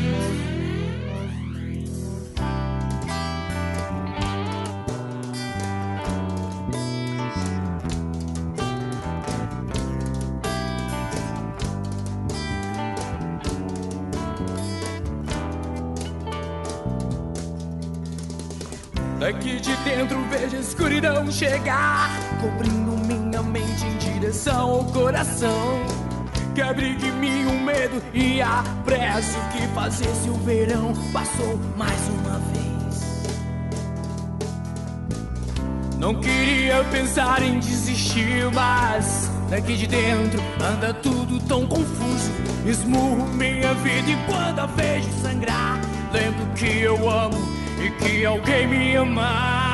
Daqui de dentro vejo a escuridão chegar, cobrindo minha mente em direção ao coração. Que abriga em mim o medo e a pressa. O que fazer se o verão passou mais uma vez? Não queria pensar em desistir, mas daqui de dentro anda tudo tão confuso. Esmurro minha vida e quando a vejo sangrar, lembro que eu amo e que alguém me ama.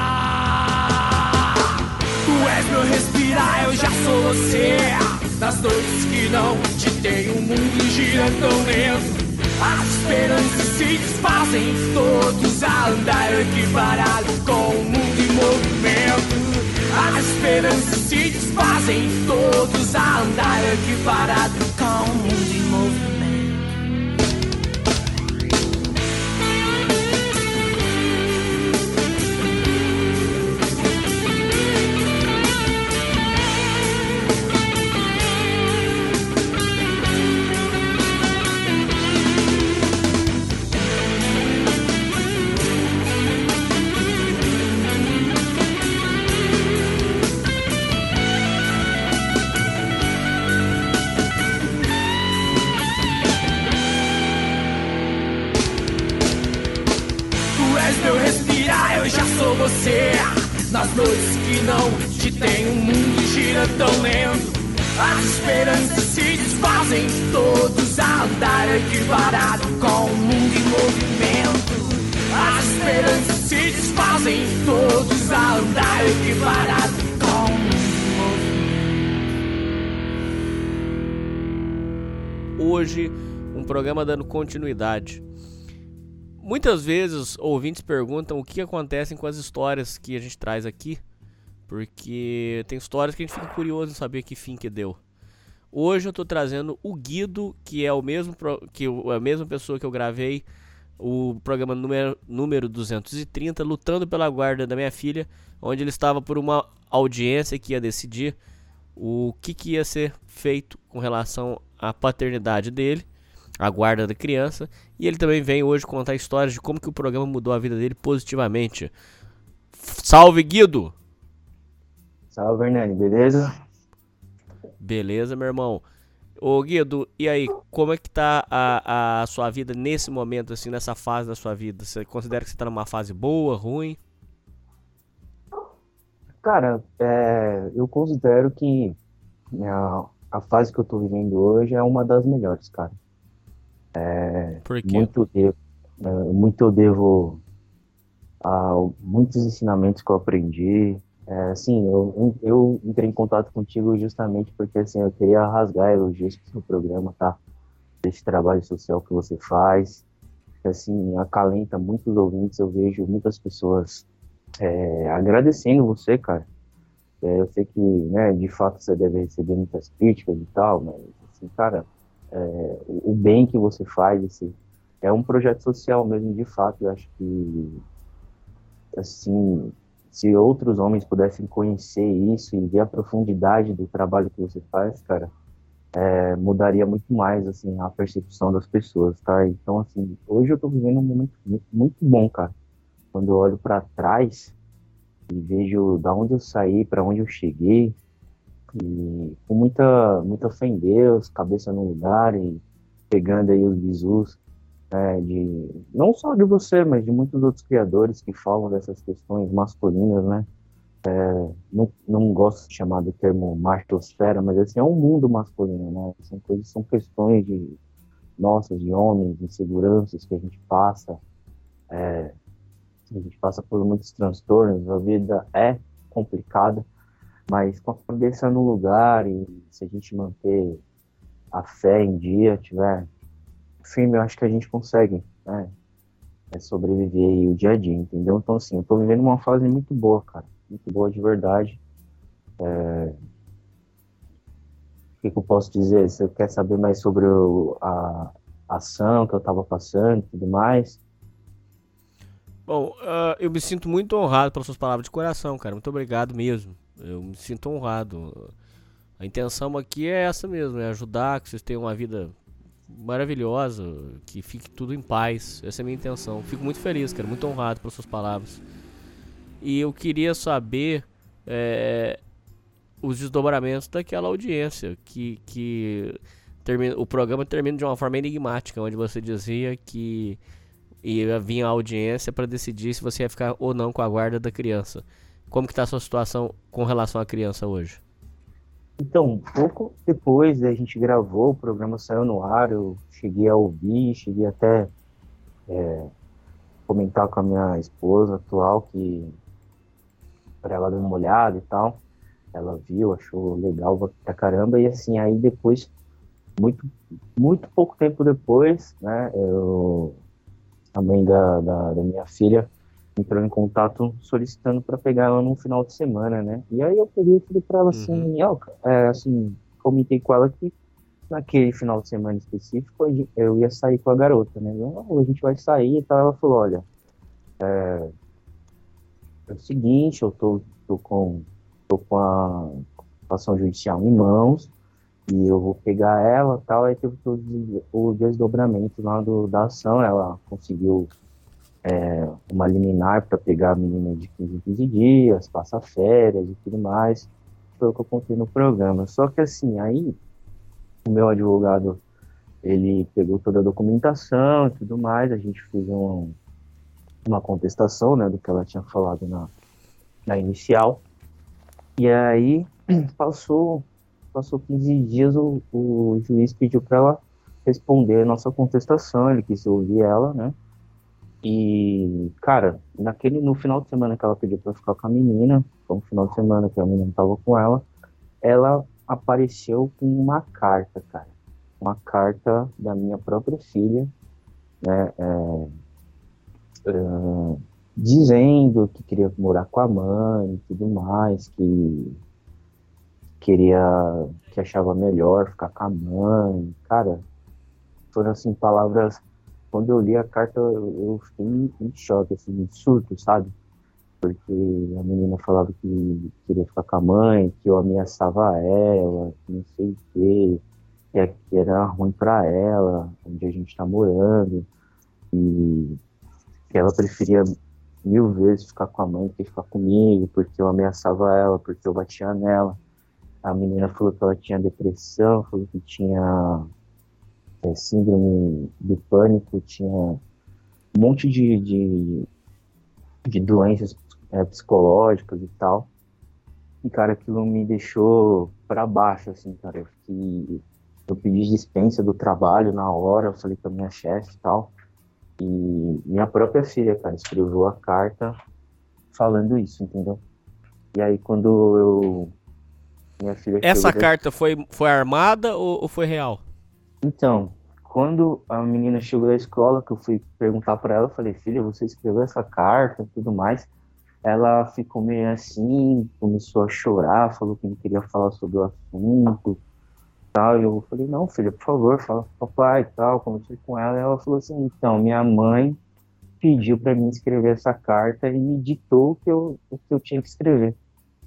Tu és meu respirar, eu já sou você. Nas noites que não te tenho, o mundo gira tão lento. As esperanças se desfazem, todos a andar aqui parado, com o mundo em movimento. As esperanças se desfazem, todos a andar aqui parado, com o mundo em movimento. Você, nas noites que não te tenho, o mundo gira tão lento. As esperanças se desfazem, todos a andar aqui parado, com o mundo em movimento. As esperanças se desfazem, todos a andar aqui parado, com o mundo em movimento. Hoje, um programa dando continuidade. Muitas vezes ouvintes perguntam o que acontece com as histórias que a gente traz aqui, porque tem histórias que a gente fica curioso em saber que fim que deu. Hoje eu estou trazendo o Guido, que é o mesmo que a mesma pessoa que eu gravei o programa número, número duzentos e trinta, lutando pela guarda da minha filha, onde ele estava por uma audiência que ia decidir o que, que ia ser feito com relação à paternidade dele, a guarda da criança, e ele também vem hoje contar histórias de como que o programa mudou a vida dele positivamente. Salve, Guido! Salve, Hernani, beleza? Beleza, meu irmão. Ô, Guido, e aí, como é que tá a, a sua vida nesse momento, assim, nessa fase da sua vida? Você considera que você tá numa fase boa, ruim? Cara, é, eu considero que a, a fase que eu tô vivendo hoje é uma das melhores, cara. É, Por quê? Muito, eu, é, muito eu devo a muitos ensinamentos que eu aprendi. É, assim, eu, eu entrei em contato contigo justamente porque assim, eu queria rasgar elogios pro seu programa, tá? Desse trabalho social que você faz. Que, assim, acalenta muitos ouvintes. Eu vejo muitas pessoas é, agradecendo você, cara. É, eu sei que, né, de fato você deve receber muitas críticas e tal, mas, assim, cara, é, o bem que você faz, esse, é um projeto social mesmo, de fato. Eu acho que, assim, se outros homens pudessem conhecer isso e ver a profundidade do trabalho que você faz, cara, é, mudaria muito mais, assim, a percepção das pessoas, tá? Então, assim, hoje eu tô vivendo um momento muito, muito bom, cara. Quando eu olho para trás e vejo da onde eu saí, para onde eu cheguei, e com muita, muita fé em Deus, cabeça no lugar e pegando aí os bizus, né, de, não só de você, mas de muitos outros criadores que falam dessas questões masculinas, né? É, não, não gosto de chamar do termo machosfera, mas assim, é um mundo masculino, né? São coisas, são questões de, nossas, de homens, inseguranças que a gente passa, é, a gente passa por muitos transtornos, a vida é complicada, mas com a cabeça no lugar e se a gente manter a fé em dia, tiver firme, eu acho que a gente consegue, né, é sobreviver aí o dia a dia, entendeu? Então, assim, eu tô vivendo uma fase muito boa, cara, muito boa de verdade. É... O que, que eu posso dizer? Você quer saber mais sobre o, a ação que eu tava passando e tudo mais? Bom, uh, eu me sinto muito honrado pelas suas palavras de coração, cara. Muito obrigado mesmo. Eu me sinto honrado. A intenção aqui é essa mesmo, é ajudar, que vocês tenham uma vida maravilhosa, que fique tudo em paz. Essa é a minha intenção. Fico muito feliz, cara, muito honrado pelas suas palavras. E eu queria saber é, os desdobramentos daquela audiência, que, que termina, o programa termina de uma forma enigmática, onde você dizia que ia vir a audiência para decidir se você ia ficar ou não com a guarda da criança. Como que tá a sua situação com relação à criança hoje? Então, pouco depois a gente gravou, o programa saiu no ar, eu cheguei a ouvir, cheguei até é, comentar com a minha esposa atual, que para ela dar uma olhada e tal. Ela viu, achou legal pra caramba, e assim, aí depois, muito, muito pouco tempo depois, né, eu, a mãe da, da, da minha filha entrou em contato solicitando para pegar ela num final de semana, né? E aí eu peguei e falei para ela assim, uhum. ó, é, assim, comentei com ela que naquele final de semana específico eu ia sair com a garota, né? Eu, a gente vai sair e tal. Ela falou, olha, é, é o seguinte, eu tô, tô com, tô com a ação judicial em mãos e eu vou pegar ela e tal. Aí teve o, o desdobramento lá do, da ação, ela conseguiu É, uma liminar para pegar a menina de quinze em quinze dias, passar férias e tudo mais. Foi o que eu contei no programa. Só que assim, aí o meu advogado, ele pegou toda a documentação e tudo mais, a gente fez um, uma contestação, né, do que ela tinha falado na, na inicial. E aí passou, passou quinze dias, o, o juiz pediu para ela responder a nossa contestação, ele quis ouvir ela, né? E, cara, naquele, no final de semana que ela pediu pra ficar com a menina, foi um final de semana que a menina tava com ela, ela apareceu com uma carta, cara. Uma carta da minha própria filha, né, é, é, dizendo que queria morar com a mãe e tudo mais, que queria, que achava melhor ficar com a mãe. Cara, foram, assim, palavras... Quando eu li a carta, eu fiquei em choque, assim, de surto, sabe? Porque a menina falava que queria ficar com a mãe, que eu ameaçava ela, que não sei o quê, que era ruim pra ela, onde a gente tá morando, e que ela preferia mil vezes ficar com a mãe do que ficar comigo, porque eu ameaçava ela, porque eu batia nela. A menina falou que ela tinha depressão, falou que tinha... É, síndrome do pânico, tinha um monte de, de, de doenças é, psicológicas e tal. E, cara, aquilo me deixou pra baixo, assim, cara. Eu, fiquei, eu pedi dispensa do trabalho na hora, eu falei com a minha chefe e tal. E minha própria filha, cara, escreveu a carta falando isso, entendeu? E aí, quando eu... Minha filha Essa carta foi, foi armada ou, ou foi real? Então, quando a menina chegou da escola, que eu fui perguntar para ela, eu falei, filha, você escreveu essa carta e tudo mais? Ela ficou meio assim, começou a chorar, falou que não queria falar sobre o assunto, tal. E eu falei, não, filha, por favor, fala com o papai e tal. Conversei com ela e ela falou assim, então, minha mãe pediu para mim escrever essa carta e me ditou o que eu, o que eu tinha que escrever.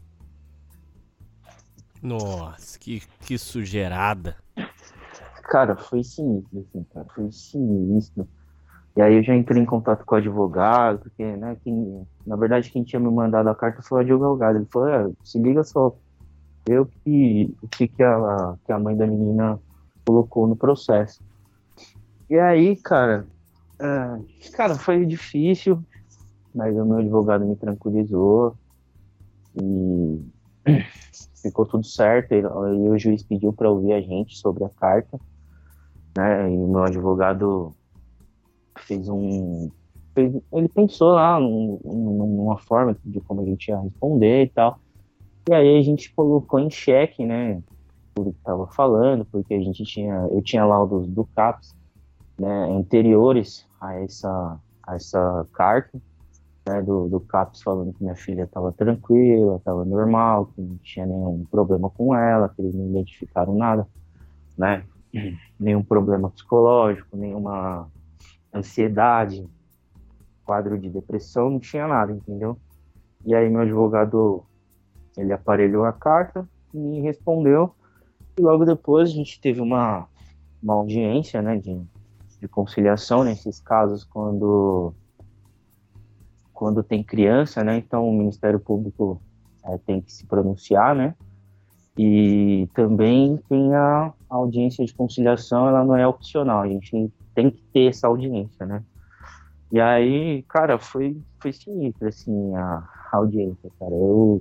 Nossa, que, que sujeirada. Cara, foi sinistro, assim, cara, foi sinistro. E aí eu já entrei em contato com o advogado, porque, né, quem, na verdade quem tinha me mandado a carta foi o advogado. Ele falou, é, se liga só, eu que, o que, que, a, que a mãe da menina colocou no processo. E aí, cara, é, cara, foi difícil, mas o meu advogado me tranquilizou e ficou tudo certo. E o juiz pediu para ouvir a gente sobre a carta. né? E o meu advogado fez um... Fez, ele pensou lá num, numa forma de como a gente ia responder e tal. E aí a gente colocou em xeque, né? Tudo que estava falando, porque a gente tinha... Eu tinha laudos do CAPS, né? Anteriores a essa, a essa carta, né? Do, do CAPS falando que minha filha estava tranquila, estava normal, que não tinha nenhum problema com ela, que eles não identificaram nada, né? Nenhum problema psicológico, nenhuma ansiedade, quadro de depressão, não tinha nada, entendeu? E aí meu advogado, ele aparelhou a carta e me respondeu, e logo depois a gente teve uma, uma audiência, né, de, de conciliação nesses casos quando, quando tem criança, né, então o Ministério Público é, tem que se pronunciar, né, e também tem a audiência de conciliação, ela não é opcional, a gente tem que ter essa audiência, né. E aí, cara, foi, foi sinistro, assim, a audiência, cara. Eu,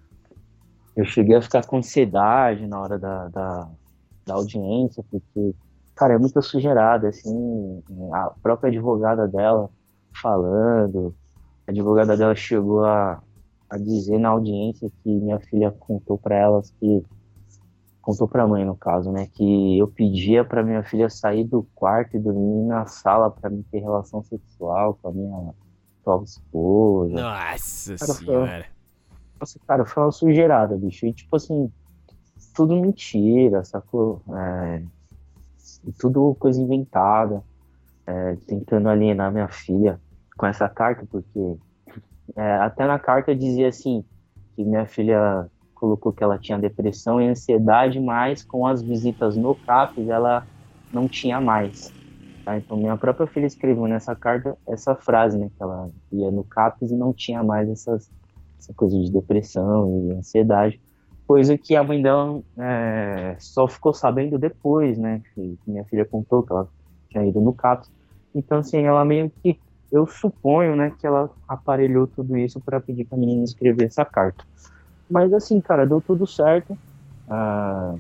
eu cheguei a ficar com ansiedade na hora da, da, da audiência, porque, cara, é muito sujeirada, assim, a própria advogada dela falando, a advogada dela chegou a, a dizer na audiência que minha filha contou pra elas que, contou pra mãe, no caso, né, que eu pedia pra minha filha sair do quarto e dormir na sala pra me ter relação sexual com a minha atual esposa. Nossa cara, senhora. Foi, nossa, cara, foi uma sujeirada, bicho. E, tipo assim, tudo mentira, sacou? É, tudo coisa inventada. É, tentando alienar minha filha com essa carta, porque é, até na carta dizia assim, que minha filha colocou que ela tinha depressão e ansiedade, mas com as visitas no CAPS ela não tinha mais. Tá? Então minha própria filha escreveu nessa carta essa frase, né, que ela ia no CAPS e não tinha mais essas, essa coisa de depressão e ansiedade, coisa que a mãe dela é, só ficou sabendo depois, né, que minha filha contou que ela tinha ido no CAPS. Então assim, ela meio que, eu suponho, né, que ela aparelhou tudo isso para pedir para a menina escrever essa carta. Mas assim, cara, deu tudo certo. A,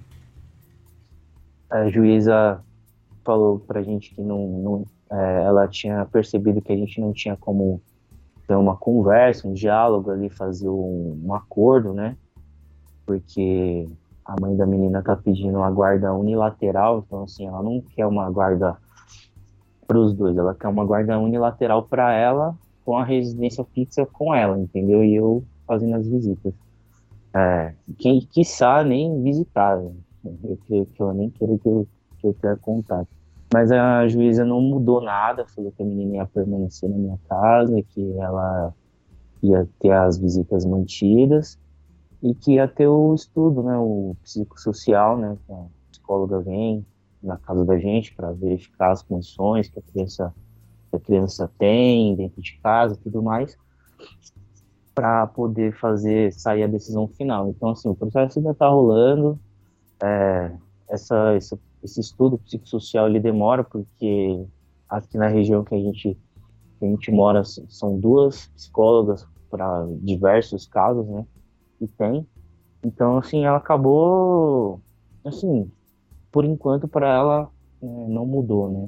a juíza falou pra gente que não, não, é, ela tinha percebido que a gente não tinha como ter uma conversa, um diálogo ali, fazer um, um acordo, né? Porque a mãe da menina tá pedindo uma guarda unilateral, então assim, ela não quer uma guarda pros dois, ela quer uma guarda unilateral pra ela, com a residência fixa com ela, entendeu? E eu fazendo as visitas. É, quem quiçá nem visitar, eu creio que eu nem quero que eu, que eu tenha contato. Mas a juíza não mudou nada, falou que a menina ia permanecer na minha casa, que ela ia ter as visitas mantidas e que ia ter o estudo, né, o psicossocial, né, que a psicóloga vem na casa da gente para verificar as condições que a criança, que a criança tem dentro de casa e tudo mais, para poder fazer, sair a decisão final. Então, assim, o processo ainda está rolando, é, essa, essa, esse estudo psicossocial, ele demora, porque aqui na região que a gente, que a gente mora, são duas psicólogas para diversos casos, né, que tem. Então, assim, ela acabou, assim, por enquanto, para ela, é, não mudou, né.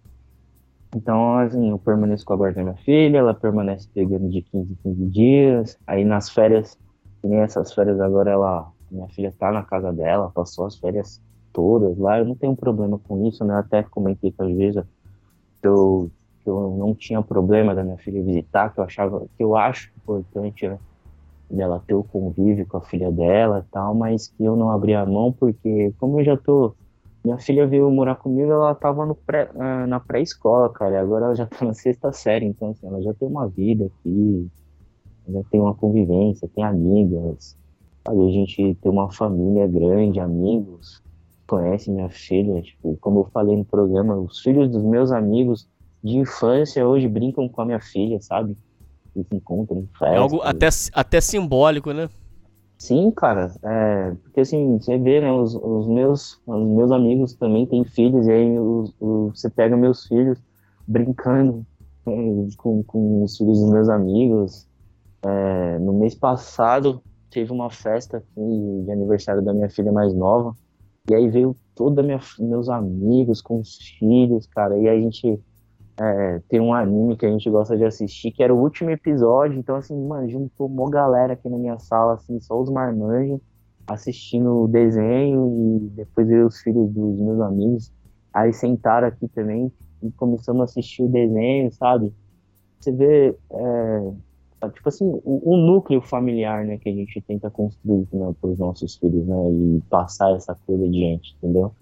Então, assim, eu permaneço com a guarda da minha filha, ela permanece pegando de quinze em quinze dias, aí nas férias, que nem essas férias agora, ela, minha filha tá na casa dela, passou as férias todas lá, eu não tenho problema com isso, né, até comentei com a juíza que eu, que eu não tinha problema da minha filha visitar, que eu achava, que eu acho importante, né, dela ter o convívio com a filha dela e tal, mas que eu não abri a mão, porque como eu já tô... Minha filha veio morar comigo, ela tava no pré, na pré-escola, cara, e agora ela já tá na sexta série, então assim, ela já tem uma vida aqui, já tem uma convivência, tem amigas, sabe? A gente tem uma família grande, amigos, conhece minha filha, tipo, como eu falei no programa, os filhos dos meus amigos de infância hoje brincam com a minha filha, sabe? Eles se encontram em festa. É algo até, até simbólico, né? Sim, cara, é, porque assim, você vê, né, os, os, meus, os meus amigos também têm filhos, e aí os, os, você pega meus filhos brincando com, com os filhos dos meus amigos. É, no mês passado teve uma festa aqui de aniversário da minha filha mais nova, e aí veio todos meus amigos com os filhos, cara, e a gente é, tem um anime que a gente gosta de assistir, que era o último episódio, então assim, mano, juntou uma galera aqui na minha sala, assim, só os marmanjos, assistindo o desenho, e depois eu e os filhos dos meus amigos, aí sentaram aqui também, e começamos a assistir o desenho, sabe? Você vê, é, tipo assim, o, o núcleo familiar, né, que a gente tenta construir, né, para os nossos filhos, né, e passar essa coisa adiante, entendeu?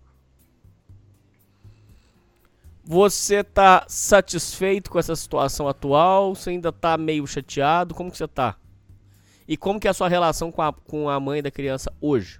Você tá satisfeito com essa situação atual? Você ainda tá meio chateado? Como que você tá? E como que é a sua relação com a, com a mãe da criança hoje?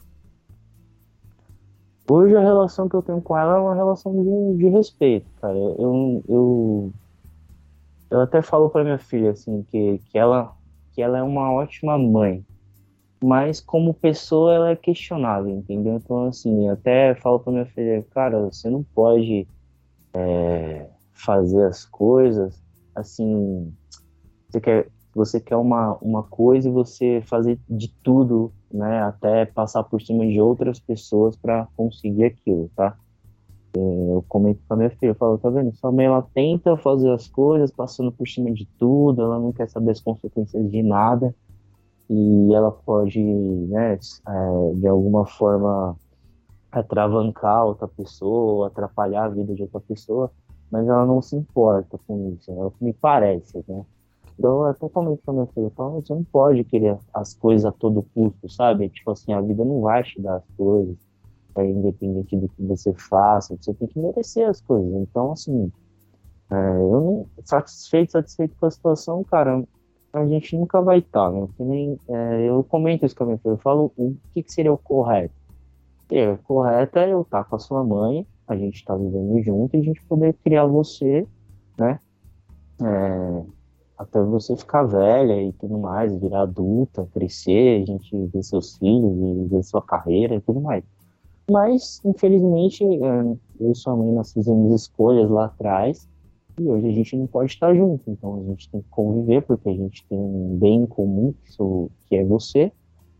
Hoje a relação que eu tenho com ela é uma relação de, de respeito, cara. Eu, eu, eu até falo pra minha filha, assim, que, que, ela, que ela é uma ótima mãe. Mas como pessoa ela é questionável, entendeu? Então, assim, eu até falo pra minha filha, cara, você não pode é, fazer as coisas, assim, você quer... Você quer uma, uma coisa e você fazer de tudo, né? Até passar por cima de outras pessoas para conseguir aquilo, tá? Eu comento com a minha filha, eu falo, tá vendo? Sua mãe, ela tenta fazer as coisas, passando por cima de tudo, ela não quer saber as consequências de nada, e ela pode, né, é, de alguma forma, atravancar outra pessoa, atrapalhar a vida de outra pessoa, mas ela não se importa com isso, né? É o que me parece, né? Então, eu até comento com a minha filha, falo, você não pode querer as coisas a todo custo, sabe? Tipo assim, a vida não vai te dar as coisas, é, independente do que você faça, você tem que merecer as coisas. Então, assim, é, eu não, satisfeito, satisfeito com a situação, cara, a gente nunca vai estar, né? Que nem, é, eu comento isso com a minha filha, eu falo, o que, que seria o correto? É, o correto é eu estar com a sua mãe, a gente estar vivendo junto e a gente poder criar você, né? É, até você ficar velha e tudo mais, virar adulta, crescer, a gente ver seus filhos e ver sua carreira e tudo mais. Mas, infelizmente, eu e sua mãe, nós fizemos escolhas lá atrás e hoje a gente não pode estar junto. Então a gente tem que conviver porque a gente tem um bem em comum, que é você.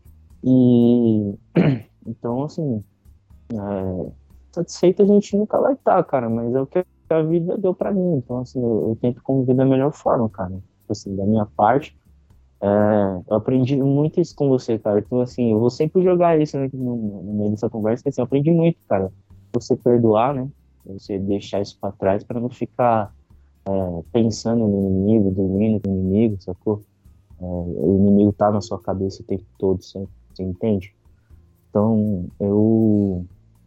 E, então, assim, é, satisfeito a gente nunca vai estar, cara, mas é o que a vida deu pra mim, então assim, eu, eu tento conviver da melhor forma, cara, assim, da minha parte, é, eu aprendi muito isso com você, cara, então assim, eu vou sempre jogar isso, né, no, no meio dessa conversa, que assim, eu aprendi muito, cara, você perdoar, né, você deixar isso pra trás pra não ficar é, pensando no inimigo, dormindo com o inimigo, sacou? É, o inimigo tá na sua cabeça o tempo todo, você, você entende? Então, eu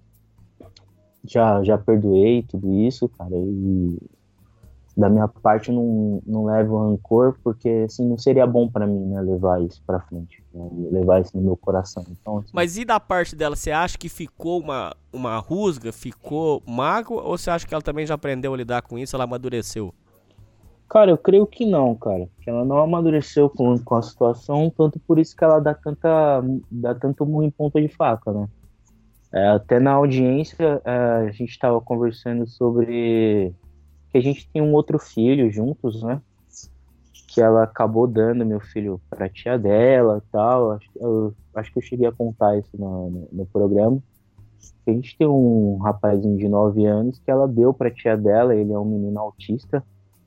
Já, já perdoei tudo isso, cara, e da minha parte não, não levo rancor, porque assim, não seria bom pra mim, né, levar isso pra frente, né, levar isso no meu coração. Então, assim, mas e da parte dela, você acha que ficou uma, uma rusga, ficou mágoa, ou você acha que ela também já aprendeu a lidar com isso, ela amadureceu? Cara, eu creio que não, cara, que ela não amadureceu com, com a situação, tanto por isso que ela dá, tanta, dá tanto murro em ponta de faca, né. É, até na audiência é, a gente estava conversando sobre que a gente tem um outro filho juntos, né? Que ela acabou dando meu filho para a tia dela e tal. Acho, eu, acho que eu cheguei a contar isso no, no, no programa. A gente tem um rapazinho de nove anos que ela deu para a tia dela, ele é um menino autista.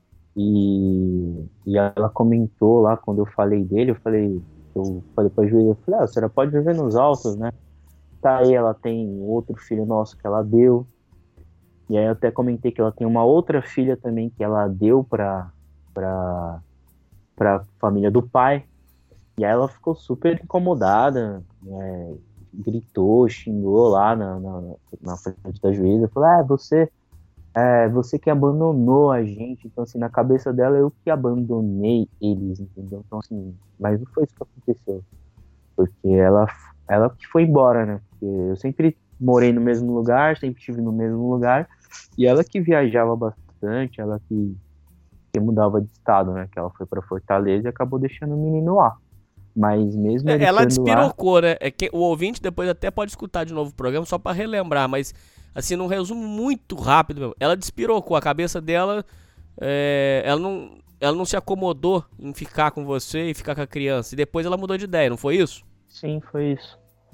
E, e ela comentou lá, quando eu falei dele, eu falei, eu falei para a juíza, eu falei, ah, a senhora pode viver nos altos, né? Tá aí, ela tem outro filho nosso que ela deu. E aí eu até comentei que ela tem uma outra filha também que ela deu pra, pra, pra família do pai. E aí ela ficou super incomodada, né, gritou, xingou lá na, na, na frente da juíza. Falou, ah, você, é, você que abandonou a gente. Então, assim, na cabeça dela, eu que abandonei eles, entendeu? Então, assim, mas não foi isso que aconteceu. Porque ela... ela que foi embora, né? Porque eu sempre morei no mesmo lugar, sempre estive no mesmo lugar, e ela que viajava bastante, ela que, que mudava de estado, né? Que ela foi pra Fortaleza e acabou deixando o menino lá. Mas mesmo ele ela sendo despirocou, lá... né? É que o ouvinte depois até pode escutar de novo o programa só pra relembrar, mas assim, num resumo muito rápido mesmo, ela despirocou, a cabeça dela, é, ela não, ela não se acomodou em ficar com você e ficar com a criança, e depois ela mudou de ideia, não foi isso? Sim, foi isso.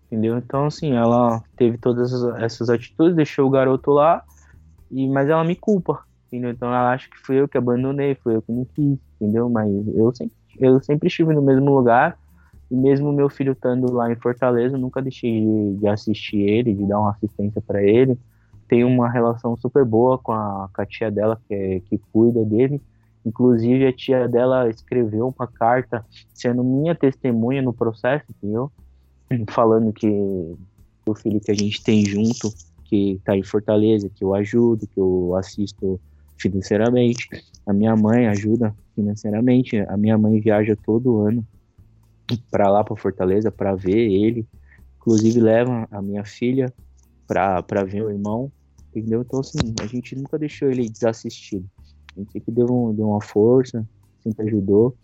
entendeu? Então, assim, ela teve todas essas atitudes, deixou o garoto lá, e, mas ela me culpa, entendeu? Então ela acha que fui eu que abandonei, fui eu que não quis, entendeu? Mas eu sempre, eu sempre estive no mesmo lugar, e mesmo meu filho estando lá em Fortaleza, eu nunca deixei de, de assistir ele, de dar uma assistência para ele. Tenho uma relação super boa com a, com a tia dela, que, é, que cuida dele. Inclusive, a tia dela escreveu uma carta sendo minha testemunha no processo, entendeu? Falando que o filho que a gente tem junto, que tá em Fortaleza, que eu ajudo, que eu assisto financeiramente. A minha mãe ajuda financeiramente. A minha mãe viaja todo ano para lá, para Fortaleza, para ver ele. Inclusive, leva a minha filha para ver o irmão, entendeu? Então, assim, a gente nunca deixou ele desassistido. A gente sempre deu, um, deu uma força, sempre ajudou.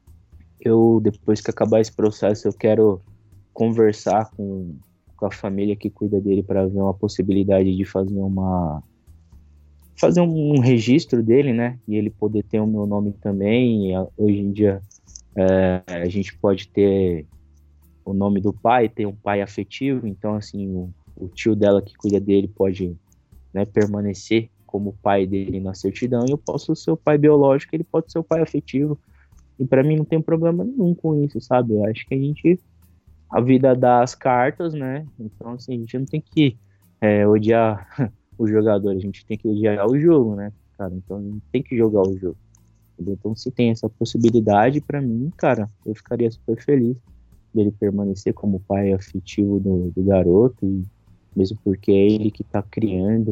Eu, depois que acabar esse processo, eu quero conversar com, com a família que cuida dele para ver uma possibilidade de fazer uma fazer um, um registro dele, né? E ele poder ter o meu nome também. E, hoje em dia é, a gente pode ter o nome do pai, ter um pai afetivo. Então, assim, o, o tio dela que cuida dele pode, né, permanecer como pai dele na certidão, e eu posso ser o pai biológico, ele pode ser o pai afetivo. E para mim não tem problema nenhum com isso, sabe? Eu acho que a gente, a vida dá as cartas, né? Então, assim, a gente não tem que é, odiar o jogador, a gente tem que odiar o jogo, né, cara? Então, a gente tem que jogar o jogo. Entendeu? Então, se tem essa possibilidade, para mim, cara, eu ficaria super feliz dele permanecer como pai afetivo do, do garoto, e mesmo porque é ele que tá criando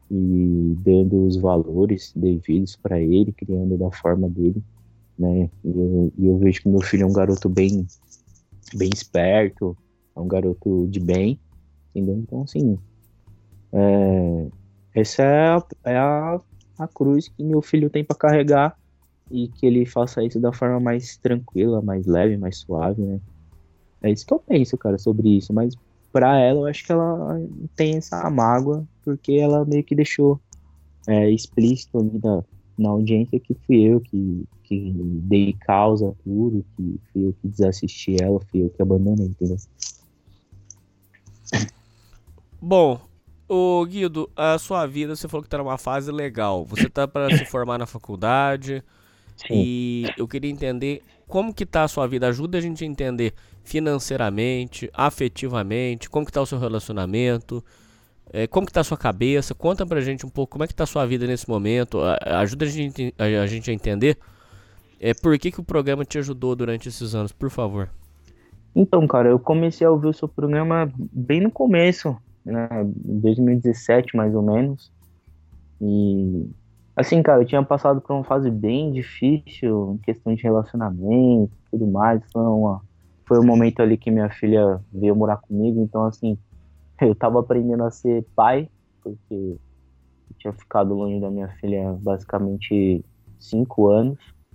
e dando os valores devidos para ele, criando da forma dele, né? E eu, e eu vejo que meu filho é um garoto bem, bem esperto, é um garoto de bem, entendeu? Então, assim, é, essa é, a, é a, a cruz que meu filho tem para carregar, e que ele faça isso da forma mais tranquila, mais leve, mais suave, né? É isso que eu penso, cara, sobre isso, mas pra ela, eu acho que ela tem essa mágoa, porque ela meio que deixou é, explícito ali na, na audiência que fui eu que, que dei causa a tudo, que fui eu que desassisti ela, fui eu que abandonei, entendeu? Bom, ô Guido, a sua vida, você falou que tá numa fase legal. Você tá para se formar na faculdade. Sim. E eu queria entender como que tá a sua vida. Ajuda a gente a entender financeiramente, afetivamente, como que tá o seu relacionamento, é, como que tá a sua cabeça. Conta pra gente um pouco como é que tá a sua vida nesse momento. Ajuda a gente a, a, gente a entender é, por que que o programa te ajudou durante esses anos, por favor. Então, cara, eu comecei a ouvir o seu programa bem no começo, né, em dois mil e dezessete, mais ou menos. E assim, cara, eu tinha passado por uma fase bem difícil em questão de relacionamento e tudo mais. Foi, uma, foi um momento ali que minha filha veio morar comigo. Então, assim, eu tava aprendendo a ser pai, porque eu tinha ficado longe da minha filha basicamente cinco anos.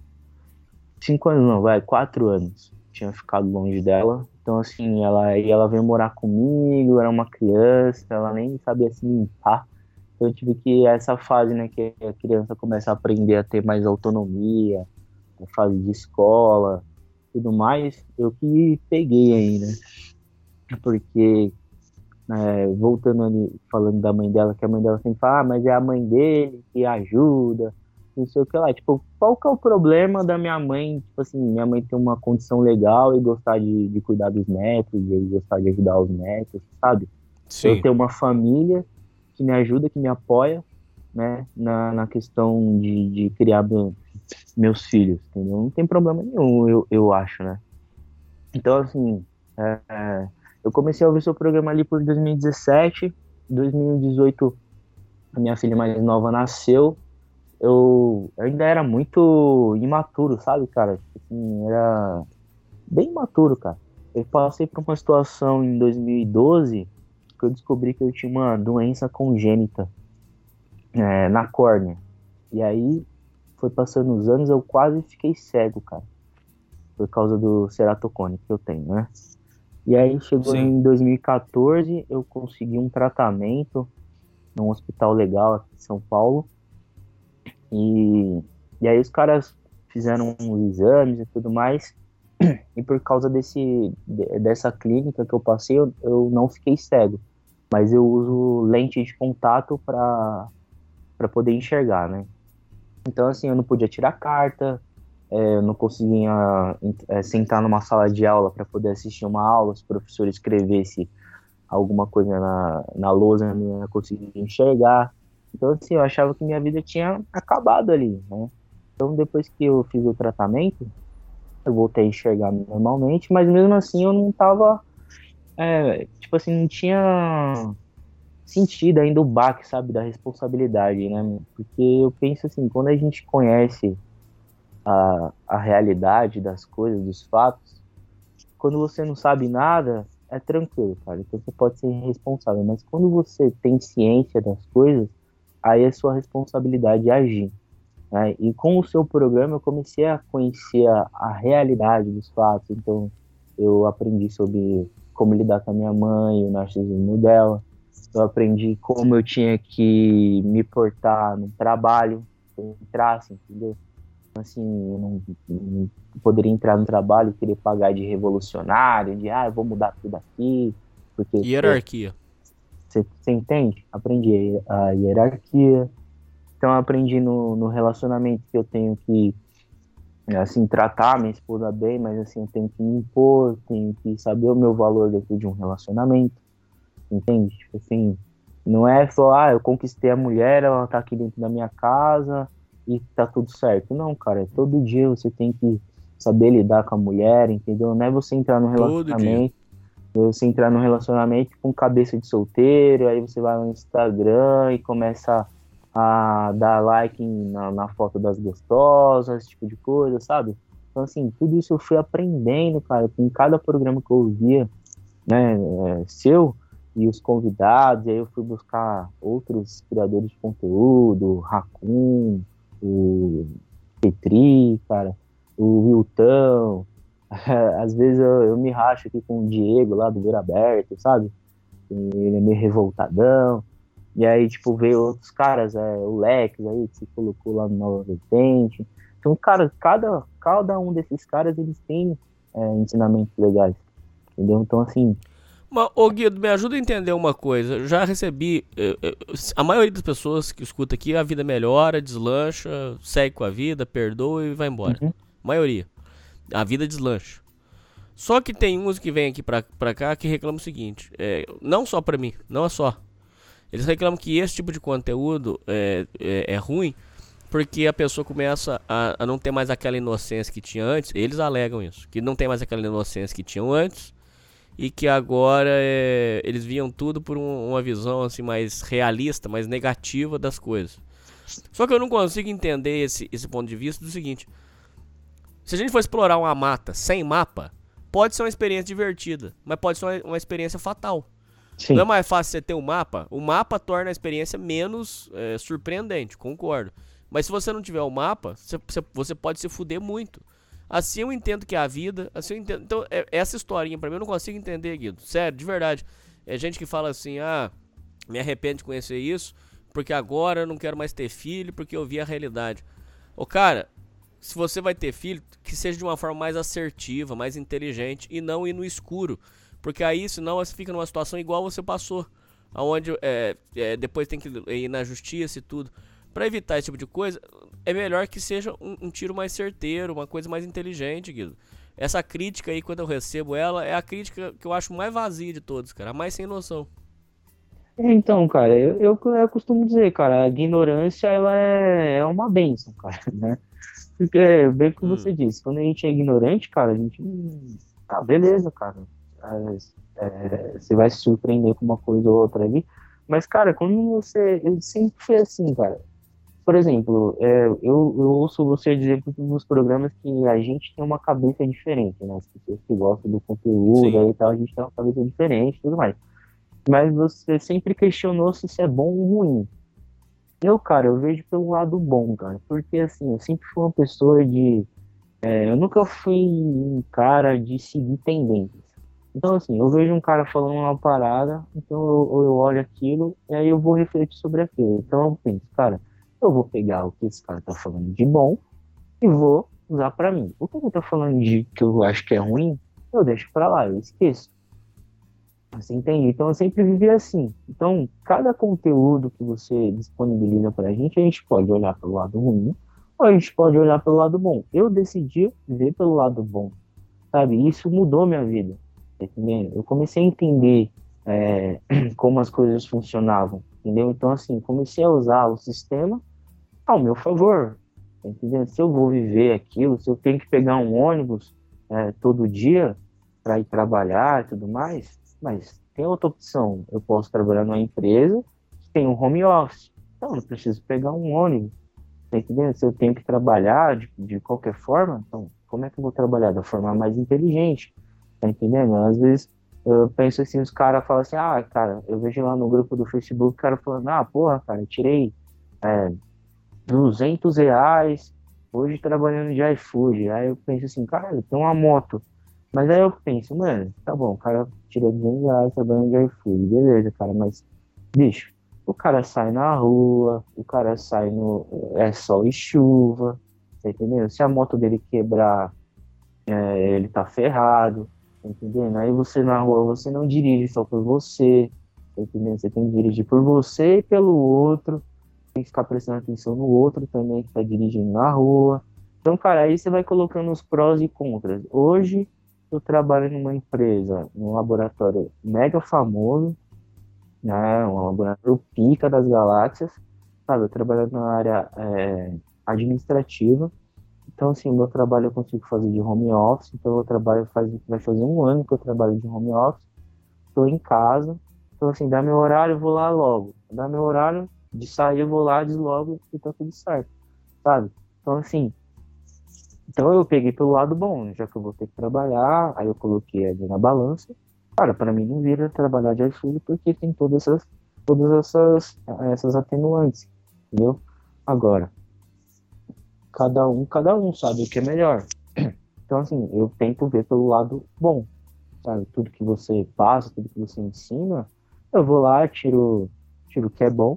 Cinco anos não, vai, quatro anos. Tinha ficado longe dela. Então, assim, ela, ela veio morar comigo, era uma criança, ela nem sabia se limpar. Eu tive que, essa fase, né, que a criança começa a aprender a ter mais autonomia, a fase de escola, tudo mais, eu que peguei aí, né, porque, é, voltando ali, falando da mãe dela, que a mãe dela sempre fala, ah, mas é a mãe dele que ajuda, não sei o que lá, tipo, qual que é o problema da minha mãe, tipo assim, minha mãe ter uma condição legal e gostar de, de cuidar dos netos, e gostar de ajudar os netos, sabe? Sim. Eu ter uma família que me ajuda, que me apoia, né, na, na questão de, de criar meu, meus filhos, entendeu? Não tem problema nenhum, eu, eu acho, né? Então, assim, é, é, eu comecei a ouvir seu programa ali por dois mil e dezessete, dois mil e dezoito a minha filha mais nova nasceu, eu, eu ainda era muito imaturo, sabe, cara? Assim, era bem imaturo, cara. Eu passei por uma situação em dois mil e doze que eu descobri que eu tinha uma doença congênita é, na córnea. E aí, foi passando os anos, eu quase fiquei cego, cara. Por causa do ceratocone que eu tenho, né? E aí, chegou Sim. em dois mil e quatorze, eu consegui um tratamento num hospital legal aqui em São Paulo. E, e aí, os caras fizeram uns exames e tudo mais. E por causa desse, dessa clínica que eu passei, eu, eu não fiquei cego. Mas eu uso lente de contato para para poder enxergar, né? Então, assim, eu não podia tirar carta, é, eu não conseguia é, sentar numa sala de aula para poder assistir uma aula, se o professor escrevesse alguma coisa na, na lousa, eu não ia conseguir enxergar. Então, assim, eu achava que minha vida tinha acabado ali, né? Então, depois que eu fiz o tratamento, eu voltei a enxergar normalmente, mas mesmo assim eu não tava, é, tipo assim, não tinha sentido ainda o baque, sabe, da responsabilidade, né? Porque eu penso assim, quando a gente conhece a, a realidade das coisas, dos fatos, quando você não sabe nada, é tranquilo, cara, então você pode ser responsável, mas quando você tem ciência das coisas, aí é sua responsabilidade agir. Né? E com o seu programa eu comecei a conhecer a, a realidade dos fatos, então eu aprendi sobre como lidar com a minha mãe, o narcisismo dela, eu aprendi como eu tinha que me portar no trabalho, se eu entrasse, entendeu? Assim, eu não, não poderia entrar no trabalho e querer pagar de revolucionário, de, ah, eu vou mudar tudo aqui, porque... Hierarquia. Você, você entende? Aprendi a hierarquia. Então eu aprendi no, no relacionamento que eu tenho que, assim, tratar minha esposa bem, mas assim, eu tenho que me impor, tenho que saber o meu valor dentro de um relacionamento, entende? Tipo assim, não é só, ah, eu conquistei a mulher, ela tá aqui dentro da minha casa e tá tudo certo. Não, cara, todo dia você tem que saber lidar com a mulher, entendeu? Não é você entrar no relacionamento, você entrar no relacionamento com cabeça de solteiro, aí você vai no Instagram e começa a dar like na, na foto das gostosas, esse tipo de coisa, sabe? Então, assim, tudo isso eu fui aprendendo, cara, em cada programa que eu via, né, é, seu, e os convidados, e aí eu fui buscar outros criadores de conteúdo, Raccoon, o Petri, cara, o Wilton, às vezes eu, eu me racho aqui com o Diego lá do Ver Aberto, sabe? Ele é meio revoltadão. E aí, tipo, veio outros caras, é, o Lex aí, que se colocou lá no Nova Vertente. Então, cara, cada, cada um desses caras, eles têm é, ensinamentos legais, entendeu? Então, assim... Mas, ô Guido, me ajuda a entender uma coisa. Eu já recebi... Eu, eu, a maioria das pessoas que escuta aqui, a vida melhora, deslancha, segue com a vida, perdoa e vai embora. Uhum. A maioria. A vida deslancha. Só que tem uns que vêm aqui pra, pra cá que reclamam o seguinte, é, não só pra mim, não é só. Eles reclamam que esse tipo de conteúdo é, é, é ruim porque a pessoa começa a, a não ter mais aquela inocência que tinha antes. Eles alegam isso, que não tem mais aquela inocência que tinham antes e que agora é, eles viam tudo por um, uma visão assim, mais realista, mais negativa das coisas. Só que eu não consigo entender esse, esse ponto de vista do seguinte: se a gente for explorar uma mata sem mapa, pode ser uma experiência divertida, mas pode ser uma, uma experiência fatal. Sim. Não é mais fácil você ter um mapa? O mapa torna a experiência menos é, surpreendente, concordo. Mas se você não tiver o mapa, você, você pode se fuder muito. Assim eu entendo que é a vida, assim eu entendo. Então, é, essa historinha pra mim eu não consigo entender, Guido. Sério, de verdade. É gente que fala assim, ah, me arrependo de conhecer isso, porque agora eu não quero mais ter filho, porque eu vi a realidade. Ô, cara, se você vai ter filho, que seja de uma forma mais assertiva, mais inteligente, e não ir no escuro. Porque aí, senão, você fica numa situação igual você passou. Onde é, é, depois tem que ir na justiça e tudo. Pra evitar esse tipo de coisa, é melhor que seja um, um tiro mais certeiro, uma coisa mais inteligente, Guido. Essa crítica aí, quando eu recebo ela, é a crítica que eu acho mais vazia de todos, cara. A mais sem noção. Então, cara, eu, eu, eu costumo dizer, cara, a ignorância, ela é, é uma bênção, cara, né? Porque, bem como hum. você disse, quando a gente é ignorante, cara, a gente... Ah, beleza, cara. É, você vai se surpreender com uma coisa ou outra ali, mas cara, quando você, eu sempre fui assim, cara. Por exemplo, é, eu, eu ouço você dizer nos programas que a gente tem uma cabeça diferente, né? As pessoas que gostam do conteúdo aí e tal, a gente tem uma cabeça diferente e tudo mais. Mas você sempre questionou se isso é bom ou ruim. Eu, cara, eu vejo pelo lado bom, cara, porque assim, eu sempre fui uma pessoa de é, eu nunca fui um cara de seguir tendências. Então, assim, eu vejo um cara falando uma parada, então eu, eu olho aquilo e aí eu vou refletir sobre aquilo. Então eu penso, cara, eu vou pegar o que esse cara tá falando de bom e vou usar pra mim. O que eu tô falando de que eu acho que é ruim, eu deixo pra lá, eu esqueço. Você entende? Então eu sempre vivi assim. Então, cada conteúdo que você disponibiliza pra gente, a gente pode olhar pelo lado ruim, ou a gente pode olhar pelo lado bom. Eu decidi ver pelo lado bom, sabe? Isso mudou minha vida, tá entendendo? Eu comecei a entender é, como as coisas funcionavam, entendeu? Então, assim, comecei a usar o sistema ao meu favor, tá entendendo? Se eu vou viver aquilo, se eu tenho que pegar um ônibus é, todo dia para ir trabalhar e tudo mais, mas tem outra opção. Eu posso trabalhar numa empresa que tem um home office, então eu não preciso pegar um ônibus, tá entendendo? Se eu tenho que trabalhar de, de qualquer forma, então como é que eu vou trabalhar? Da forma mais inteligente, tá entendendo? Às vezes eu penso assim, os caras falam assim, ah, cara, eu vejo lá no grupo do Facebook o cara falando, ah, porra, cara, eu tirei é, duzentos reais hoje trabalhando de iFood. Aí eu penso assim, cara, tem uma moto. Mas aí eu penso, mano, tá bom, o cara tirou duzentos reais trabalhando de iFood, beleza, cara, mas, bicho, o cara sai na rua, o cara sai no é sol e chuva, tá entendendo? Se a moto dele quebrar, é, ele tá ferrado, tá entendendo? Aí você na rua, você não dirige só por você, tá entendendo? Você tem que dirigir por você e pelo outro, tem que ficar prestando atenção no outro também que tá dirigindo na rua. Então, cara, aí você vai colocando os prós e contras. Hoje, eu trabalho numa empresa, num laboratório mega famoso, né, um laboratório pica das galáxias, sabe? Eu trabalho na área é, administrativa, então, assim, o meu trabalho eu consigo fazer de home office, então eu trabalho, faz, vai fazer um ano que eu trabalho de home office, estou em casa, então, assim, dá meu horário, eu vou lá logo, dá meu horário de sair, eu vou lá, deslogo e tá tudo certo, sabe? Então, assim, então eu peguei pelo lado bom, já que eu vou ter que trabalhar, aí eu coloquei ali na balança. Cara, para mim não vira trabalhar de iFood porque tem todas essas, todas essas, essas atenuantes, entendeu? Agora, cada um, cada um sabe o que é melhor. Então, assim, eu tento ver pelo lado bom, sabe? Tudo que você passa, tudo que você ensina, eu vou lá, tiro, tiro o que é bom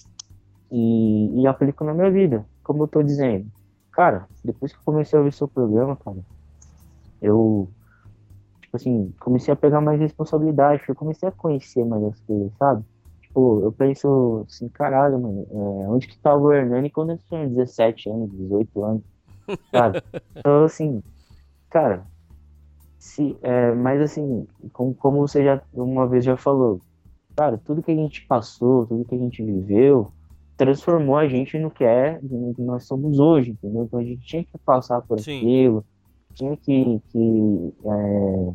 e, e aplico na minha vida, como eu tô dizendo. Cara, depois que eu comecei a ouvir seu programa, cara, eu, tipo assim, comecei a pegar mais responsabilidade, eu comecei a conhecer mais as coisas, sabe? Tipo, eu penso assim, caralho, mano, é, onde que tava o Hernani quando eu tinha dezessete anos, dezoito anos, sabe? Então, assim, cara, se, é, mas assim, como, como você já uma vez já falou, cara, tudo que a gente passou, tudo que a gente viveu, transformou a gente no que é, no que nós somos hoje, entendeu? Então a gente tinha que passar por Sim. aquilo, tinha que, que é,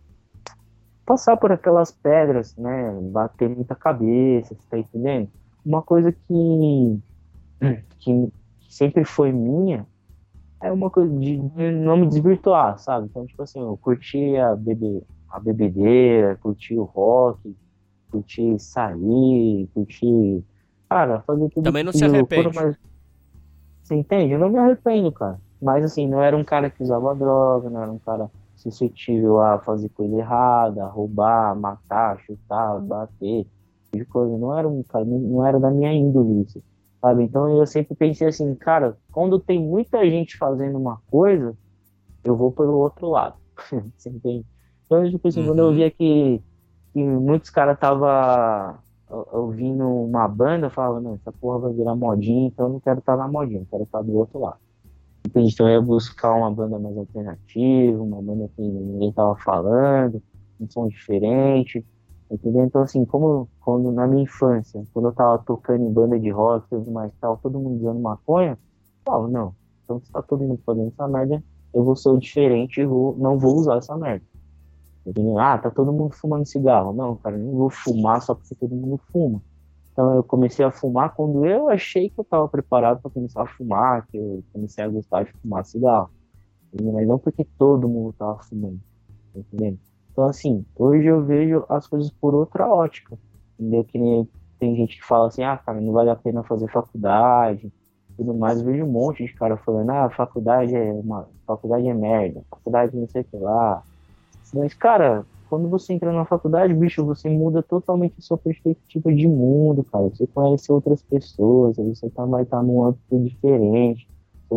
passar por aquelas pedras, né? Bater muita cabeça, você tá entendendo? Uma coisa que, que sempre foi minha é uma coisa de, de não me desvirtuar, sabe? Então, tipo assim, eu curti a, bebe, a bebedeira, curti o rock, curti sair, curti... Cara, fazer tudo. Também não se arrepende. Mas... Você entende? Eu não me arrependo, cara. Mas assim, não era um cara que usava droga, não era um cara suscetível a fazer coisa errada, a roubar, matar, chutar, bater, de coisa. Não era um cara, não era da minha índole isso, sabe? Então eu sempre pensei assim, cara, quando tem muita gente fazendo uma coisa, eu vou pelo outro lado. Você entende? Então, tipo assim, uhum. quando eu via que, que muitos caras estavam ouvindo uma banda, eu falava, não, essa porra vai virar modinha, então eu não quero estar na modinha, eu quero estar do outro lado. Entende? Então eu ia buscar uma banda mais alternativa, uma banda que ninguém tava falando, um som diferente, entendeu? Então assim, como quando na minha infância, quando eu tava tocando em banda de rock e tudo mais, tava todo mundo usando maconha, eu falava, não, então se tá todo mundo fazendo essa merda, eu vou ser o diferente e vou, não vou usar essa merda. Entendeu? Ah, tá todo mundo fumando cigarro. Não, cara, eu não vou fumar só porque todo mundo fuma. Então eu comecei a fumar quando eu achei que eu tava preparado para começar a fumar, que eu comecei a gostar de fumar cigarro. Entendeu? Mas não porque todo mundo tava fumando. Entendeu? Então assim, hoje eu vejo as coisas por outra ótica. Entendeu? Que nem tem gente que fala assim, ah, cara, não vale a pena fazer faculdade, tudo mais. Eu vejo um monte de cara falando, ah, faculdade é uma, faculdade é merda, faculdade não sei o que lá. Mas, cara, quando você entra na faculdade, bicho, você muda totalmente a sua perspectiva de mundo, cara. Você conhece outras pessoas, você tá, vai estar num âmbito diferente, você vai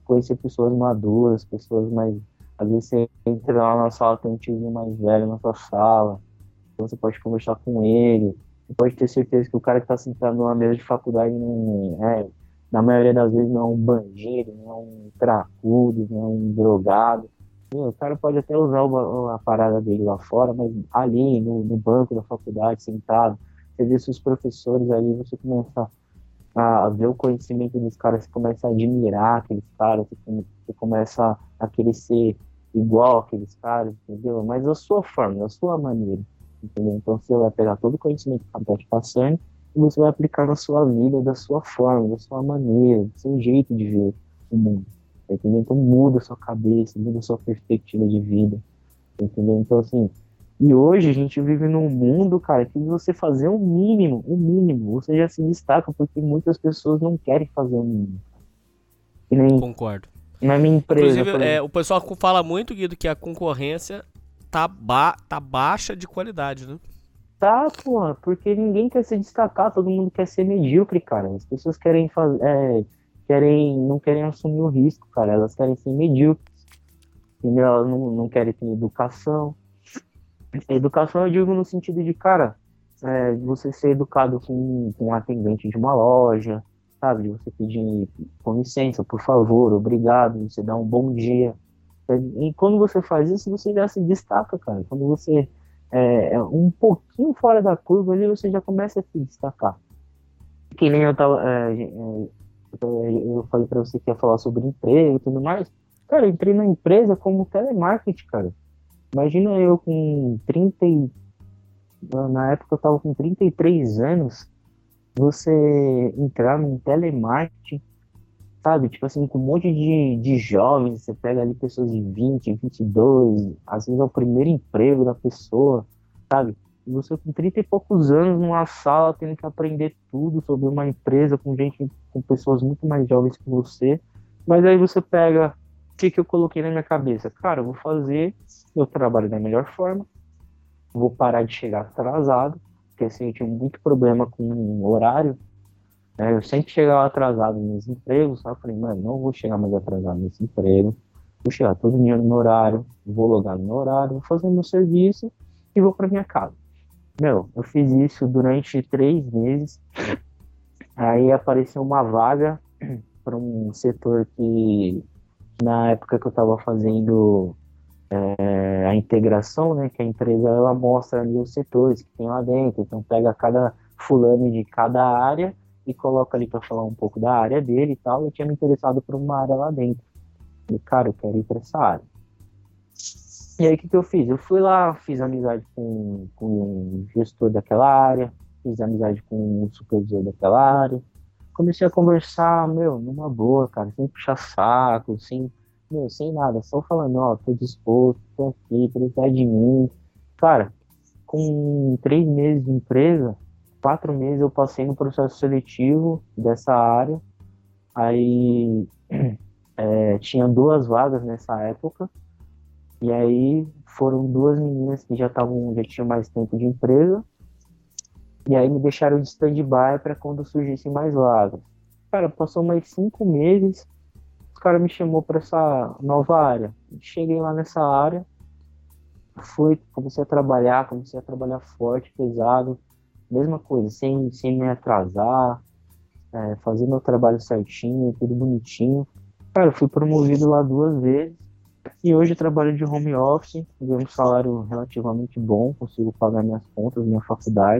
conhecer pessoas maduras, pessoas mais... Às vezes você entra lá na sala, tem um tiozinho mais velho na sua sala, então você pode conversar com ele, você pode ter certeza que o cara que está sentado numa mesa de faculdade, não é, na maioria das vezes, não é um bandido, não é um cracudo, não é um drogado. O cara pode até usar uma, a parada dele lá fora, mas ali, no, no banco da faculdade, sentado, você vê seus professores ali, você começa a ver o conhecimento dos caras, você começa a admirar aqueles caras, você, você começa a querer ser igual àqueles caras, entendeu? Mas da sua forma, da sua maneira, entendeu? Então você vai pegar todo o conhecimento que está te passando e você vai aplicar na sua vida, da sua forma, da sua maneira, do seu jeito de ver o mundo, entendeu? Então muda a sua cabeça, muda a sua perspectiva de vida, entendeu? Então assim, e hoje a gente vive num mundo, cara, que você fazer o mínimo, o mínimo, você já se destaca, porque muitas pessoas não querem fazer o mínimo. E nem Concordo. Na minha empresa, Inclusive, é, o pessoal fala muito, Guido, que a concorrência tá, ba tá baixa de qualidade, né? Tá, porra, porque ninguém quer se destacar, todo mundo quer ser medíocre, cara. As pessoas querem fazer, é, querem, não querem assumir o risco, cara, elas querem ser medíocres, entendeu? Elas não, não querem ter educação. Educação eu digo no sentido de, cara, é, você ser educado com, com um atendente de uma loja, sabe? De você pedir com licença, por favor, obrigado, você dá um bom dia. E quando você faz isso, você já se destaca, cara. Quando você é, é um pouquinho fora da curva ali, você já começa a se destacar. Que nem eu tava... É, é, eu falei pra você que ia falar sobre emprego e tudo mais. Cara, eu entrei na empresa como telemarketing, cara. Imagina eu com trinta e... Na época eu tava com trinta e três anos, você entrar num telemarketing, sabe? Tipo assim, com um monte de, de jovens, você pega ali pessoas de vinte, vinte e dois, às vezes é o primeiro emprego da pessoa, sabe? E você com trinta e poucos anos numa sala, tendo que aprender tudo sobre uma empresa, com gente, com pessoas muito mais jovens que você. Mas aí você pega... O que, que eu coloquei na minha cabeça? Cara, eu vou fazer meu trabalho da melhor forma, vou parar de chegar atrasado, porque assim, eu tinha muito problema com o horário, né? Eu sempre chegava atrasado nos empregos, sabe? Eu falei, mano, não vou chegar mais atrasado nesse emprego, vou chegar todo dia no horário, vou logar no meu horário, vou fazer meu serviço e vou pra minha casa. Meu, eu fiz isso durante três meses, aí apareceu uma vaga para um setor que... Na época que eu estava fazendo é, a integração, né, que a empresa ela mostra ali os setores que tem lá dentro, então pega cada fulano de cada área e coloca ali para falar um pouco da área dele e tal. Eu tinha me interessado por uma área lá dentro. E, cara, eu quero ir para essa área. E aí o que, que eu fiz? Eu fui lá, fiz amizade com, com o gestor daquela área, fiz amizade com o supervisor daquela área. Comecei a conversar, meu, numa boa, cara, sem puxar saco, sem, meu, sem nada, só falando, ó, tô disposto, tô aqui, precisa de mim. Cara, com três meses de empresa, quatro meses eu passei no processo seletivo dessa área, aí é, tinha duas vagas nessa época, e aí foram duas meninas que já estavam, já tinham mais tempo de empresa, e aí me deixaram de stand-by para quando surgissem mais vagas. Cara, passou mais cinco meses, os caras me chamou para essa nova área. Cheguei lá nessa área, fui, comecei a trabalhar, comecei a trabalhar forte, pesado, mesma coisa, sem, sem me atrasar, é, fazer meu trabalho certinho, tudo bonitinho. Cara, eu fui promovido lá duas vezes, e hoje eu trabalho de home office, ganho um salário relativamente bom, consigo pagar minhas contas, minha faculdade.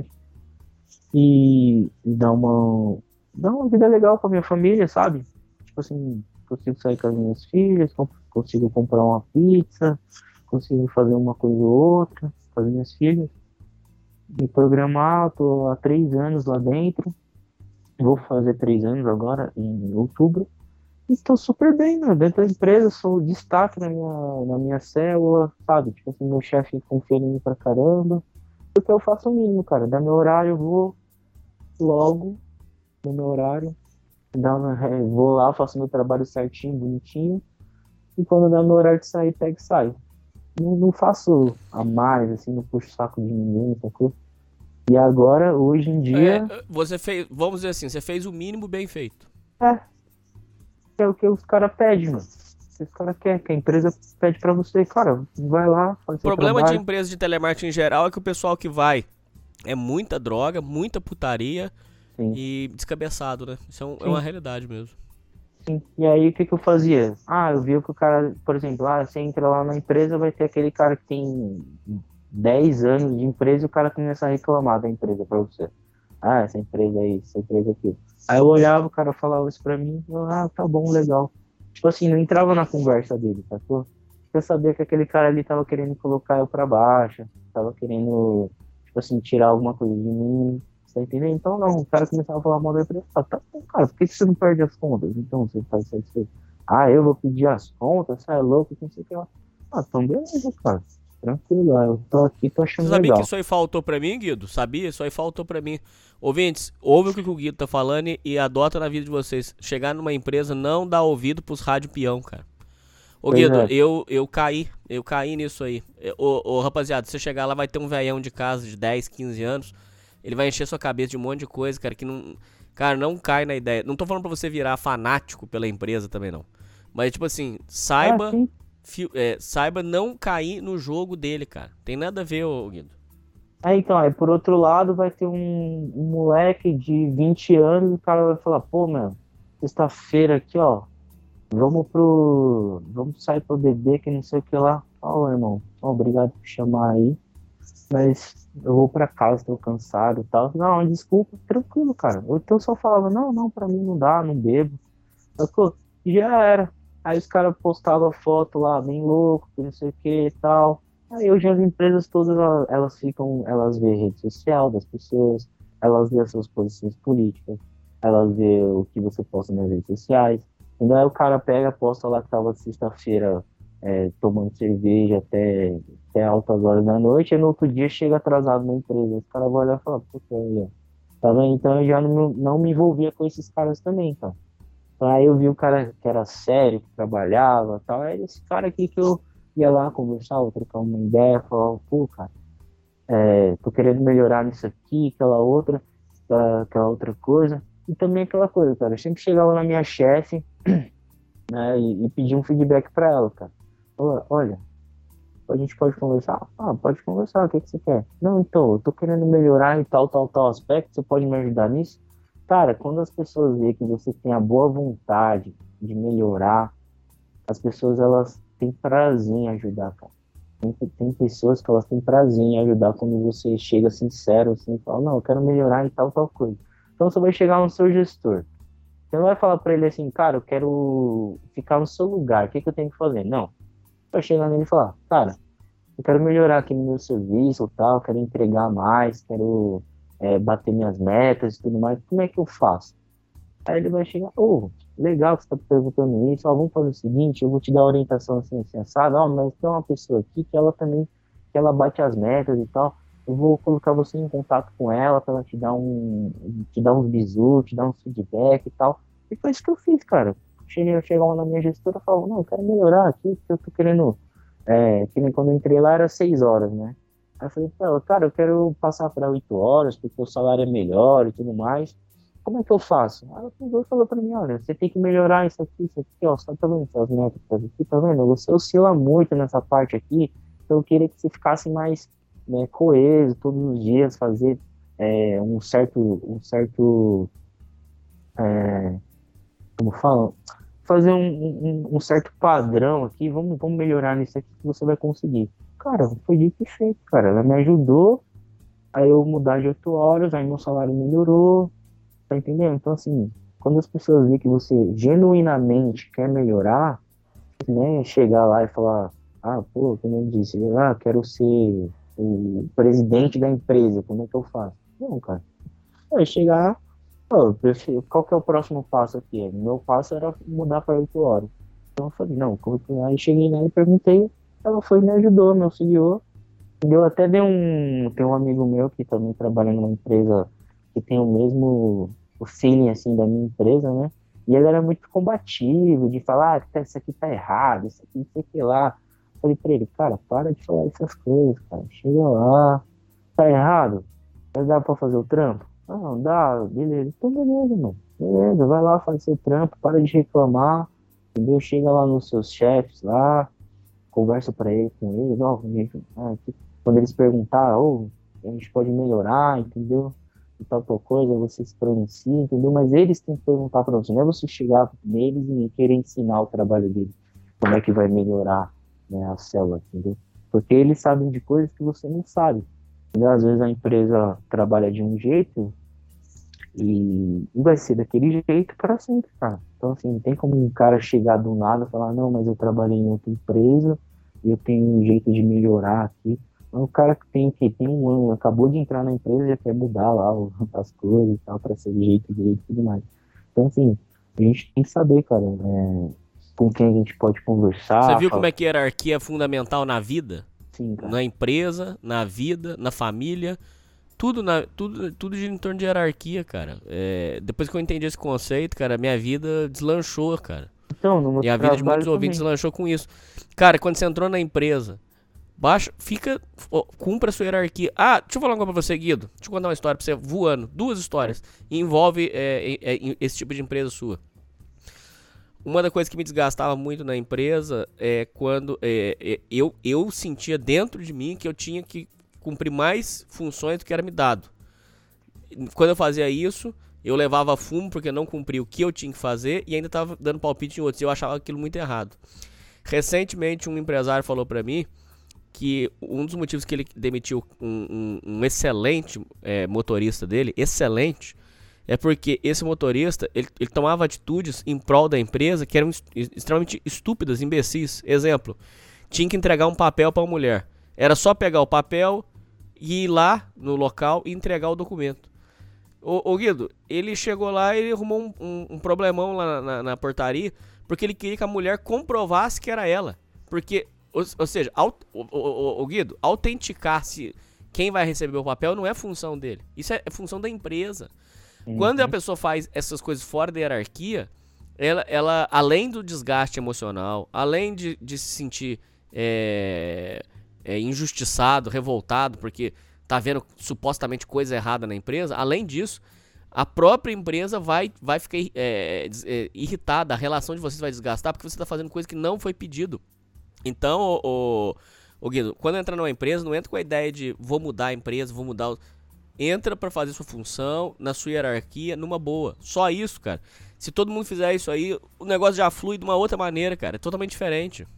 E, e dar uma dar uma vida legal com a minha família, sabe? Tipo assim, consigo sair com as minhas filhas, consigo comprar uma pizza, consigo fazer uma coisa ou outra com as minhas filhas, me programar. Tô há três anos lá dentro, vou fazer três anos agora em outubro, e tô super bem, né? Dentro da empresa, sou destaque na minha, na minha célula, sabe? Tipo assim, meu chefe confia em mim pra caramba. Porque eu faço o mínimo, cara. Dá meu horário, eu vou logo no meu horário. Dá uma, vou lá, faço meu trabalho certinho, bonitinho. E quando dá meu horário de sair, pego e saio. Não, não faço a mais, assim, não puxo o saco de ninguém, sacou? E agora, hoje em dia... É, você fez, vamos dizer assim, você fez o mínimo bem feito. É. que é o que os caras pedem, mano. Se os caras querem, que a empresa pede pra você, cara, vai lá, faz O seu problema trabalho. de empresa de telemarketing em geral é que o pessoal que vai é muita droga, muita putaria Sim. e descabeçado, né? Isso é, um- é Sim. uma realidade mesmo. Sim. E aí, o que que eu fazia? Ah, eu vi que o cara, por exemplo, ah, você entra lá na empresa, vai ter aquele cara que tem dez anos de empresa e o cara começa a reclamar da empresa pra você. Ah, essa empresa aí, essa empresa aqui. Aí eu olhava, o cara falava isso pra mim, eu, ah, tá bom, legal. Tipo assim, não entrava na conversa dele, sacou? Eu sabia que aquele cara ali tava querendo colocar eu pra baixo, tava querendo, tipo assim, tirar alguma coisa de mim, você tá entendendo? Então não, o cara começava a falar mal da empresa, ah, tá bom, cara, por que que você não perde as contas? Então você faz isso. Ah, eu vou pedir as contas, você é louco, não sei o que lá. Ah, então beleza, cara. Tranquilo, eu tô aqui, tô achando Você sabia legal. que isso aí faltou pra mim, Guido? Sabia? Isso aí faltou pra mim. Ouvintes, ouve o que o Guido tá falando e, e adota na vida de vocês. Chegar numa empresa, não dá ouvido pros rádio peão, cara. Ô, Pois Guido, é. eu, eu caí, eu caí nisso aí. Ô, ô, rapaziada, você chegar lá, vai ter um velhão de casa de dez, quinze anos, ele vai encher sua cabeça de um monte de coisa, cara, que não... Cara, não cai na ideia. Não tô falando pra você virar fanático pela empresa também, não. Mas, tipo assim, saiba... Ah, sim. Fio- é, saiba não cair no jogo dele, cara. Tem nada a ver, ô Guido. É, então, aí por outro lado vai ter um, um moleque de vinte anos, o cara vai falar, pô, meu, sexta-feira aqui, ó, vamos pro. Vamos sair pra beber, que não sei o que lá. Ó, irmão, ó, obrigado por chamar aí. Mas eu vou pra casa, tô cansado e tal. Não, desculpa, tranquilo, cara. Ou então eu só falava, não, não, pra mim não dá, não bebo. Sacou? E já era. Aí os caras postavam foto lá, bem louco, que não sei o que e tal. Aí hoje as empresas todas, elas, elas ficam, elas vê rede social das pessoas, elas vê as suas posições políticas, elas vê o que você posta nas redes sociais. Então aí o cara pega, posta lá que tava sexta-feira é, tomando cerveja até, até altas horas da noite, e no outro dia chega atrasado na empresa. Os caras vão olhar e falar, puta, olha, tá vendo? Então eu já não, não me envolvia com esses caras também, tá? Então, aí eu vi o cara que era sério, que trabalhava e tal. Aí esse cara aqui que eu ia lá conversar, trocar uma ideia, falava, pô, cara, é, tô querendo melhorar nisso aqui, aquela outra, aquela, aquela outra coisa. E também aquela coisa, cara, eu sempre chegava na minha chefe, né, e, e pedia um feedback pra ela, cara. Olha, olha, a gente pode conversar? Ah, pode conversar, o que, que você quer? Não, então, eu tô querendo melhorar em tal, tal, tal aspecto, você pode me ajudar nisso? Cara, quando as pessoas veem que você tem a boa vontade de melhorar, as pessoas, elas têm prazer em ajudar, cara. Tem, tem pessoas que elas têm prazer em ajudar quando você chega sincero, assim, e fala, não, eu quero melhorar em tal, tal coisa. Então você vai chegar no seu gestor. Você não vai falar pra ele assim, cara, eu quero ficar no seu lugar, o que, que eu tenho que fazer? Não. Você vai chegar nele e falar, cara, eu quero melhorar aqui no meu serviço, tal, quero entregar mais, quero... É, bater minhas metas e tudo mais, como é que eu faço? Aí ele vai chegar, ô, oh, legal que você tá perguntando isso, ó, vamos fazer o seguinte, eu vou te dar orientação assim, assim, assado, ó, mas tem uma pessoa aqui que ela também, que ela bate as metas e tal, eu vou colocar você em contato com ela pra ela te dar um, te dar uns bisu, te dar um feedback e tal, e foi isso que eu fiz, cara. Cheguei, eu chegava na minha gestora e falava, não, eu quero melhorar aqui, porque eu tô querendo, é, que nem quando eu entrei lá era seis horas, né? Aí eu falei pra ela, cara, eu quero passar para oito horas, porque o salário é melhor e tudo mais. Como é que eu faço? Aí ela pegou e falou pra mim, olha, você tem que melhorar isso aqui, isso aqui, ó, você tá vendo essas métricas aqui, tá vendo? Você oscila muito nessa parte aqui, então eu queria que você ficasse mais, né, coeso todos os dias, fazer é, um certo, um certo, é, como fala? Fazer um, um, um certo padrão aqui, vamos, vamos melhorar nisso aqui que você vai conseguir. Cara, foi dito e feito, cara. Ela me ajudou a eu mudar de oito horas, aí meu salário melhorou, tá entendendo? Então, assim, quando as pessoas veem que você genuinamente quer melhorar, né, chegar lá e falar, ah, pô, como eu disse, ah, quero ser o presidente da empresa, como é que eu faço? Não, cara. Aí chegar, oh, prefiro, qual que é o próximo passo aqui? Meu passo era mudar para oito horas. Então eu falei, não, aí cheguei lá e perguntei, ela foi e me ajudou, me auxiliou. Eu até dei um, tem um amigo meu que também trabalha numa empresa que tem o mesmo o feeling assim da minha empresa, né? E ele era muito combativo, de falar, ah, isso aqui tá errado, isso aqui não sei o que lá. Eu falei pra ele, cara, para de falar essas coisas, cara. Chega lá, tá errado? Mas dá pra fazer o trampo? Ah, não dá, beleza. Então beleza, mano. Beleza, vai lá, faz seu trampo, para de reclamar, entendeu? Chega lá nos seus chefes lá, conversa pra ele, com eles, ó, ah, quando eles perguntarem, oh, a gente pode melhorar, entendeu? E tal, tal coisa, você se pronuncia, entendeu? Mas eles têm que perguntar pra você, não é você chegar neles e querer ensinar o trabalho deles, como é que vai melhorar, né, a célula, entendeu? Porque eles sabem de coisas que você não sabe. Entendeu? Às vezes a empresa trabalha de um jeito e vai ser daquele jeito para sempre, cara. Então, assim, não tem como um cara chegar do nada e falar, não, mas eu trabalhei em outra empresa e eu tenho um jeito de melhorar aqui. Então, o cara que tem, que tem um ano, acabou de entrar na empresa e já quer mudar lá as coisas e tal, para ser do jeito dele e tudo mais. Então, assim, a gente tem que saber, cara, é, com quem a gente pode conversar. Você viu falar... como é que a hierarquia é fundamental na vida? Sim, cara. Na empresa, na vida, na família, tudo, na, tudo, tudo gira em torno de hierarquia, cara. É, depois que eu entendi esse conceito, cara, minha vida deslanchou, cara. Então, no meu e a vida de muitos também. ouvintes deslanchou com isso. Cara, quando você entrou na empresa, baixa, fica, ó, cumpra a sua hierarquia. Ah, deixa eu falar uma coisa pra você, Guido. Deixa eu contar uma história pra você, voando. Duas histórias. E envolve é, é, é, esse tipo de empresa sua. Uma das coisas que me desgastava muito na empresa é quando é, é, eu, eu sentia dentro de mim que eu tinha que cumprir mais funções do que era me dado. Quando eu fazia isso, eu levava fumo porque não cumpria o que eu tinha que fazer e ainda estava dando palpite em outros. E eu achava aquilo muito errado. Recentemente, um empresário falou para mim que um dos motivos que ele demitiu um, um, um excelente é, motorista dele, excelente, é porque esse motorista, ele, ele tomava atitudes em prol da empresa que eram est- extremamente estúpidas, imbecis. Exemplo, tinha que entregar um papel para uma mulher. Era só pegar o papel e ir lá no local e entregar o documento. Ô, ô Guido, ele chegou lá e ele arrumou um, um, um problemão lá na, na, na portaria, porque ele queria que a mulher comprovasse que era ela. Porque, ou, ou seja, aut, ô, ô, ô, Guido, autenticar se quem vai receber o papel não é função dele. Isso é, é função da empresa. Quando a pessoa faz essas coisas fora da hierarquia, ela, ela além do desgaste emocional, além de, de se sentir é, é, injustiçado, revoltado, porque tá vendo supostamente coisa errada na empresa, além disso, a própria empresa vai, vai ficar é, é, irritada, a relação de vocês vai desgastar, porque você tá fazendo coisa que não foi pedido. Então, o, o, o Guido, quando entra numa empresa, não entra com a ideia de vou mudar a empresa, vou mudar o... Entra pra fazer sua função, na sua hierarquia, numa boa. Só isso, cara. Se todo mundo fizer isso aí, o negócio já flui de uma outra maneira, cara. É totalmente diferente.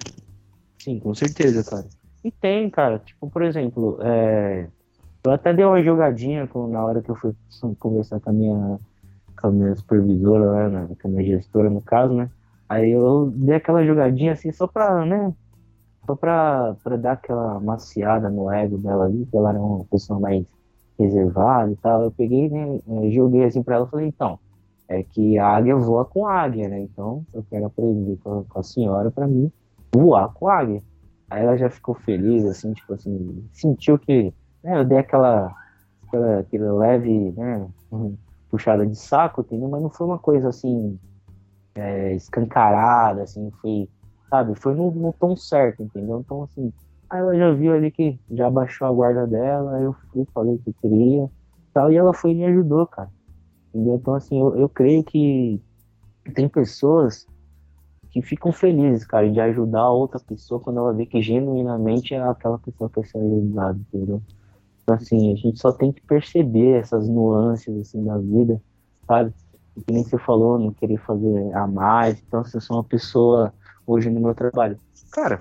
Sim, com certeza, cara. E tem, cara. Tipo, por exemplo, é... eu até dei uma jogadinha com, na hora que eu fui conversar com a minha, com a minha supervisora, né, com a minha gestora, no caso, né. Aí eu dei aquela jogadinha assim, só pra, né, só pra, pra dar aquela maciada no ego dela ali, que ela era uma pessoa mais reservado e tal. Eu peguei, né, joguei assim pra ela e falei, então, é que a águia voa com águia, né, então eu quero aprender com a, com a senhora pra mim voar com águia. Aí ela já ficou feliz, assim, tipo assim, sentiu que, né, eu dei aquela, aquela, aquela leve, né, puxada de saco, entendeu, mas não foi uma coisa assim, é, escancarada, assim, foi, sabe, foi no, no tom certo, entendeu, então assim, aí ela já viu ali que já baixou a guarda dela, eu fui, falei que queria, tal, e ela foi e me ajudou, cara. Entendeu? Então, assim, eu, eu creio que tem pessoas que ficam felizes, cara, de ajudar outra pessoa quando ela vê que genuinamente é aquela pessoa que quer ser ajudada, entendeu? Então, assim, a gente só tem que perceber essas nuances, assim, da vida, sabe? E que nem você falou, não querer fazer a mais. Então, se eu sou uma pessoa hoje no meu trabalho, cara,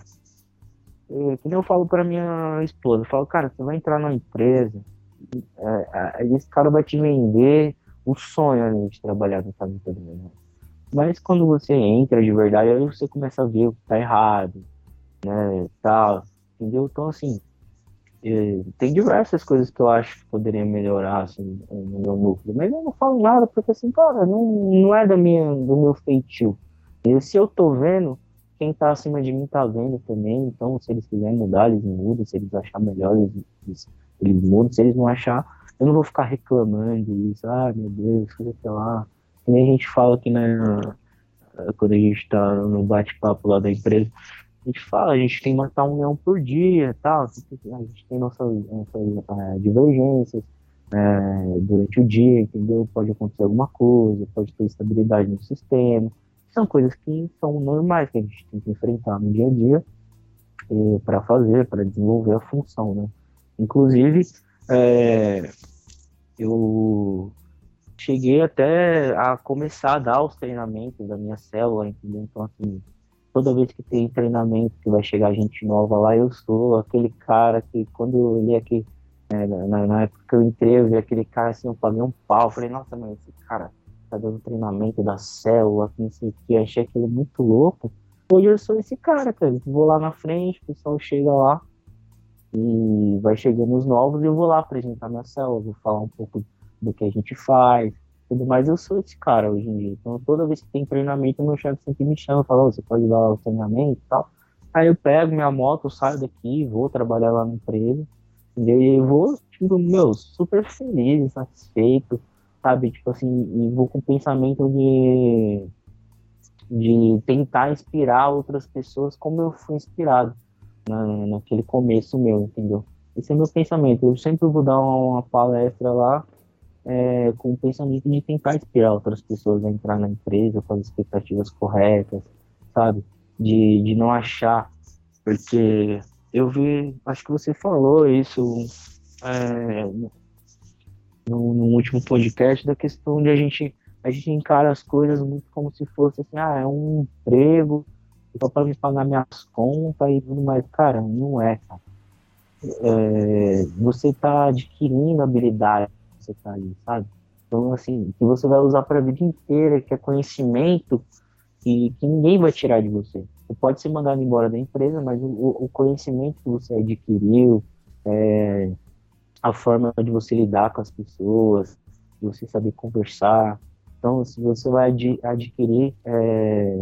é, que nem eu falo pra minha esposa, eu falo, cara, você vai entrar numa empresa, é, é, esse cara vai te vender o sonho ali de trabalhar no caso também, né? Mas quando você entra de verdade, aí você começa a ver o que tá errado, né, tal, entendeu? Então, assim, é, tem diversas coisas que eu acho que poderia melhorar, assim, no meu núcleo, mas eu não falo nada, porque, assim, cara, não, não é da minha, do meu feitio. E se eu tô vendo, quem tá acima de mim tá vendo também, então, se eles quiserem mudar, eles mudam, se eles acharem melhor, eles, eles mudam, se eles não achar, eu não vou ficar reclamando isso, ah, meu Deus, sei lá. Que nem a gente fala aqui, né, quando a gente tá no bate-papo lá da empresa, a gente fala, a gente tem que matar um leão por dia, tal, a gente tem nossas, nossas uh, divergências, é, durante o dia, entendeu? Pode acontecer alguma coisa, pode ter instabilidade no sistema. São coisas que são normais, que a gente tem que enfrentar no dia a dia para fazer, para desenvolver a função, né? Inclusive, é, eu cheguei até a começar a dar os treinamentos da minha célula, entendeu? Então, assim, toda vez que tem treinamento, que vai chegar gente nova lá, eu sou aquele cara que, quando eu olhei aqui, é, na, na época que eu entrei, eu vi aquele cara assim, eu paguei um pau, eu falei, nossa, mas esse cara tá dando treinamento da célula, que não sei o que, achei aquilo muito louco. Hoje eu sou esse cara, cara, vou lá na frente, o pessoal chega lá e vai chegando os novos e eu vou lá apresentar minha célula, vou falar um pouco do que a gente faz, tudo mais. Eu sou esse cara hoje em dia. Então, toda vez que tem treinamento, meu chefe sempre me chama e fala, oh, você pode dar o treinamento e tal. Aí eu pego minha moto, saio daqui, vou trabalhar lá na empresa, entendeu? E eu vou, tipo, meu, super feliz, satisfeito, sabe? Tipo assim, e vou com o pensamento de, de tentar inspirar outras pessoas como eu fui inspirado na, naquele começo meu, entendeu? Esse é meu pensamento. Eu sempre vou dar uma, uma palestra lá, É, com o pensamento de tentar inspirar outras pessoas a entrar na empresa com as expectativas corretas, sabe? De, de não achar, porque eu vi, acho que você falou isso é, no, no último podcast, da questão de a gente, a gente encara as coisas muito como se fosse assim, ah, é um emprego só para me pagar minhas contas e tudo mais. Cara, não é, cara. É, você está adquirindo habilidade, você tá ali, sabe? Então, assim, que você vai usar para a vida inteira, que é conhecimento que, que ninguém vai tirar de você. Você pode ser mandado embora da empresa, mas o, o conhecimento que você adquiriu, é, a forma de você lidar com as pessoas, de você saber conversar. Então, se você vai ad, adquirir é,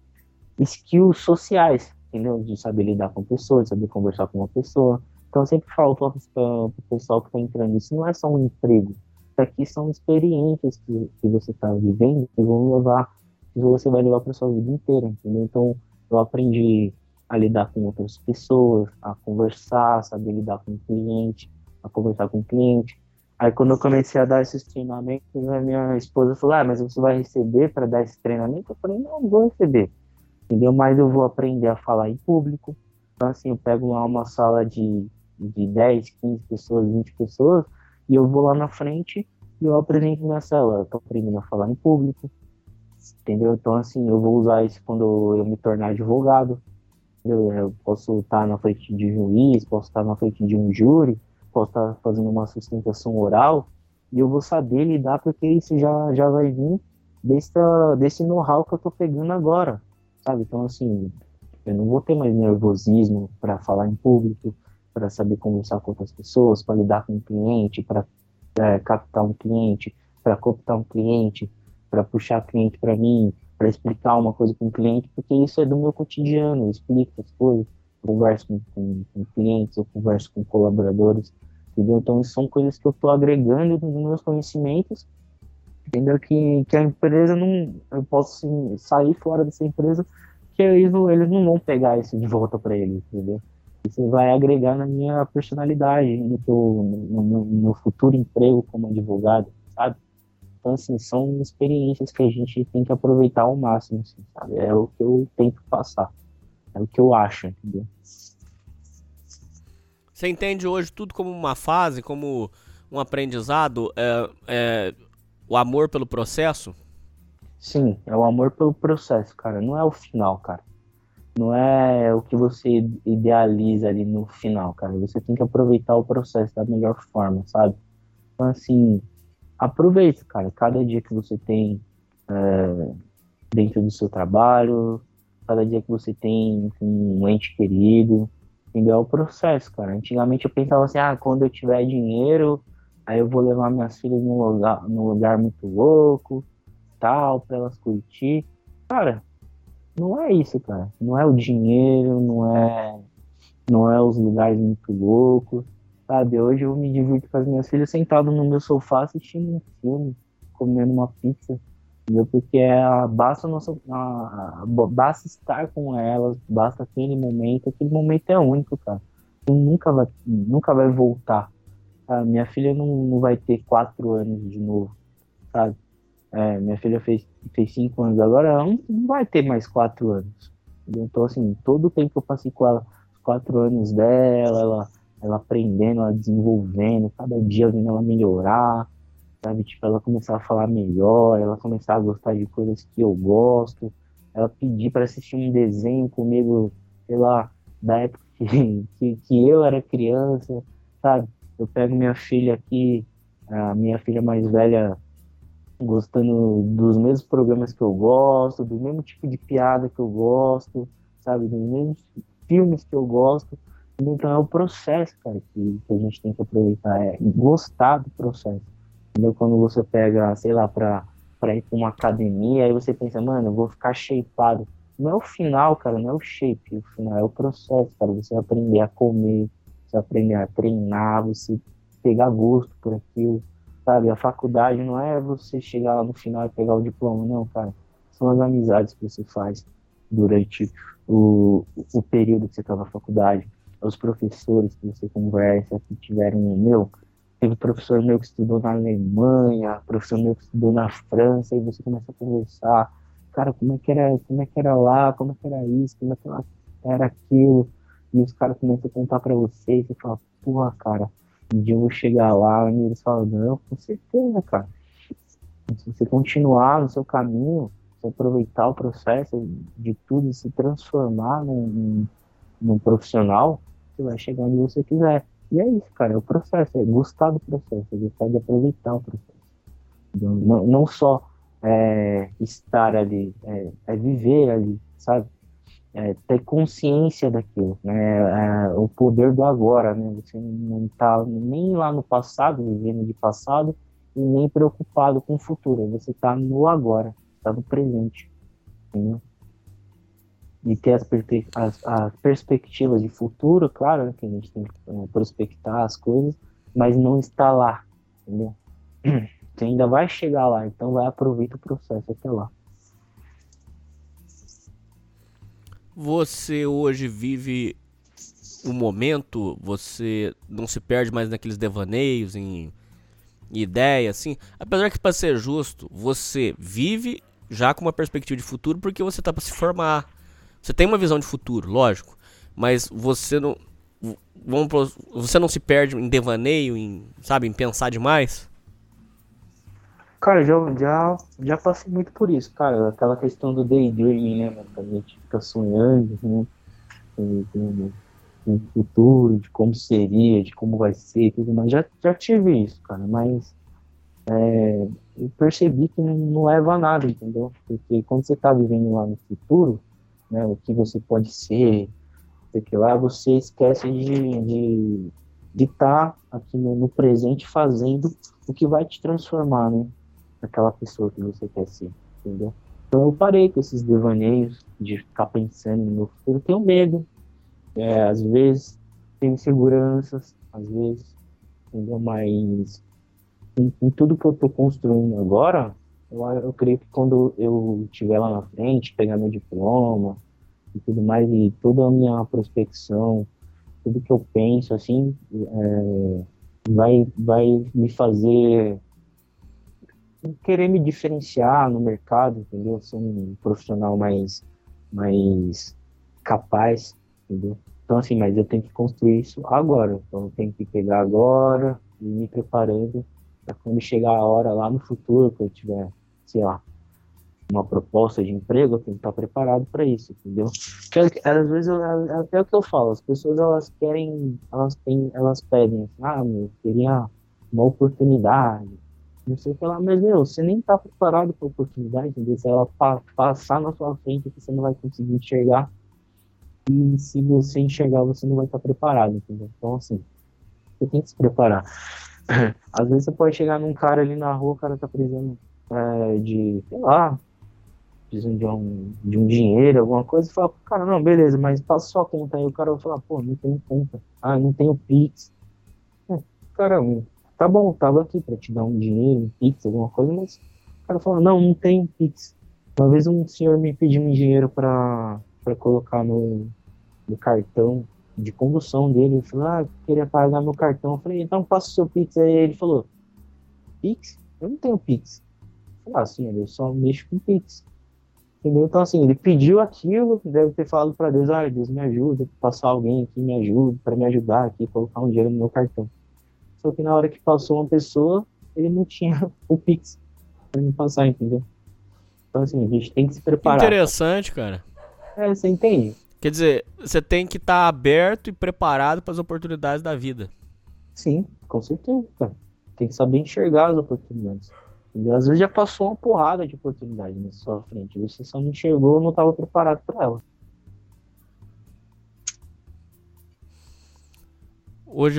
skills sociais, entendeu? De saber lidar com pessoas, de saber conversar com uma pessoa. Então, eu sempre falo para o pessoal que está entrando, isso não é só um emprego. Isso aqui são experiências que, que você está vivendo e vão levar, que você vai levar para a sua vida inteira, entendeu? Então, eu aprendi a lidar com outras pessoas, a conversar, a saber lidar com o cliente, a conversar com o cliente. Aí, quando eu comecei a dar esses treinamentos, a minha esposa falou, ah, mas você vai receber para dar esse treinamento? Eu falei, não, não vou receber, entendeu? Mas eu vou aprender a falar em público. Então, assim, eu pego lá uma sala de de dez, quinze pessoas, vinte pessoas, e eu vou lá na frente e eu apresento minha célula. Eu tô aprendendo a falar em público, entendeu? Então, assim, eu vou usar isso quando eu me tornar advogado, entendeu? Eu posso estar na frente de um juiz, posso estar na frente de um júri, posso estar fazendo uma sustentação oral, e eu vou saber lidar, porque isso já, já vai vir desse, desse know-how que eu tô pegando agora, sabe? Então, assim, eu não vou ter mais nervosismo para falar em público, para saber conversar com outras pessoas, para lidar com um cliente, para é, captar um cliente, para cooptar um cliente, para puxar cliente para mim, para explicar uma coisa com o cliente, porque isso é do meu cotidiano, eu explico as coisas, converso com, com, com clientes, eu converso com colaboradores, entendeu? Então, isso são coisas que eu estou agregando nos meus conhecimentos, entendeu? Que, que a empresa não... Eu posso sim, sair fora dessa empresa, que eles não, eles não vão pegar isso de volta para eles, entendeu? Isso vai agregar na minha personalidade, no, que eu, no, no meu futuro emprego como advogado, sabe? Então, assim, são experiências que a gente tem que aproveitar ao máximo, assim, sabe? É o que eu tento passar, é o que eu acho, entendeu? Você entende hoje tudo como uma fase, como um aprendizado, é, é, o amor pelo processo? Sim, é o amor pelo processo, cara, não é o final, cara. Não é o que você idealiza ali no final, cara. Você tem que aproveitar o processo da melhor forma, sabe? Então, assim, aproveita, cara. Cada dia que você tem é, dentro do seu trabalho, cada dia que você tem com um ente querido, entendeu? É o processo, cara. Antigamente eu pensava assim, ah, quando eu tiver dinheiro, aí eu vou levar minhas filhas num lugar, num lugar muito louco, tal, pra elas curtir. Cara, não é isso, cara. Não é o dinheiro, não é, não é os lugares muito loucos, sabe? Hoje eu me divirto com as minhas filhas sentado no meu sofá assistindo um filme, comendo uma pizza, entendeu? Porque é, basta, nossa, a, basta estar com elas, basta aquele momento. Aquele momento é único, cara. Tu nunca vai, nunca vai voltar, Ah, minha filha não, não vai ter quatro anos de novo, sabe? É, minha filha fez, fez cinco anos agora, ela não, não vai ter mais quatro anos. Entendeu? Então, assim, todo o tempo que eu passei com ela, os quatro anos dela, ela, ela aprendendo, ela desenvolvendo, cada dia vendo ela melhorar, sabe? Tipo, ela começar a falar melhor, ela começar a gostar de coisas que eu gosto, ela pedir para assistir um desenho comigo, sei lá, da época que, que, que eu era criança, sabe? Eu pego minha filha aqui, a minha filha mais velha, gostando dos mesmos programas que eu gosto, do mesmo tipo de piada que eu gosto, sabe, dos mesmos filmes que eu gosto. Então é o processo, cara, que, que a gente tem que aproveitar, é gostar do processo. Entendeu? Quando você pega, sei lá, pra, pra ir pra uma academia, aí você pensa, mano, eu vou ficar shapeado. Não é o final, cara, não é o shape, o final é o processo, cara, você aprender a comer, você aprender a treinar, você pegar gosto por aquilo. Sabe, a faculdade não é você chegar lá no final e pegar o diploma, não, cara. São as amizades que você faz durante o, o período que você está na faculdade. Os professores que você conversa, que tiveram, meu, teve professor meu que estudou na Alemanha, professor meu que estudou na França, e você começa a conversar, cara, como é que era, como é que era lá, como é que era isso, como é que era aquilo, e os caras começam a contar pra você, e você fala, porra, cara, um dia eu vou chegar lá, e eles falam, não, com certeza, cara. Se você continuar no seu caminho, se aproveitar o processo de tudo e se transformar num, num, num profissional, você vai chegar onde você quiser. E é isso, cara, é o processo, é gostar do processo, é gostar de aproveitar o processo. Então, não, não só é, estar ali, é, é viver ali, sabe? É, ter consciência daquilo, né? É, o poder do agora, né? Você não está nem lá no passado, vivendo de passado, e nem preocupado com o futuro. Você está no agora, está no presente, entendeu? E ter as, perspe- as, as perspectivas de futuro, claro, né? Que a gente tem que é, prospectar as coisas, mas não está lá, entendeu? Você ainda vai chegar lá, então vai aproveitar o processo até lá. Você hoje vive o momento, você não se perde mais naqueles devaneios, em ideias, assim. Apesar que, para ser justo, você vive já com uma perspectiva de futuro porque você tá para se formar. Você tem uma visão de futuro, lógico, mas você não, vamos, você não se perde em devaneio, em, sabe, em pensar demais? Cara, já, já, já passei muito por isso, cara. Aquela questão do daydreaming, né, mano? A gente fica sonhando, né? Com, com, com o futuro, de como seria, de como vai ser, tudo mais. Já, já tive isso, cara, mas é, eu percebi que não, não leva a nada, entendeu? Porque quando você tá vivendo lá no futuro, né, o que você pode ser, sei que lá, você esquece de de de estar aqui no, no presente fazendo o que vai te transformar, né? Aquela pessoa que você quer ser, entendeu? Então eu parei com esses devaneios de ficar pensando no meu futuro. Eu tenho medo, é, às vezes tenho inseguranças, às vezes, entendeu? Mas em, em tudo que eu tô construindo agora, eu, eu creio que quando eu estiver lá na frente, pegar meu diploma e tudo mais, e toda a minha prospecção, tudo que eu penso, assim, é, vai, vai me fazer querer me diferenciar no mercado, entendeu? Ser um profissional mais, mais capaz, entendeu? Então, assim, mas eu tenho que construir isso agora. Então, eu tenho que pegar agora e ir me preparando para quando chegar a hora lá no futuro, que eu tiver, sei lá, uma proposta de emprego, eu tenho que estar preparado para isso, entendeu? Porque, às vezes, eu, até o que eu falo, as pessoas, elas querem, elas têm, elas pedem, ah, meu, eu queria uma oportunidade, não sei o que lá, mas, meu, você nem tá preparado para a oportunidade, entendeu? Se ela pa- passar na sua frente, você não vai conseguir enxergar, e se você enxergar, você não vai estar preparado, entendeu? Então, assim, você tem que se preparar. Às vezes você pode chegar num cara ali na rua, o cara tá precisando é, de, sei lá, precisando de um, de um dinheiro, alguma coisa, e fala, cara, não, beleza, mas passa sua conta aí. O cara vai falar, pô, não tenho conta, ah, não tenho Pix. É, cara, tá bom, tava aqui pra te dar um dinheiro, um Pix, alguma coisa, mas o cara fala, não, não tenho Pix. Uma vez um senhor me pediu um dinheiro pra, pra colocar no, no cartão de condução dele. Ele falou, ah, eu queria pagar meu cartão. Eu falei, então passa o seu Pix. Aí ele falou, Pix? Eu não tenho Pix. Eu falei, assim, eu só mexo com Pix. Entendeu? Então, assim, ele pediu aquilo, deve ter falado para Deus, ah, Deus me ajuda, passar alguém aqui, me ajuda, para me ajudar aqui, colocar um dinheiro no meu cartão. Só que na hora que passou uma pessoa, ele não tinha o Pix para me passar, entendeu? Então, assim, a gente tem que se preparar. Interessante, cara. É, você entende? Quer dizer, você tem que estar aberto e preparado para as oportunidades da vida. Sim, com certeza, cara. Tem que saber enxergar as oportunidades. E às vezes já passou uma porrada de oportunidade na sua frente. Você só não enxergou ou não estava preparado para ela. Hoje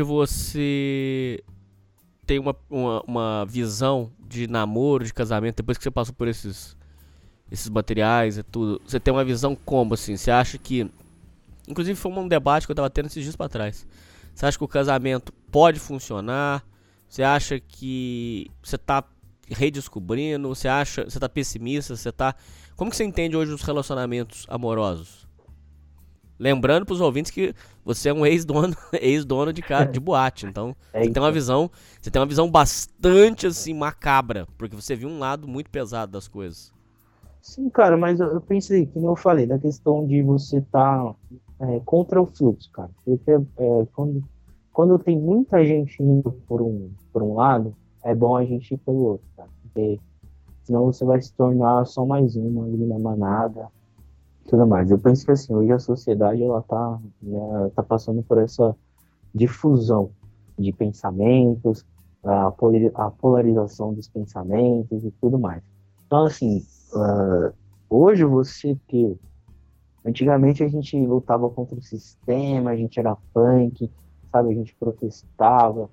você tem uma, uma, uma visão de namoro, de casamento, depois que você passou por esses, esses materiais e tudo. Você tem uma visão como, assim? Você acha que... Inclusive foi um debate que eu estava tendo esses dias para trás. Você acha que o casamento pode funcionar? Você acha que você está redescobrindo? Você acha, você tá pessimista? Você tá... Como que você entende hoje os relacionamentos amorosos? Lembrando pros ouvintes que você é um ex-dono, ex-dono de, ca... de boate, então É você tem uma visão, você tem uma visão bastante assim macabra, porque você viu um lado muito pesado das coisas. Sim, cara, mas eu, eu pensei, que nem eu falei, da questão de você estar tá, é, contra o fluxo, cara. Porque é, quando, quando tem muita gente indo por um, por um lado, é bom a gente ir pelo outro, cara. Porque senão você vai se tornar só mais uma ali na manada e tudo mais. Eu penso que assim, hoje a sociedade ela tá, né, tá passando por essa difusão de pensamentos, a, polir, a polarização dos pensamentos e tudo mais. Então, assim, uh, hoje você ter... Antigamente a gente lutava contra o sistema, a gente era punk, sabe? A gente protestava.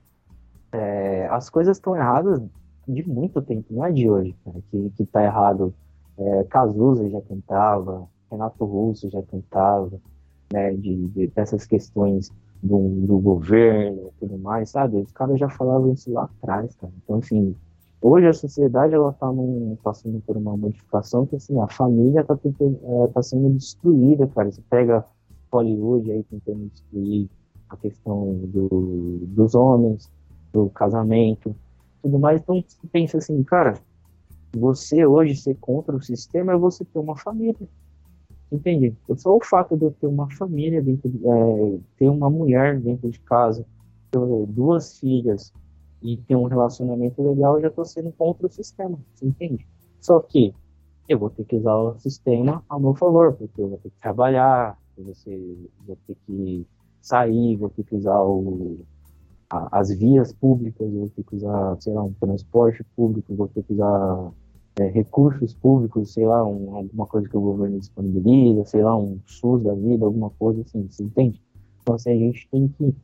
É, as coisas estão erradas de muito tempo, não é de hoje, cara, que, que tá errado. É, Cazuza já cantava, Renato Russo já cantava, né, de, de, dessas questões do, do governo e tudo mais, sabe? Os caras já falavam isso lá atrás, cara. Então, assim, hoje a sociedade, ela tá num, passando por uma modificação que, assim, a família tá, tentando, é, tá sendo destruída, cara. Você pega Hollywood aí tentando destruir a questão do, dos homens, do casamento, tudo mais. Então você pensa assim, cara, você hoje ser contra o sistema é você ter uma família, entende? Só o fato de eu ter uma família dentro de, é, ter uma mulher dentro de casa, ter duas filhas e ter um relacionamento legal, eu já tô sendo contra o sistema, você entende? Só que eu vou ter que usar o sistema a meu favor, porque eu vou ter que trabalhar, eu vou, ser, vou ter que sair, vou ter que usar o as vias públicas, vou ter que usar, sei lá, um transporte público, vou ter que usar é, recursos públicos, sei lá, um, alguma coisa que o governo disponibiliza, sei lá, um SUS da vida, alguma coisa assim, você entende? Então, assim, a gente tem que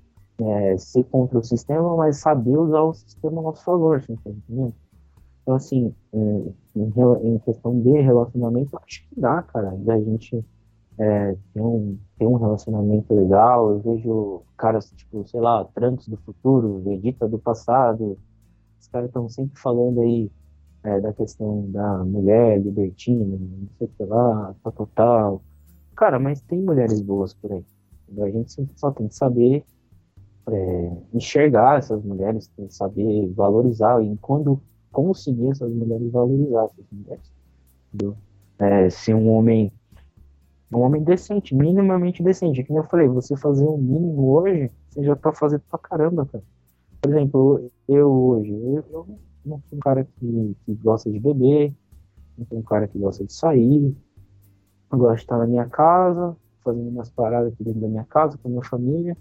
é, ser contra o sistema, mas saber usar o sistema a nosso favor, você entende? Então, assim, é, em, em questão de relacionamento, eu acho que dá, cara, da gente É, tem, um, tem um relacionamento legal. Eu vejo caras, tipo, sei lá, Trunks do futuro, Vegeta do passado. Os caras estão sempre falando aí é, da questão da mulher libertina, não sei o que lá, tal, tal, tal. Cara, mas tem mulheres boas por aí. A gente sempre só tem que saber é, enxergar essas mulheres, tem que saber valorizar. E quando conseguir essas mulheres, valorizar essas mulheres. Entendeu? É, se um homem Um homem decente, minimamente decente. Como eu falei, você fazer um mínimo hoje, você já tá fazendo pra caramba, cara. Por exemplo, eu hoje, eu, eu não sou um cara que, que gosta de beber, não sou um cara que gosta de sair, eu gosto de estar na minha casa, fazendo minhas paradas aqui dentro da minha casa, com a minha família.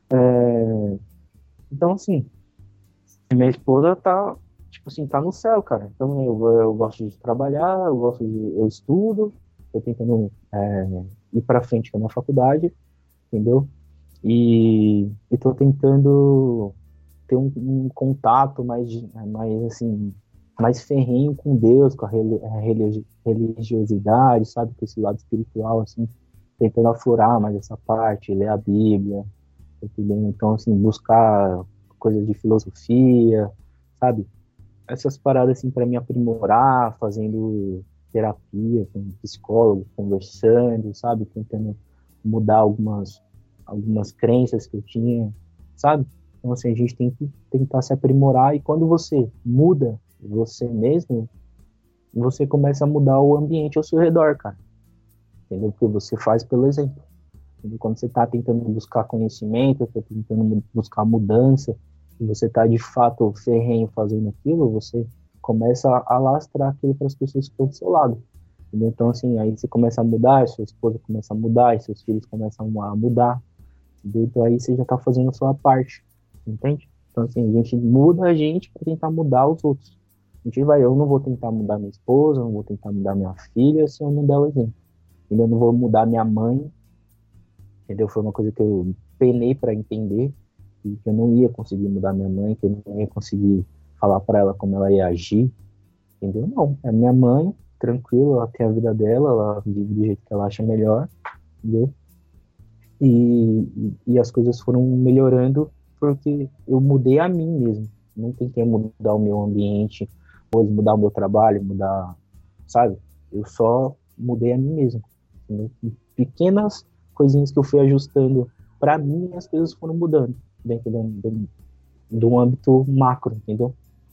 É... Então, assim, minha esposa tá, tipo assim, tá no céu, cara. Então, eu, eu gosto de trabalhar, eu gosto de, eu estudo, tô tentando é, ir para frente com a minha faculdade, entendeu? E estou tentando ter um, um contato mais, mais, assim, mais ferrenho com Deus, com a religiosidade, sabe? Com esse lado espiritual, assim, tentando aflorar mais essa parte, ler a Bíblia, entendeu? Então, assim, buscar coisas de filosofia, sabe? Essas paradas, assim, para me aprimorar, fazendo terapia com um psicólogo, conversando, sabe, tentando mudar algumas algumas crenças que eu tinha, sabe? Então, assim, a gente tem que tentar se aprimorar, e quando você muda você mesmo, você começa a mudar o ambiente ao seu redor, cara. Entendeu? Porque você faz pelo exemplo. Entendeu? Quando você tá tentando buscar conhecimento, tá tentando buscar mudança, e você tá de fato ferrenho fazendo aquilo, você começa a alastrar aquilo para as pessoas que estão do seu lado. Entendeu? Então, assim, aí você começa a mudar, sua esposa começa a mudar, e seus filhos começam a mudar. Entendeu? Então aí você já tá fazendo a sua parte. Entende? Então, assim, a gente muda a gente para tentar mudar os outros. A gente vai, eu não vou tentar mudar minha esposa, eu não vou tentar mudar minha filha se eu não der o exemplo. Entendeu? Eu não vou mudar minha mãe. Entendeu? Foi uma coisa que eu penei para entender, que eu não ia conseguir mudar minha mãe, que eu não ia conseguir falar para ela como ela ia agir. Entendeu? Não. É minha mãe, tranquilo, ela tem a vida dela, ela vive do jeito que ela acha melhor. Entendeu? E, e as coisas foram melhorando porque eu mudei a mim mesmo. Não tentei mudar o meu ambiente, ou mudar o meu trabalho, mudar, sabe? Eu só mudei a mim mesmo. Entendeu? Pequenas coisinhas que eu fui ajustando para mim, as coisas foram mudando dentro do, do, do âmbito macro, entendeu?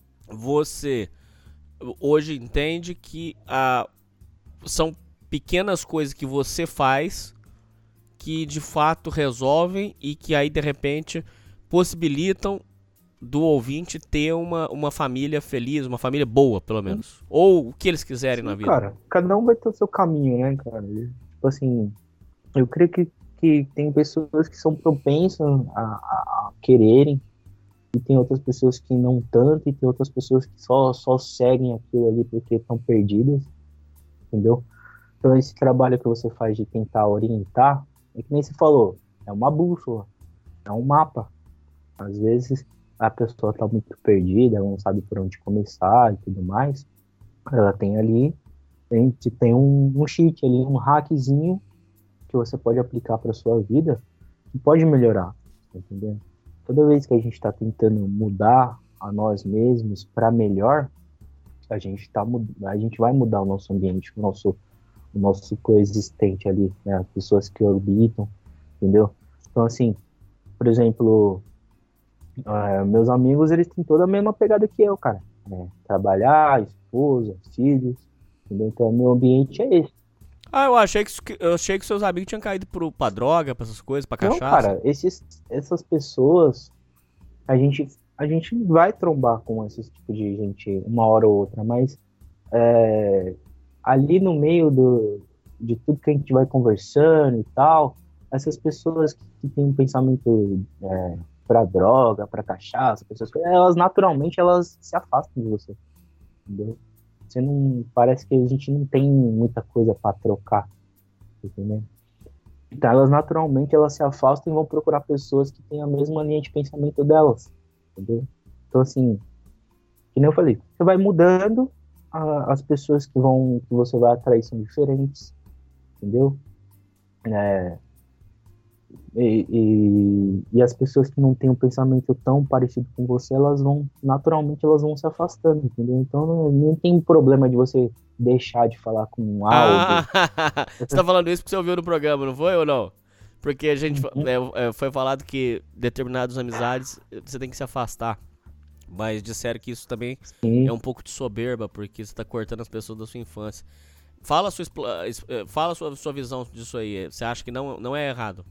Você hoje entende que ah, são pequenas coisas que você faz que de fato resolvem e que aí de repente possibilitam do ouvinte ter uma, uma família feliz, uma família boa, pelo menos. Hum. Ou o que eles quiserem Sim, na vida. Cara, cada um vai ter o seu caminho, né, cara? Tipo assim, eu creio que, que tem pessoas que são propensas a, a, a quererem, e tem outras pessoas que não tanto, e tem outras pessoas que só, só seguem aquilo ali porque estão perdidas, entendeu? Então esse trabalho que você faz de tentar orientar, é que nem você falou, é uma bússola, é um mapa. Às vezes a pessoa está muito perdida, ela não sabe por onde começar e tudo mais. Ela tem ali, tem, tem um, um cheat ali, um hackzinho que você pode aplicar para sua vida que pode melhorar, entendeu? Toda vez que a gente está tentando mudar a nós mesmos para melhor, a gente, tá, a gente vai mudar o nosso ambiente, o nosso, o nosso coexistente ali, né? As pessoas que orbitam, entendeu? Então, assim, por exemplo, uh, meus amigos, eles têm toda a mesma pegada que eu, cara. É, trabalhar, esposa, filhos, entendeu? Então, meu ambiente é esse. Ah, eu achei que, eu achei que seus amigos tinham caído pro, pra droga, pra essas coisas, pra cachaça. Não, cara, esses, essas pessoas, a gente, a gente vai trombar com esse tipo de gente uma hora ou outra, mas é, ali no meio do, de tudo que a gente vai conversando e tal, essas pessoas que, que têm um pensamento é, pra droga, pra cachaça, pra essas coisas, elas naturalmente elas se afastam de você, entendeu? Você não, parece que a gente não tem muita coisa para trocar, entendeu? Então elas naturalmente elas se afastam e vão procurar pessoas que têm a mesma linha de pensamento delas, entendeu? Então assim, que nem eu falei, você vai mudando, a, as pessoas que vão que você vai atrair são diferentes, entendeu? É, e, e, e as pessoas que não têm um pensamento tão parecido com você, elas vão, naturalmente, elas vão se afastando, entendeu? Então, não, nem tem problema de você deixar de falar com algo. Ah, você tá falando isso porque você ouviu no programa, não foi ou não? Porque a gente, uhum. é, foi falado que determinadas amizades você tem que se afastar. Mas disseram que isso também Sim. é um pouco de soberba, porque você tá cortando as pessoas da sua infância. Fala a sua, fala a sua, sua visão disso aí. Você acha que não, não é errado?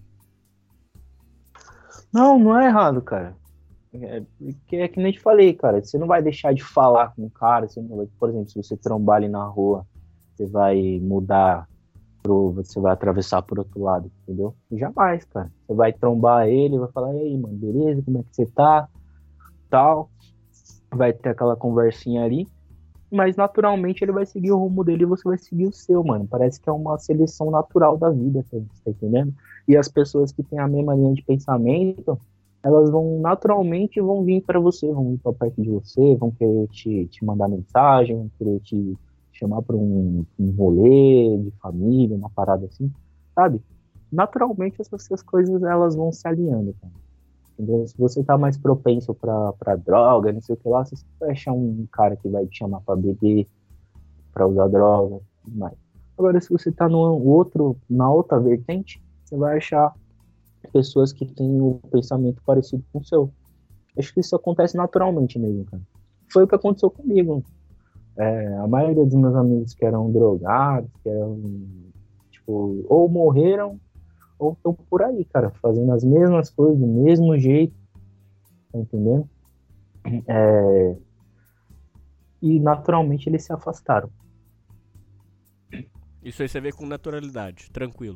Não, não é errado, cara. É, é que nem eu te falei, cara. Você não vai deixar de falar com o cara. Você não vai, por exemplo, se você trombar ali na rua, você vai mudar pro, você vai atravessar por outro lado, entendeu? Jamais, cara. Você vai trombar ele, vai falar, e aí, mano, beleza? Como é que você tá? Tal. Vai ter aquela conversinha ali. Mas naturalmente ele vai seguir o rumo dele e você vai seguir o seu, mano. Parece que é uma seleção natural da vida, você tá entendendo? E as pessoas que têm a mesma linha de pensamento, elas vão naturalmente vão vir para você, vão vir para perto de você, vão querer te, te mandar mensagem, vão querer te chamar para um, um rolê de família, uma parada assim, sabe? Naturalmente essas, essas coisas elas vão se alinhando, cara. Entendeu? Se você tá mais propenso pra, pra droga, não sei o que lá, você vai achar um cara que vai te chamar pra beber, pra usar droga, tudo mais. Agora, se você tá no outro, na outra vertente, você vai achar pessoas que têm um pensamento parecido com o seu. Acho que isso acontece naturalmente mesmo, cara. Foi o que aconteceu comigo. É, a maioria dos meus amigos que eram drogados, que eram, tipo, ou morreram, ou estão por aí, cara, fazendo as mesmas coisas, do mesmo jeito, tá entendendo? É, e naturalmente eles se afastaram. Isso aí você vê com naturalidade, tranquilo.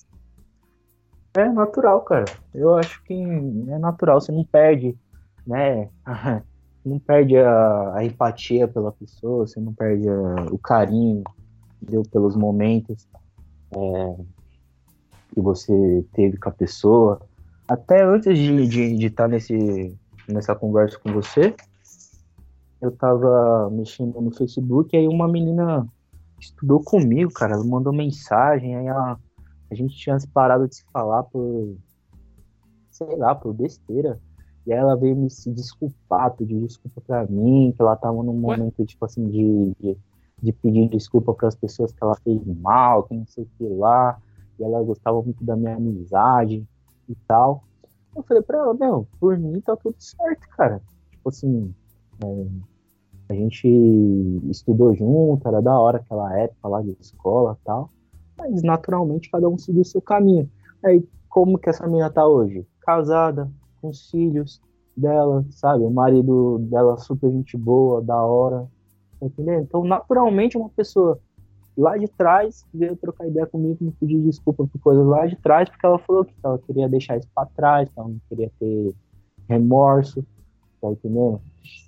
É natural, cara. Eu acho que é natural, você não perde, né? Não perde a, a empatia pela pessoa, você não perde a, o carinho, entendeu? Pelos momentos é, que você teve com a pessoa. Até antes de de, de estar nesse, nessa conversa com você, eu tava mexendo no Facebook, e aí uma menina estudou comigo, cara, ela mandou mensagem, aí ela, a gente tinha parado de se falar por, sei lá, por besteira. E aí ela veio me se desculpar, pedir desculpa pra mim, que ela tava num momento, Ué? tipo assim, de, de, de pedir desculpa pras pessoas que ela fez mal, que não sei o que lá, e ela gostava muito da minha amizade e tal. Eu falei pra ela, meu, por mim tá tudo certo, cara. Tipo assim, é, a gente estudou junto, era da hora aquela época lá de escola e tal, mas naturalmente cada um seguiu o seu caminho. Aí, como que essa menina tá hoje? Casada, com os filhos dela, sabe? O marido dela super gente boa, da hora, tá entendendo? Então, naturalmente, uma pessoa lá de trás veio trocar ideia comigo, me pedir desculpa por coisas lá de trás, porque ela falou que ela queria deixar isso pra trás, que ela não queria ter remorso, tá entendendo?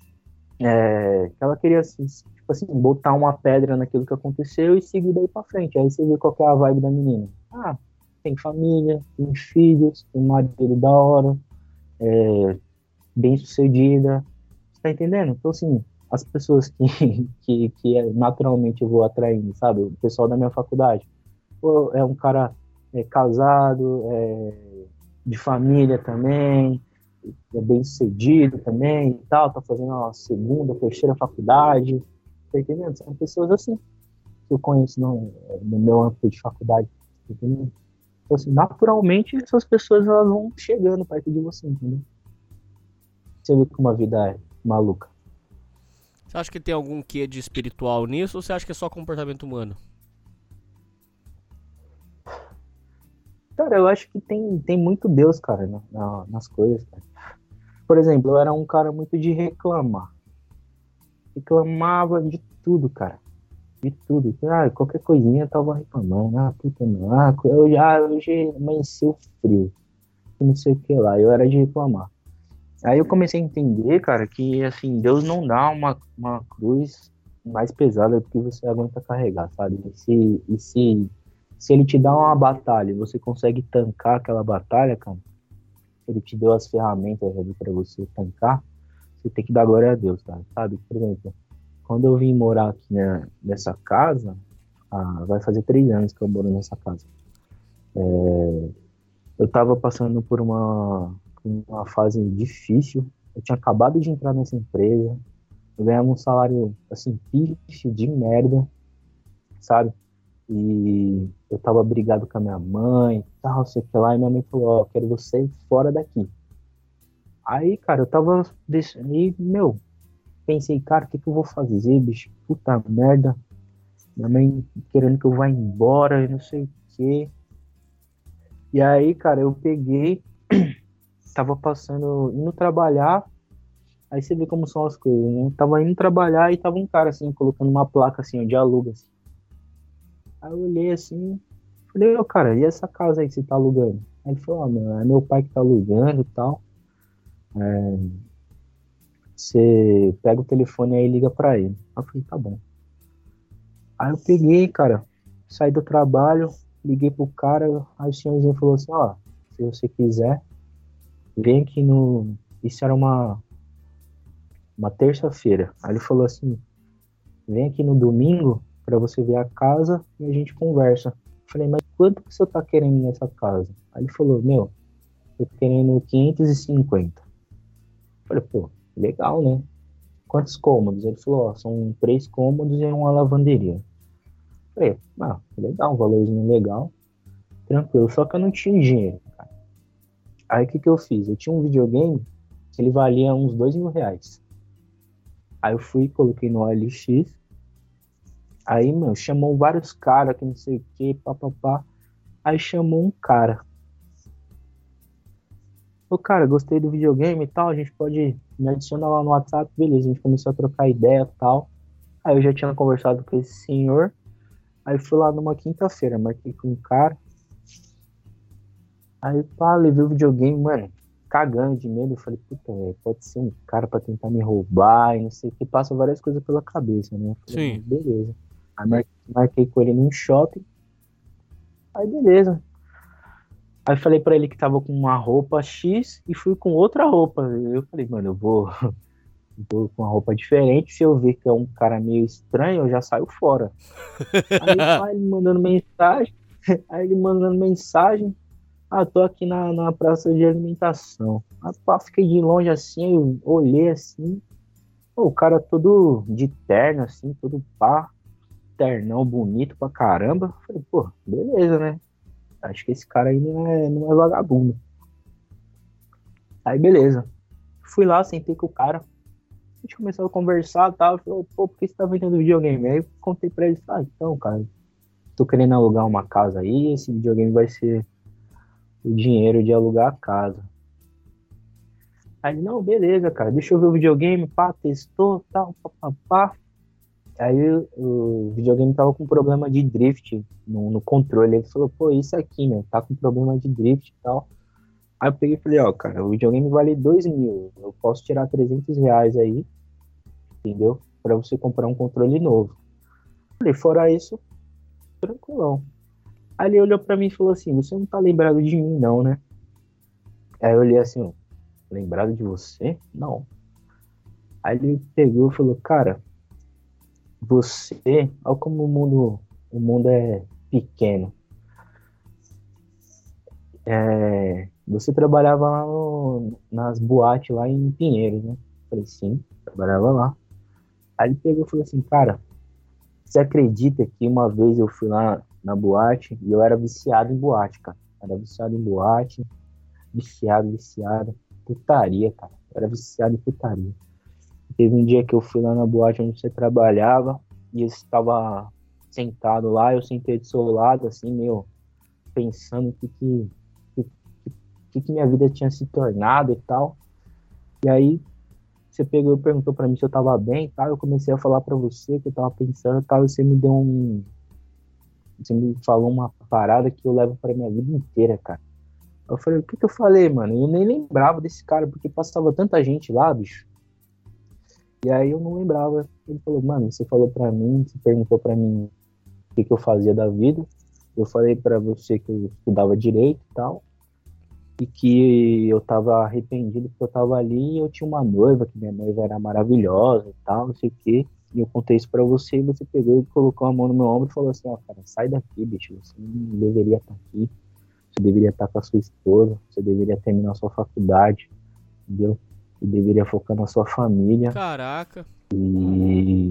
É, ela queria, assim, tipo assim, botar uma pedra naquilo que aconteceu e seguir daí pra frente. Aí você vê qual que é a vibe da menina. Ah, tem família, tem filhos, tem marido da hora, É, bem sucedida, você tá entendendo? Então, assim, as pessoas que, que, que naturalmente eu vou atraindo, sabe? O pessoal da minha faculdade, pô, é um cara é, casado, é, de família também, é bem sucedido também e tal, tá fazendo a segunda, terceira faculdade, tá entendendo? São pessoas assim que eu conheço no, no meu âmbito de faculdade, tá entendendo? Então, assim, naturalmente, essas pessoas elas vão chegando perto de você, entendeu? Você vê como a vida é maluca. Você acha que tem algum quê de espiritual nisso, ou você acha que é só comportamento humano? Cara, eu acho que tem, tem muito Deus, cara, na, na, nas coisas, cara. Por exemplo, eu era um cara muito de reclamar. Reclamava de tudo, cara. De tudo. Ah, qualquer coisinha eu tava reclamando. Ah, puta não. Ah, eu já hoje amanheceu frio. Não sei o que lá. Eu era de reclamar. Aí eu comecei a entender, cara, que assim, Deus não dá uma, uma cruz mais pesada do que você aguenta carregar, sabe? E se, e se, se ele te dá uma batalha e você consegue tancar aquela batalha, cara, ele te deu as ferramentas ali pra você tancar, você tem que dar glória a Deus, cara, sabe? Por exemplo, quando eu vim morar aqui, né, nessa casa, ah, vai fazer três anos que eu moro nessa casa. É, eu tava passando por uma, uma fase difícil. Eu tinha acabado de entrar nessa empresa. Eu ganhava um salário, assim, pífio de merda, sabe? E eu tava brigado com a minha mãe, tal, sei que lá. E minha mãe falou, ó, oh, quero você fora daqui. Aí, cara, eu tava deixando... E, meu... Pensei, cara, o que, que eu vou fazer, bicho? Puta merda. Minha mãe querendo que eu vá embora e não sei o quê. E aí, cara, eu peguei, tava passando, indo trabalhar. Aí você vê como são as coisas, né? Tava indo trabalhar e tava um cara assim, colocando uma placa assim, de aluga. Assim. Aí eu olhei assim, falei, ô cara, e essa casa aí que você tá alugando? Aí ele falou, ó, meu, é meu pai que tá alugando e tal. É... Você pega o telefone aí e liga pra ele. Aí eu falei, tá bom. Aí eu peguei, cara, saí do trabalho, liguei pro cara, aí o senhorzinho falou assim, ó, se você quiser, vem aqui no... Isso era uma, uma terça-feira. Aí ele falou assim, vem aqui no domingo pra você ver a casa e a gente conversa. Eu falei, mas quanto que você tá querendo nessa casa? Aí ele falou, meu, eu tô querendo quinhentos e cinquenta. Eu falei, pô, legal, né? Quantos cômodos? Ele falou, ó, são três cômodos e uma lavanderia. Eu falei, ah, legal, um valorzinho legal. Tranquilo, só que eu não tinha dinheiro, cara. Aí o que que eu fiz? Eu tinha um videogame que ele valia uns dois mil reais. Aí eu fui, coloquei no O L X. Aí, mano, chamou vários caras que não sei o que, papapá. Aí chamou um cara. Ô, cara, gostei do videogame e tal, a gente pode me adicionar lá no WhatsApp, beleza. A gente começou a trocar ideia e tal. Aí eu já tinha conversado com esse senhor. Aí fui lá numa quinta-feira, marquei com um cara. Aí, pá, levei o videogame, mano, cagando de medo. Eu falei, puta, véio, pode ser um cara pra tentar me roubar e não sei o que. Passa várias coisas pela cabeça, né? Eu falei, Sim. Beleza. Aí mar- marquei com ele num shopping. Aí, beleza. Aí falei pra ele que tava com uma roupa X e fui com outra roupa. Eu falei, mano, eu vou, vou com uma roupa diferente. Se eu ver que é um cara meio estranho, eu já saio fora. Aí pá, ele mandando mensagem. Aí ele mandando mensagem. Ah, tô aqui na, na praça de alimentação. Aí, pá, fiquei de longe assim, eu olhei assim. Pô, o cara todo de terno, assim, todo pá. Ternão bonito pra caramba. Falei, pô, beleza, né? Acho que esse cara aí não é, não é vagabundo. Aí, beleza. Fui lá, sentei com o cara. A gente começou a conversar e tal. Falou, pô, por que você tá vendendo videogame? Aí eu contei pra ele, ah, então, cara, tô querendo alugar uma casa aí, esse videogame vai ser o dinheiro de alugar a casa. Aí ele, não, beleza, cara, deixa eu ver o videogame, pá, testou, tal, pá, pá, pá. Aí o, o videogame tava com problema de drift no, no controle. Ele falou, pô, isso aqui, meu, tá com problema de drift e tal. Aí eu peguei e falei, ó, cara, o videogame vale dois mil. Eu posso tirar trezentos reais aí, entendeu? Pra você comprar um controle novo. Falei, fora isso, tranquilão. Aí ele olhou pra mim e falou assim, você não tá lembrado de mim, não, né? Aí eu olhei assim, ó, lembrado de você? Não. Aí ele pegou e falou, cara, você, olha como o mundo, o mundo é pequeno. É, você trabalhava lá no, nas boates lá em Pinheiros, né? Falei, sim, trabalhava lá. Aí ele pegou e falou assim, cara, você acredita que uma vez eu fui lá na boate e eu era viciado em boate, cara? Era viciado em boate, viciado, viciado, putaria, cara. Eu era viciado em putaria. Teve um dia que eu fui lá na boate onde você trabalhava e eu estava sentado lá, eu sentei do seu lado, assim, meio pensando o que que, que, que, que minha vida tinha se tornado e tal. E aí você pegou e perguntou pra mim se eu tava bem e tal. Eu comecei a falar pra você que eu tava pensando e tal, e você me deu um... Você me falou uma parada que eu levo pra minha vida inteira, cara. Eu falei, o que que eu falei, mano? Eu nem lembrava desse cara, porque passava tanta gente lá, bicho. E aí eu não lembrava. Ele falou, mano, você falou pra mim, você perguntou pra mim o que que eu fazia da vida. Eu falei pra você que eu estudava direito e tal. E que eu tava arrependido porque eu tava ali e eu tinha uma noiva, que minha noiva era maravilhosa e tal, não sei o quê. E eu contei isso pra você e você pegou e colocou a mão no meu ombro e falou assim, ó, oh, cara, sai daqui, bicho, você não deveria estar aqui. Você deveria estar com a sua esposa, você deveria terminar a sua faculdade, entendeu? E deveria focar na sua família. Caraca. E...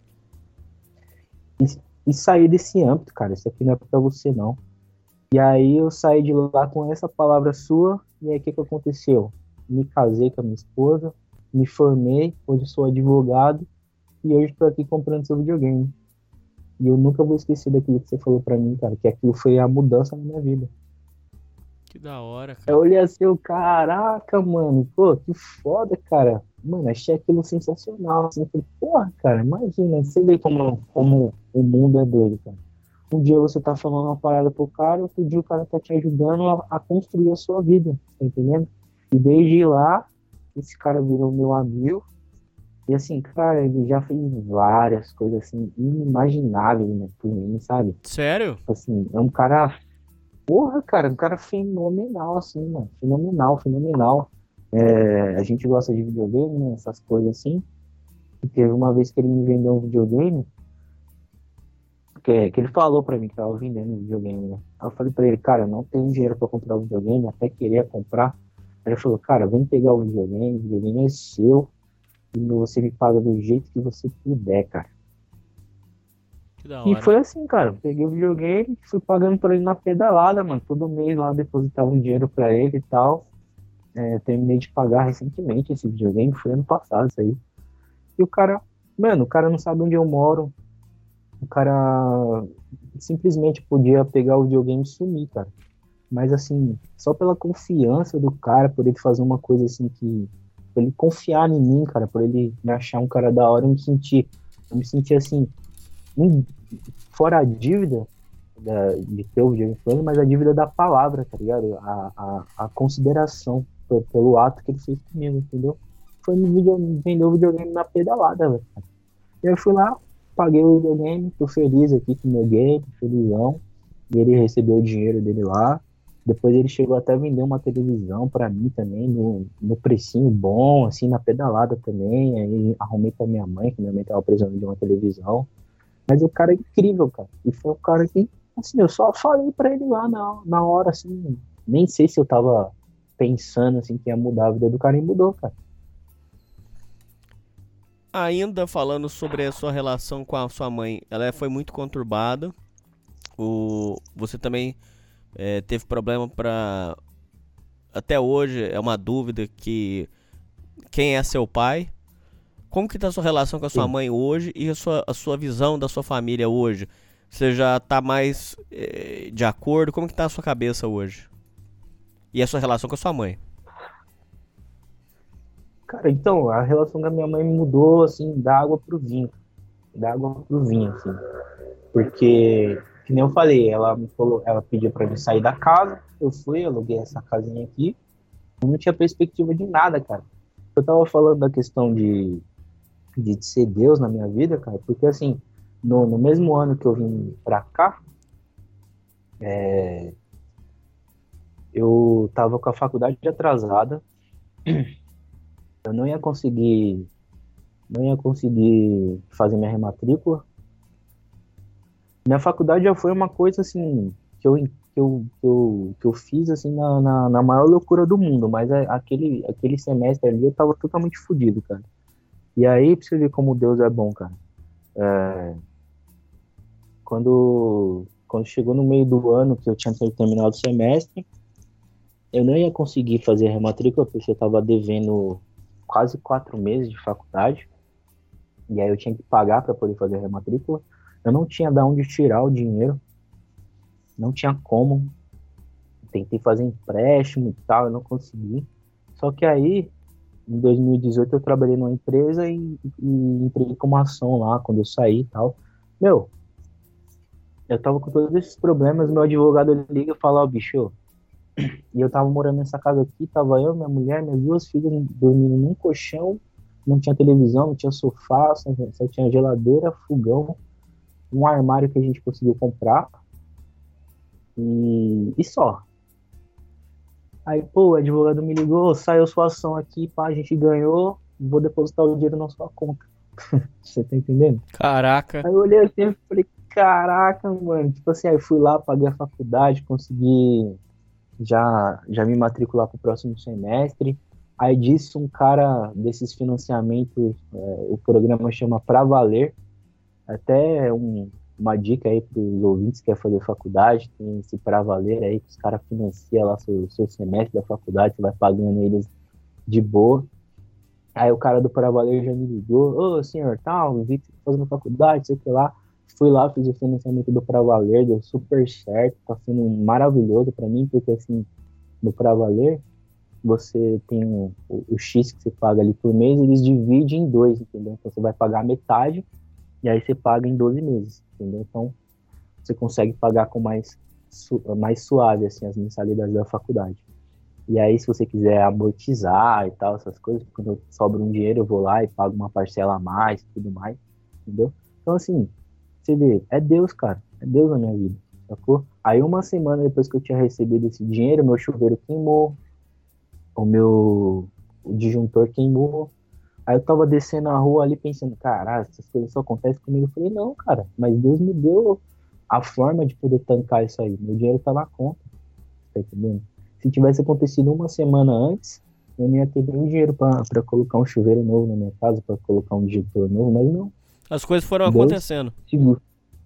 e... E sair desse âmbito, cara. Isso aqui não é pra você, não. E aí eu saí de lá com essa palavra sua. E aí o que que aconteceu? Me casei com a minha esposa. Me formei. Hoje sou advogado. E hoje estou aqui comprando seu videogame. E eu nunca vou esquecer daquilo que você falou pra mim, cara. Que aquilo foi a mudança na minha vida. Que da hora, cara. Eu olhei assim, eu, caraca, mano, pô, que foda, cara. Mano, achei aquilo sensacional. Assim, eu falei, porra, cara, imagina, você vê como, como o mundo é doido, cara. Um dia você tá falando uma parada pro cara, outro dia o cara tá te ajudando a, a construir a sua vida, tá entendendo? E desde lá, esse cara virou meu amigo. E assim, cara, ele já fez várias coisas assim, inimagináveis, né, por mim, sabe? Sério? Assim, é um cara... Porra, cara, um cara fenomenal, assim, mano. Fenomenal, fenomenal. É, a gente gosta de videogame, né? Essas coisas assim. E teve uma vez que ele me vendeu um videogame. Que, que ele falou pra mim que tava vendendo um videogame, né? Aí eu falei pra ele, cara, eu não tenho dinheiro pra comprar o videogame, até queria comprar. Aí ele falou, cara, vem pegar o videogame, o videogame é seu. E você me paga do jeito que você puder, cara. Que da hora. E foi assim, cara, peguei o videogame, fui pagando pra ele na pedalada, mano, todo mês lá depositava um dinheiro pra ele e tal, É, terminei de pagar recentemente esse videogame, foi ano passado isso aí. E o cara, mano, o cara não sabe onde eu moro. O cara simplesmente podia pegar o videogame e sumir, cara. Mas assim, só pela confiança do cara, por ele fazer uma coisa assim que... Por ele confiar em mim, cara, por ele me achar um cara da hora, eu me senti... Eu me senti assim... Um, fora a dívida da, de ter o videogame com ele, mas a dívida da palavra, tá ligado? A, a, a consideração pelo, pelo ato que ele fez comigo, entendeu? Foi me video, vender o videogame na pedalada, velho. E eu fui lá, paguei o videogame, tô feliz aqui com o meu game, felizão. E ele recebeu o dinheiro dele lá. Depois ele chegou até a vender uma televisão pra mim também, no, no precinho bom, assim, na pedalada também. Aí arrumei pra minha mãe, que minha mãe tava precisando de uma televisão. Mas o cara é incrível, cara. E foi um cara que, assim, eu só falei pra ele lá na, na hora, assim, nem sei se eu tava pensando, assim, que ia mudar a vida do cara, e mudou, cara. Ainda falando sobre a sua relação com a sua mãe, ela foi muito conturbada. O, você também é, teve problema pra... Até hoje é uma dúvida que quem é seu pai. Como que tá a sua relação com a sua Sim. mãe hoje e a sua, a sua visão da sua família hoje? Você já tá mais é, de acordo? Como que tá a sua cabeça hoje? E a sua relação com a sua mãe? Cara, então, a relação da minha mãe mudou, assim, da água pro vinho. Da água pro vinho, assim. Porque, que nem eu falei, ela me falou, ela pediu pra mim sair da casa, eu fui, aluguei essa casinha aqui, eu não tinha perspectiva de nada, cara. Eu tava falando da questão de, de ser Deus na minha vida, cara, porque, assim, no, no mesmo ano que eu vim pra cá, é, eu tava com a faculdade atrasada, eu não ia conseguir não ia conseguir fazer minha rematrícula. Minha faculdade já foi uma coisa assim que eu, que eu, que eu, que eu fiz assim na, na, na maior loucura do mundo, mas aquele, aquele semestre ali eu tava totalmente fodido, cara. E aí, pra você ver como Deus é bom, cara. É, quando, quando chegou no meio do ano, que eu tinha terminado o semestre, eu não ia conseguir fazer a rematrícula, porque eu tava devendo quase quatro meses de faculdade, e aí eu tinha que pagar para poder fazer a rematrícula. Eu não tinha de onde tirar o dinheiro, não tinha como. Tentei fazer empréstimo e tal, eu não consegui. Só que aí, em dois mil e dezoito, eu trabalhei numa empresa e, e entrei como ação lá, quando eu saí e tal. Meu, eu tava com todos esses problemas, meu advogado liga e fala, ó, oh, bicho, e eu tava morando nessa casa aqui, tava eu, minha mulher, minhas duas filhas dormindo num colchão, não tinha televisão, não tinha sofá, só, só tinha geladeira, fogão, um armário que a gente conseguiu comprar, e, e só. Aí, pô, o advogado me ligou, saiu sua ação aqui, pá, a gente ganhou, vou depositar o dinheiro na sua conta. Você tá entendendo? Caraca. Aí eu olhei assim e falei, caraca, mano, tipo assim, aí fui lá, paguei a faculdade, consegui... Já, já me matricular para o próximo semestre. Aí disso, um cara desses financiamentos, é, o programa chama Pra Valer. Até um, uma dica aí para os ouvintes que querem fazer faculdade, tem esse Pra Valer aí, que os caras financiam lá seu, seu semestre da faculdade, você vai pagando eles de boa. Aí o cara do Pra Valer já me ligou, ô senhor, tal, vi que você tá fazendo faculdade, sei que lá. Fui lá, fiz o financiamento do Pra Valer, deu super certo, tá sendo maravilhoso pra mim, porque assim, no Pra Valer, você tem o, o X que você paga ali por mês, eles dividem em dois, entendeu? Então você vai pagar metade, e aí você paga em doze meses, entendeu? Então você consegue pagar com mais, su, mais suave, assim, as mensalidades da faculdade. E aí, se você quiser amortizar e tal, essas coisas, quando sobra um dinheiro, eu vou lá e pago uma parcela a mais e tudo mais, entendeu? Então assim, você vê, é Deus, cara, é Deus na minha vida, sacou? Aí uma semana depois que eu tinha recebido esse dinheiro, meu chuveiro queimou, o meu o disjuntor queimou, aí eu tava descendo a rua ali pensando, caralho, essas coisas só acontecem comigo. Eu falei, não, cara, mas Deus me deu a forma de poder tancar isso aí, meu dinheiro tá na conta, tá entendendo? Se tivesse acontecido uma semana antes, eu não ia ter nenhum dinheiro pra, pra colocar um chuveiro novo na minha casa, pra colocar um disjuntor novo, mas não. As coisas foram Deus, acontecendo. Seguro.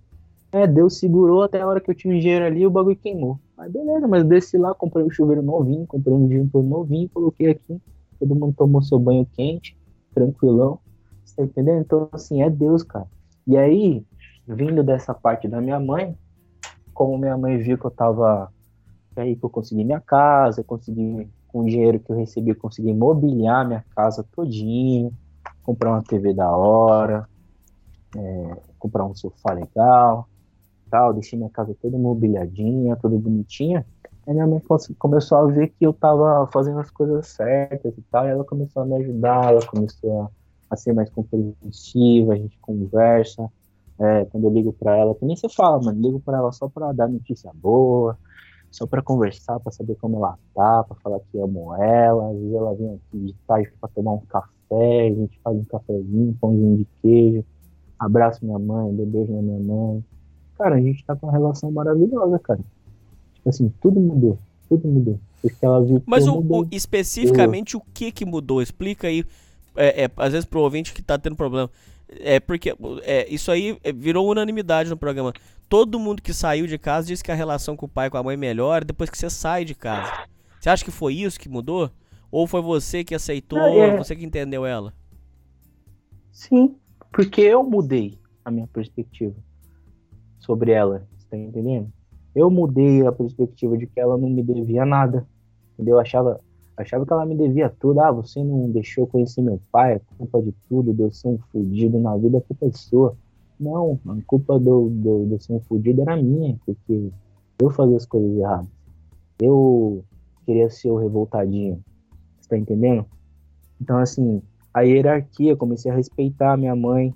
É, Deus segurou até a hora que eu tinha um dinheiro ali e o bagulho queimou. Aí beleza, mas eu desci lá, comprei um chuveiro novinho, comprei um disjuntor novinho, coloquei aqui. Todo mundo tomou seu banho quente, tranquilão. Você tá entendendo? Então, assim, é Deus, cara. E aí, vindo dessa parte da minha mãe, como minha mãe viu que eu tava... Aí que eu consegui minha casa, eu consegui, com o dinheiro que eu recebi, eu consegui mobiliar minha casa todinho, comprar uma T V da hora, é, comprar um sofá legal, tal, deixei minha casa toda mobiliadinha, toda bonitinha. Aí minha mãe começou a ver que eu tava fazendo as coisas certas e tal, e ela começou a me ajudar, ela começou a, a ser mais compreensiva, a gente conversa, é, quando eu ligo pra ela, que nem você fala, mano, ligo pra ela só pra dar notícia boa, só pra conversar, pra saber como ela tá, pra falar que amo ela. Às vezes ela vem aqui de tarde pra tomar um café, a gente faz um cafezinho, pãozinho de queijo, abraço minha mãe, dou beijo na minha mãe. Cara, a gente tá com uma relação maravilhosa, cara. Tipo assim, tudo mudou, tudo mudou. Porque ela viu que Mas eu o, mudei. o- especificamente o que que mudou? Explica aí, é, é, às vezes pro ouvinte que tá tendo problema. É porque é, isso aí é, virou unanimidade no programa. Todo mundo que saiu de casa diz que a relação com o pai e com a mãe melhora depois que você sai de casa. Você acha que foi isso que mudou? Ou foi você que aceitou, É, é. você que entendeu ela? Sim, porque eu mudei a minha perspectiva sobre ela, você tá entendendo? Eu mudei a perspectiva de que ela não me devia nada, entendeu? Eu achava, achava que ela me devia tudo. Ah, você não deixou eu conhecer meu pai, a culpa de tudo, de eu ser um fudido na vida, a culpa é sua. Não, a culpa do, do, de eu ser um fudido era minha, porque eu fazia as coisas erradas. Eu queria ser o revoltadinho, você tá entendendo? Então, assim, a hierarquia, comecei a respeitar a minha mãe.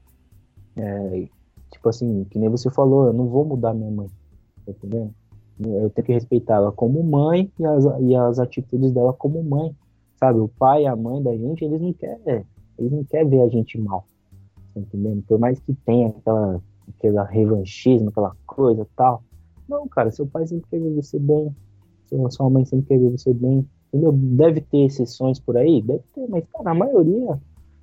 É, tipo assim, que nem você falou, eu não vou mudar minha mãe, tá entendendo? Eu tenho que respeitar ela como mãe e as, e as atitudes dela como mãe, sabe? O pai e a mãe da gente, eles não querem, eles não querem ver a gente mal, tá entendendo? Por mais que tenha aquela, aquela revanchismo, aquela coisa e tal. Não, cara, seu pai sempre quer ver você bem, sua, sua mãe sempre quer ver você bem, entendeu? Deve ter exceções por aí? Deve ter, mas, cara, a maioria,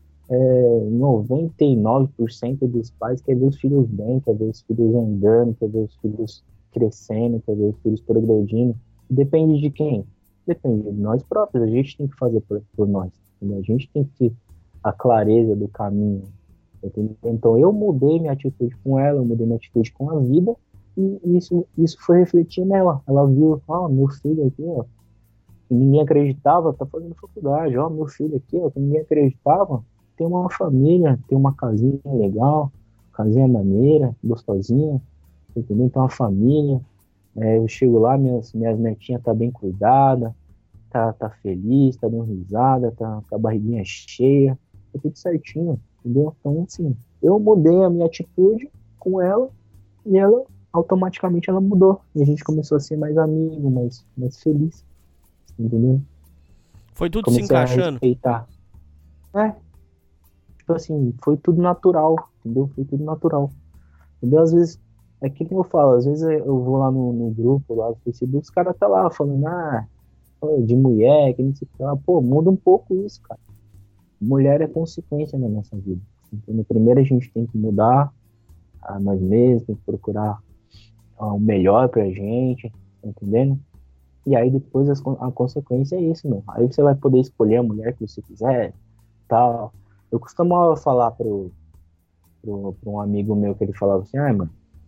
é, noventa e nove por cento dos pais quer ver os filhos bem, quer ver os filhos andando, quer ver os filhos crescendo, quer ver os filhos progredindo. Depende de quem? Depende de nós próprios. A gente tem que fazer por, por nós, entendeu? A gente tem que ter a clareza do caminho, entendeu? Então eu mudei minha atitude com ela, eu mudei minha atitude com a vida, e isso, isso foi refletir nela. Ela viu, ó, meu filho aqui, ó, que ninguém acreditava, tá fazendo faculdade, ó, meu filho aqui, ó, que ninguém acreditava, tem uma família, tem uma casinha legal, casinha maneira, gostosinha, entendeu? Então, uma família, é, eu chego lá, minhas, minhas netinhas tá bem cuidada, tá, tá feliz, tá dando risada, tá com a barriguinha cheia, tá tudo certinho, entendeu? Então, assim, eu mudei a minha atitude com ela e ela, automaticamente, ela mudou. E a gente começou a ser mais amigo, mais, mais feliz, entendeu? Foi tudo Comecei se encaixando? A respeitar. É, tipo assim, foi tudo natural, entendeu? Foi tudo natural. Entendeu? Às vezes, é que nem eu falo, às vezes eu vou lá no, no grupo, lá no Facebook, os caras tá lá falando, ah, de mulher, que não sei o que lá. Pô, muda um pouco isso, cara. Mulher é consequência na nossa vida. Então, primeiro a gente tem que mudar a nós mesmos, tem que procurar ah, o melhor pra gente, tá entendendo? E aí depois as, a consequência é isso, meu. Aí você vai poder escolher a mulher que você quiser, tal. Eu costumava falar pro, pro, pro um amigo meu que ele falava assim, ah, mano,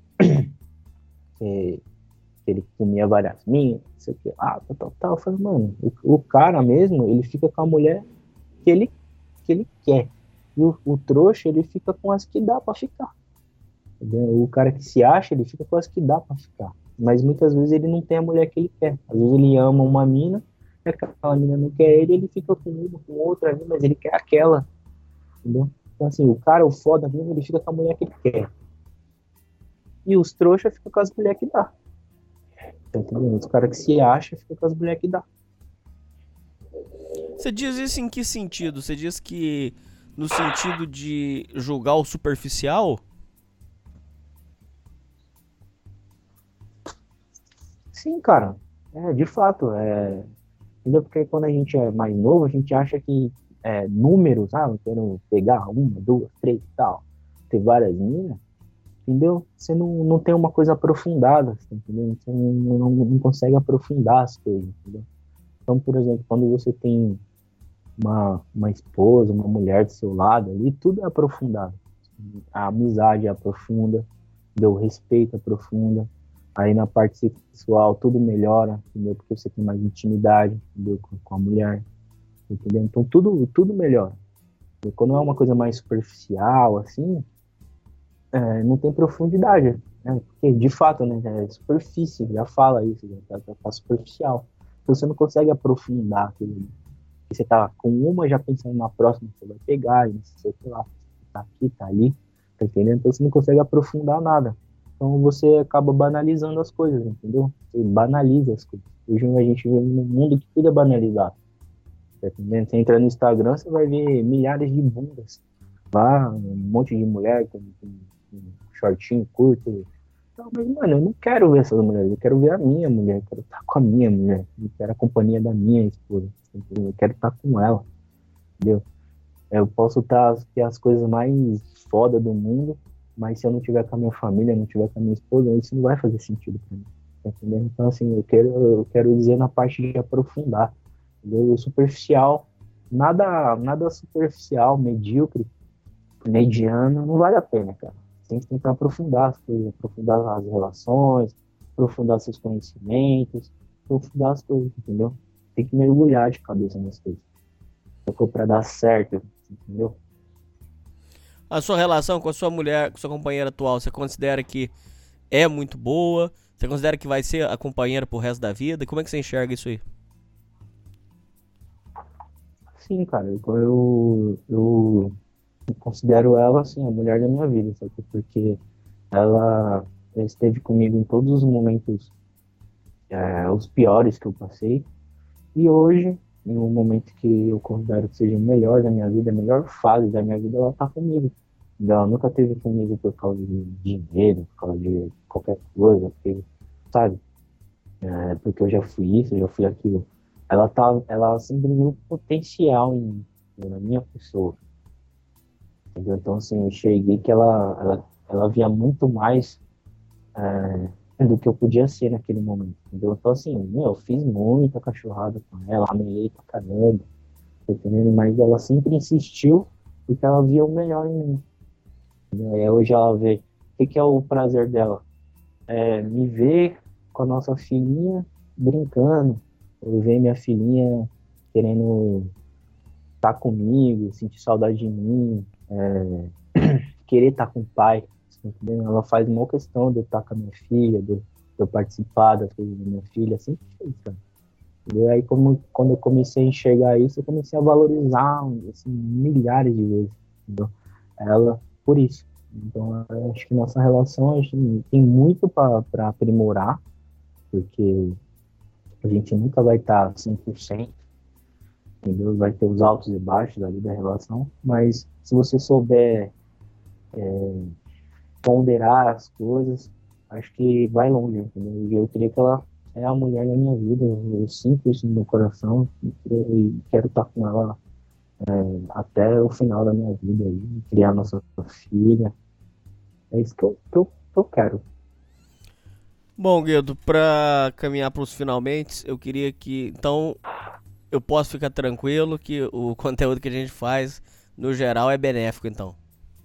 que, que ele comia várias minhas, não sei o que, ah, tal, tal, tal. Eu falei, mano, o, o cara mesmo, ele fica com a mulher que ele, que ele quer. E o, o trouxa, ele fica com as que dá pra ficar. Entendeu? O cara que se acha, ele fica com as que dá pra ficar. Mas muitas vezes ele não tem a mulher que ele quer. Às vezes ele ama uma mina, e aquela mina não quer ele, ele fica com uma, com outra ali, mas ele quer aquela. Entendeu? Então assim, o cara, o foda mesmo, ele fica com a mulher que ele quer. E os trouxas ficam com as mulheres que dá. Tá entendendo? Os caras que se acham ficam com as mulheres que dá. Você diz isso em que sentido? Você diz que no sentido de julgar o superficial? Sim, cara. É, de fato. É... Entendeu? Porque quando a gente é mais novo, a gente acha que é, números, ah, eu quero pegar uma, duas, três e tal, ter várias minas, entendeu? Você não, não tem uma coisa aprofundada, entendeu? Você não, não, não consegue aprofundar as coisas, entendeu? Então, por exemplo, quando você tem uma, uma esposa, uma mulher do seu lado ali, tudo é aprofundado. A amizade é aprofunda, o respeito é aprofunda. Aí na parte sexual tudo melhora, entendeu? Porque você tem mais intimidade, entendeu? Com, com a mulher, entendeu? Então tudo, tudo melhora. E quando é uma coisa mais superficial, assim, é, não tem profundidade, né? Porque de fato, né, é superfície, já fala isso, já tá, tá, tá superficial. Então você não consegue aprofundar aquilo ali. Você tá com uma já pensando na próxima que você vai pegar, e não sei o que lá, tá aqui, tá ali, tá entendendo? Então você não consegue aprofundar nada. Então você acaba banalizando as coisas, entendeu? Você banaliza as coisas. Hoje a gente vive num mundo que tudo é banalizado. Tá entendendo? Você entra no Instagram, você vai ver milhares de bundas. Lá, um monte de mulher com, com, com shortinho curto. Não, mas, mano, eu não quero ver essas mulheres. Eu quero ver a minha mulher. Eu quero estar com a minha mulher. Eu quero a companhia da minha esposa. Entendeu? Eu quero estar com ela. Entendeu? Eu posso estar, ter as coisas mais foda do mundo, mas se eu não tiver com a minha família, não tiver com a minha esposa, isso não vai fazer sentido pra mim, tá entendendo? Então, assim, eu quero, eu quero dizer na parte de aprofundar, entendeu? O superficial, nada, nada superficial, medíocre, mediano, não vale a pena, cara. Você tem que tentar aprofundar as coisas, aprofundar as relações, aprofundar seus conhecimentos, aprofundar as coisas, entendeu? Tem que mergulhar de cabeça nas coisas. Se for pra dar certo, entendeu? A sua relação com a sua mulher, com a sua companheira atual, você considera que é muito boa? Você considera que vai ser a companheira pro resto da vida? Como é que você enxerga isso aí? Sim, cara, eu, eu considero ela, assim, a mulher da minha vida, sabe? Porque ela esteve comigo em todos os momentos, é, os piores que eu passei, e hoje, em um momento que eu considero que seja o melhor da minha vida, a melhor fase da minha vida, ela tá comigo. Ela nunca esteve comigo por causa de dinheiro, por causa de qualquer coisa, porque, sabe? É, porque eu já fui isso, eu já fui aquilo. Ela, tá, ela sempre viu potencial em, na minha pessoa. Entendeu? Então, assim, eu cheguei que ela, ela, ela via muito mais é, do que eu podia ser naquele momento. Entendeu? Então, assim, meu, eu fiz muita cachorrada com ela, amei pra caramba, tá entendendo? Mas ela sempre insistiu porque ela via o melhor em mim. E hoje ela vê o que, que é o prazer dela. É me ver com a nossa filhinha brincando, eu ver minha filhinha querendo estar comigo, sentir saudade de mim, é, querer estar com o pai, entendeu? Ela faz uma questão de eu estar com a minha filha, de, de eu participar das coisas da minha filha, sempre fez, cara. E aí, como, quando eu comecei a enxergar isso, eu comecei a valorizar assim, milhares de vezes, entendeu? Ela, por isso. Então, eu acho que nossa relação a gente tem muito para aprimorar, porque a gente nunca vai estar cem por cento, entendeu? Vai ter os altos e baixos ali da relação, mas se você souber é, ponderar as coisas, acho que vai longe, entendeu? Eu queria que ela é a mulher da minha vida, eu sinto isso no meu coração e quero estar com ela é, até o final da minha vida aí, criar nossa filha. É isso que eu, que eu, que eu quero. Bom, Guido, pra caminhar pros finalmente, eu queria que, então, eu posso ficar tranquilo que o conteúdo que a gente faz, no geral, é benéfico, então.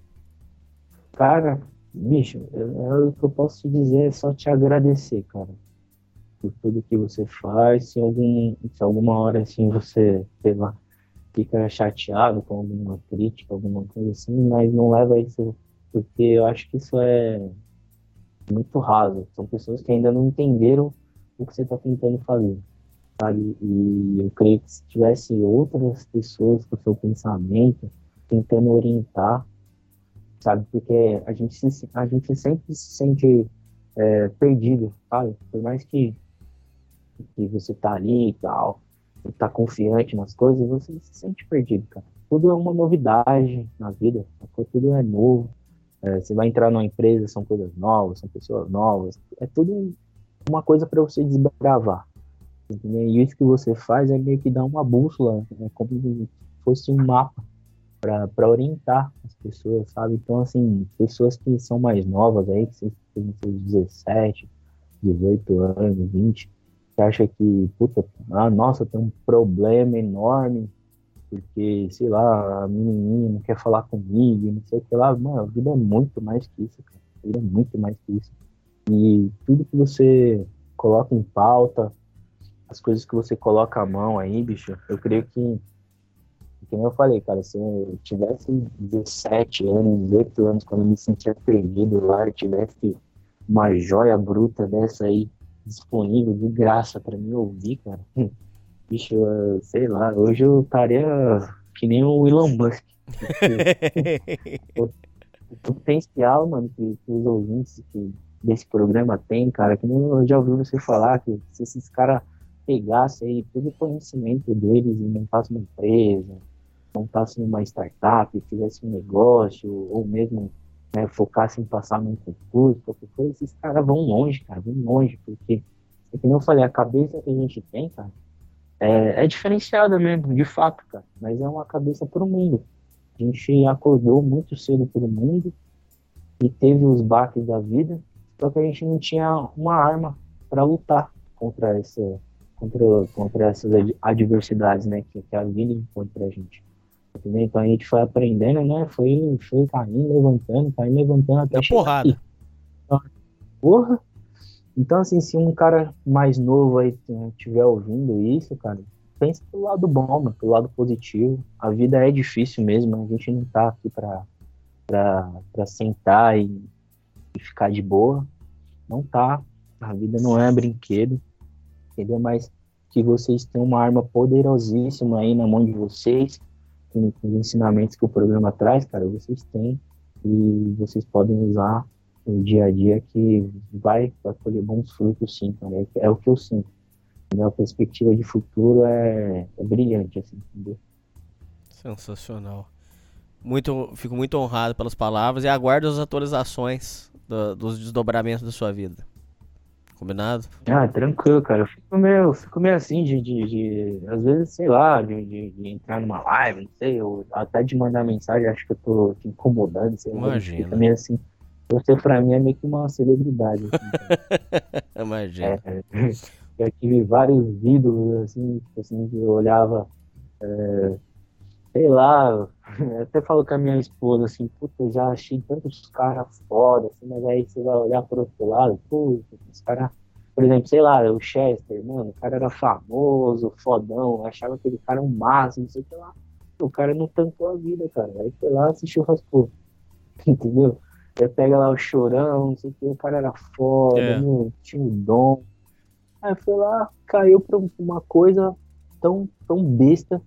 Cara, bicho, eu, o que eu posso te dizer é só te agradecer, cara, por tudo que você faz. Se, algum, se alguma hora, assim, você, sei lá, fica chateado com alguma crítica, alguma coisa assim, mas não leva isso, porque eu acho que isso é muito raso. São pessoas que ainda não entenderam o que você está tentando fazer, sabe? E eu creio que se tivesse outras pessoas com o seu pensamento tentando orientar, sabe? Porque a gente, se, a gente sempre se sente é, perdido, sabe? Por mais que, que você tá ali e tal, você tá confiante nas coisas, você se sente perdido, cara. Tudo é uma novidade na vida, tudo é novo. É, você vai entrar numa empresa, são coisas novas, são pessoas novas, é tudo uma coisa para você desbravar, entendeu? E isso que você faz é meio que dar uma bússola, é como se fosse um mapa para orientar as pessoas, sabe? Então, assim, pessoas que são mais novas aí, que têm seus dezessete, dezoito anos, vinte, que acha que, puta, ah, nossa, tem um problema enorme, porque, sei lá, a menininha não quer falar comigo, não sei o que lá. Mano, a vida é muito mais que isso, cara. A vida é muito mais que isso. E tudo que você coloca em pauta, as coisas que você coloca à mão aí, bicho, eu creio que, como eu falei, cara, se eu tivesse dezessete anos, dezoito anos, quando eu me sentia perdido lá, eu tivesse uma joia bruta dessa aí disponível de graça pra mim ouvir, cara, bicho, eu, sei lá, hoje eu estaria que nem o Elon Musk. o, o potencial, mano, que, que os ouvintes que desse programa tem, cara, que nem eu já ouvi você falar que se esses caras pegassem aí todo o conhecimento deles e montassem uma empresa, montassem uma startup, fizessem um negócio, ou mesmo, né, focassem em passar num concurso, qualquer coisa, esses caras vão longe, cara, vão longe, porque, como eu falei, a cabeça que a gente tem, cara, é, é diferenciada mesmo, de fato, cara, mas é uma cabeça pro mundo. A gente acordou muito cedo pro mundo e teve os baques da vida, só que a gente não tinha uma arma para lutar contra essa, contra, contra essas adversidades, né, que, que a vida impõe pra gente. Entendeu? Então a gente foi aprendendo, né, foi, foi caindo, levantando, caindo, levantando até chegar porrada. Aqui. Então, porra! Então, assim, se um cara mais novo aí estiver ouvindo isso, cara, pensa pelo lado bom, mano, pelo lado positivo. A vida é difícil mesmo, a gente não tá aqui pra, pra, pra sentar e e ficar de boa, não tá, a vida não é brinquedo, entendeu? Mas que vocês têm uma arma poderosíssima aí na mão de vocês, com, com os ensinamentos que o programa traz, cara, vocês têm, e vocês podem usar no dia a dia, que vai, vai colher bons frutos, sim, cara, é, é o que eu sinto, entendeu? A perspectiva de futuro é, é brilhante, assim, entendeu? Sensacional. Muito, fico muito honrado pelas palavras e aguardo as atualizações do, dos desdobramentos da sua vida. Combinado? Ah, tranquilo, cara. Eu fico meio, fico meio assim de, de, de às vezes, sei lá, de, de, de entrar numa live, não sei, ou até de mandar mensagem, acho que eu tô te incomodando, sei lá. Imagina. Fica meio assim. Você, pra mim, é meio que uma celebridade. Assim, imagina. É, eu tive vários ídolos, assim, tipo assim, que eu olhava, é, sei lá, eu até falo com a minha esposa, assim, puta, eu já achei tantos caras foda, assim, mas aí você vai olhar pro outro lado, puta, os caras, por exemplo, sei lá, o Chester, mano, o cara era famoso, fodão, eu achava aquele cara um máximo, não sei o que lá. O cara não tancou a vida, cara, aí foi lá, se churrascou, entendeu? Aí pega lá o Chorão, não sei o que, o cara era foda, É. meu, tinha um dom. Aí foi lá, caiu pra uma coisa tão, tão besta.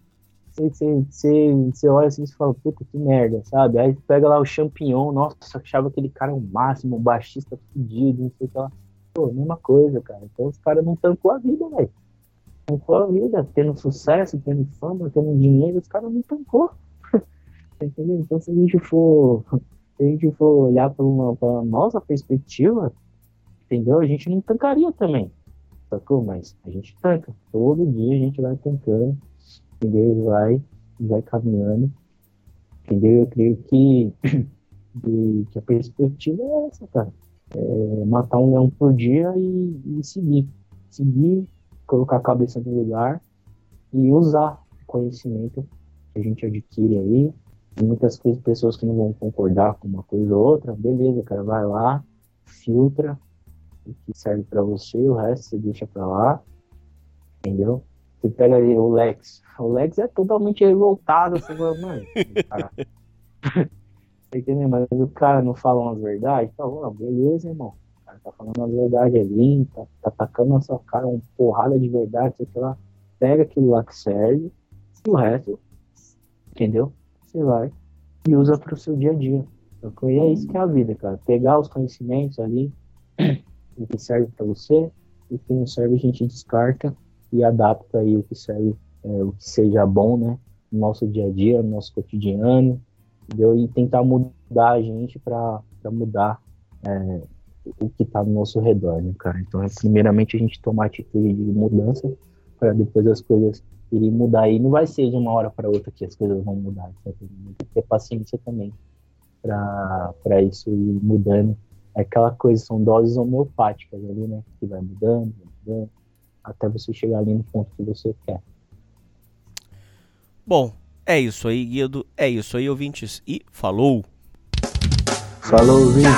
Você olha assim e fala, puta, que merda, sabe? Aí pega lá o Champignon, nossa, achava aquele cara o máximo, um baixista fudido, não sei o que lá. Pô, mesma coisa, cara. Então os caras não tancou a vida, velho. Tancou a vida, tendo sucesso, tendo fama, tendo dinheiro, os caras não tancou. Entendeu? Então se a gente for, se a gente for olhar pra, uma, pra nossa perspectiva, entendeu? A gente não tancaria também, sacou? Mas a gente tanca. Todo dia a gente vai tancando. Entendeu? Vai, vai caminhando, entendeu? Eu creio que, que, que a perspectiva é essa, cara. É matar um leão por dia e, e seguir. Seguir, colocar a cabeça no lugar e usar o conhecimento que a gente adquire aí. E muitas coisas, pessoas que não vão concordar com uma coisa ou outra, beleza, cara, vai lá, filtra o que serve pra você, o resto você deixa pra lá, entendeu? Você pega ali o Lex. O Lex é totalmente revoltado. Você fala, mano, cara. Tá entendendo? Mas o cara não fala umas verdades. Tá, ó, beleza, irmão. O cara tá falando uma verdade ali, tá, tá atacando na sua cara uma porrada de verdade. Sei lá. Pega aquilo lá que serve. E o resto, entendeu? Você vai e usa pro seu dia a dia. Então, e é isso que é a vida, cara. Pegar os conhecimentos ali, o que serve pra você, e o que não serve a gente descarta e adapta aí o que serve, é, o que seja bom, né, no nosso dia a dia, no nosso cotidiano, entendeu? E tentar mudar a gente para mudar é, o que está no nosso redor, né, cara? Então, é, primeiramente, a gente tomar atitude de mudança para depois as coisas querer mudar. E não vai ser de uma hora para outra que as coisas vão mudar. Tem que ter paciência também para isso ir mudando. É aquela coisa, são doses homeopáticas ali, né? Que vai mudando, vai mudando, até você chegar ali no ponto que você quer. Bom, é isso aí, Guido. É isso aí, ouvintes. E falou! Falou, ouvintes!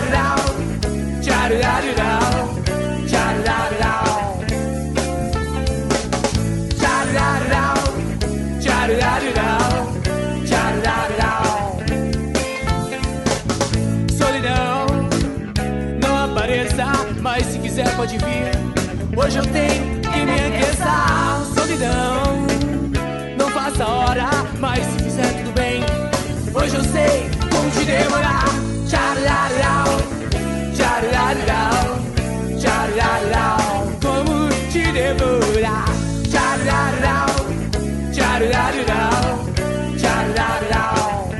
Solidão, não apareça, mas se quiser pode vir. Hoje eu tenho que me aquecer. Solidão, não faça hora, mas se fizer tudo bem. Hoje eu sei como te demorar. Tcharalau, tcharalau, tcharalau, como te devorar. Tcharalau, tcharalau, tcharalau.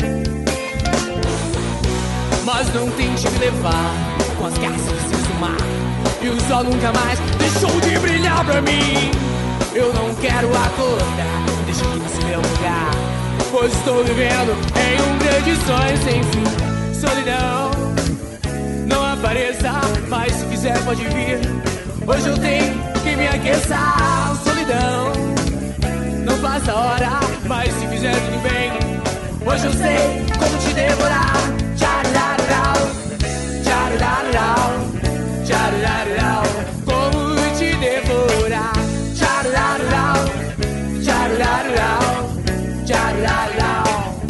Mas não tente me levar com as garças que se sumar. E o sol nunca mais deixou de brilhar pra mim. Eu não quero acordar, deixa aqui nesse meu lugar, pois estou vivendo em um grande sonho sem fim. Solidão, não apareça, mas se quiser pode vir. Hoje eu tenho que me aquecer. Solidão, não faça hora, mas se fizer tudo bem. Hoje eu sei como te devorar. Tcharalau, tcharalau, tcharalau, como te devorar. Tcharalau, tcharalau, tcharalau.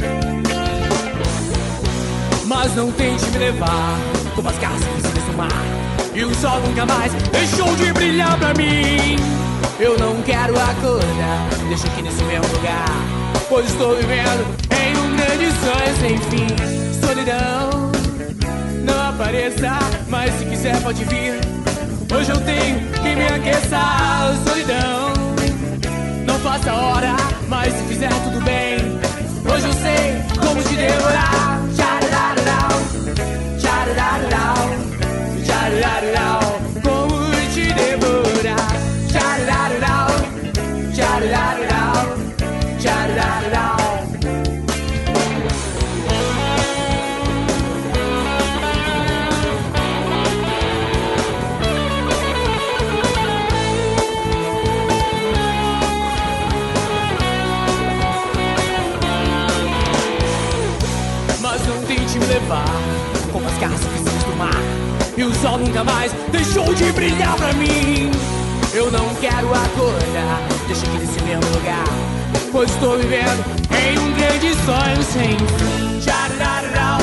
Mas não tente me levar como as garças do mar. E o sol nunca mais deixou de brilhar pra mim. Eu não quero acordar, deixa aqui nesse mesmo lugar, pois estou vivendo em um grande sonho sem fim. Solidão, não apareça, mas se quiser pode vir. Hoje eu tenho que me aquecer. Solidão, não faça hora, mas se fizer tudo bem. Hoje eu sei como te devorar. Tcharalau, tcharalau, tcharalau, como te devorar. Tcharalau, tcharalau, tcharalau. Mas não tente me levar como as garças do mar. E o sol nunca mais deixou de brilhar pra mim. Eu não quero acordar, deixa aqui nesse mesmo lugar, pois estou vivendo em um grande sonho sem fim. Tcharalau,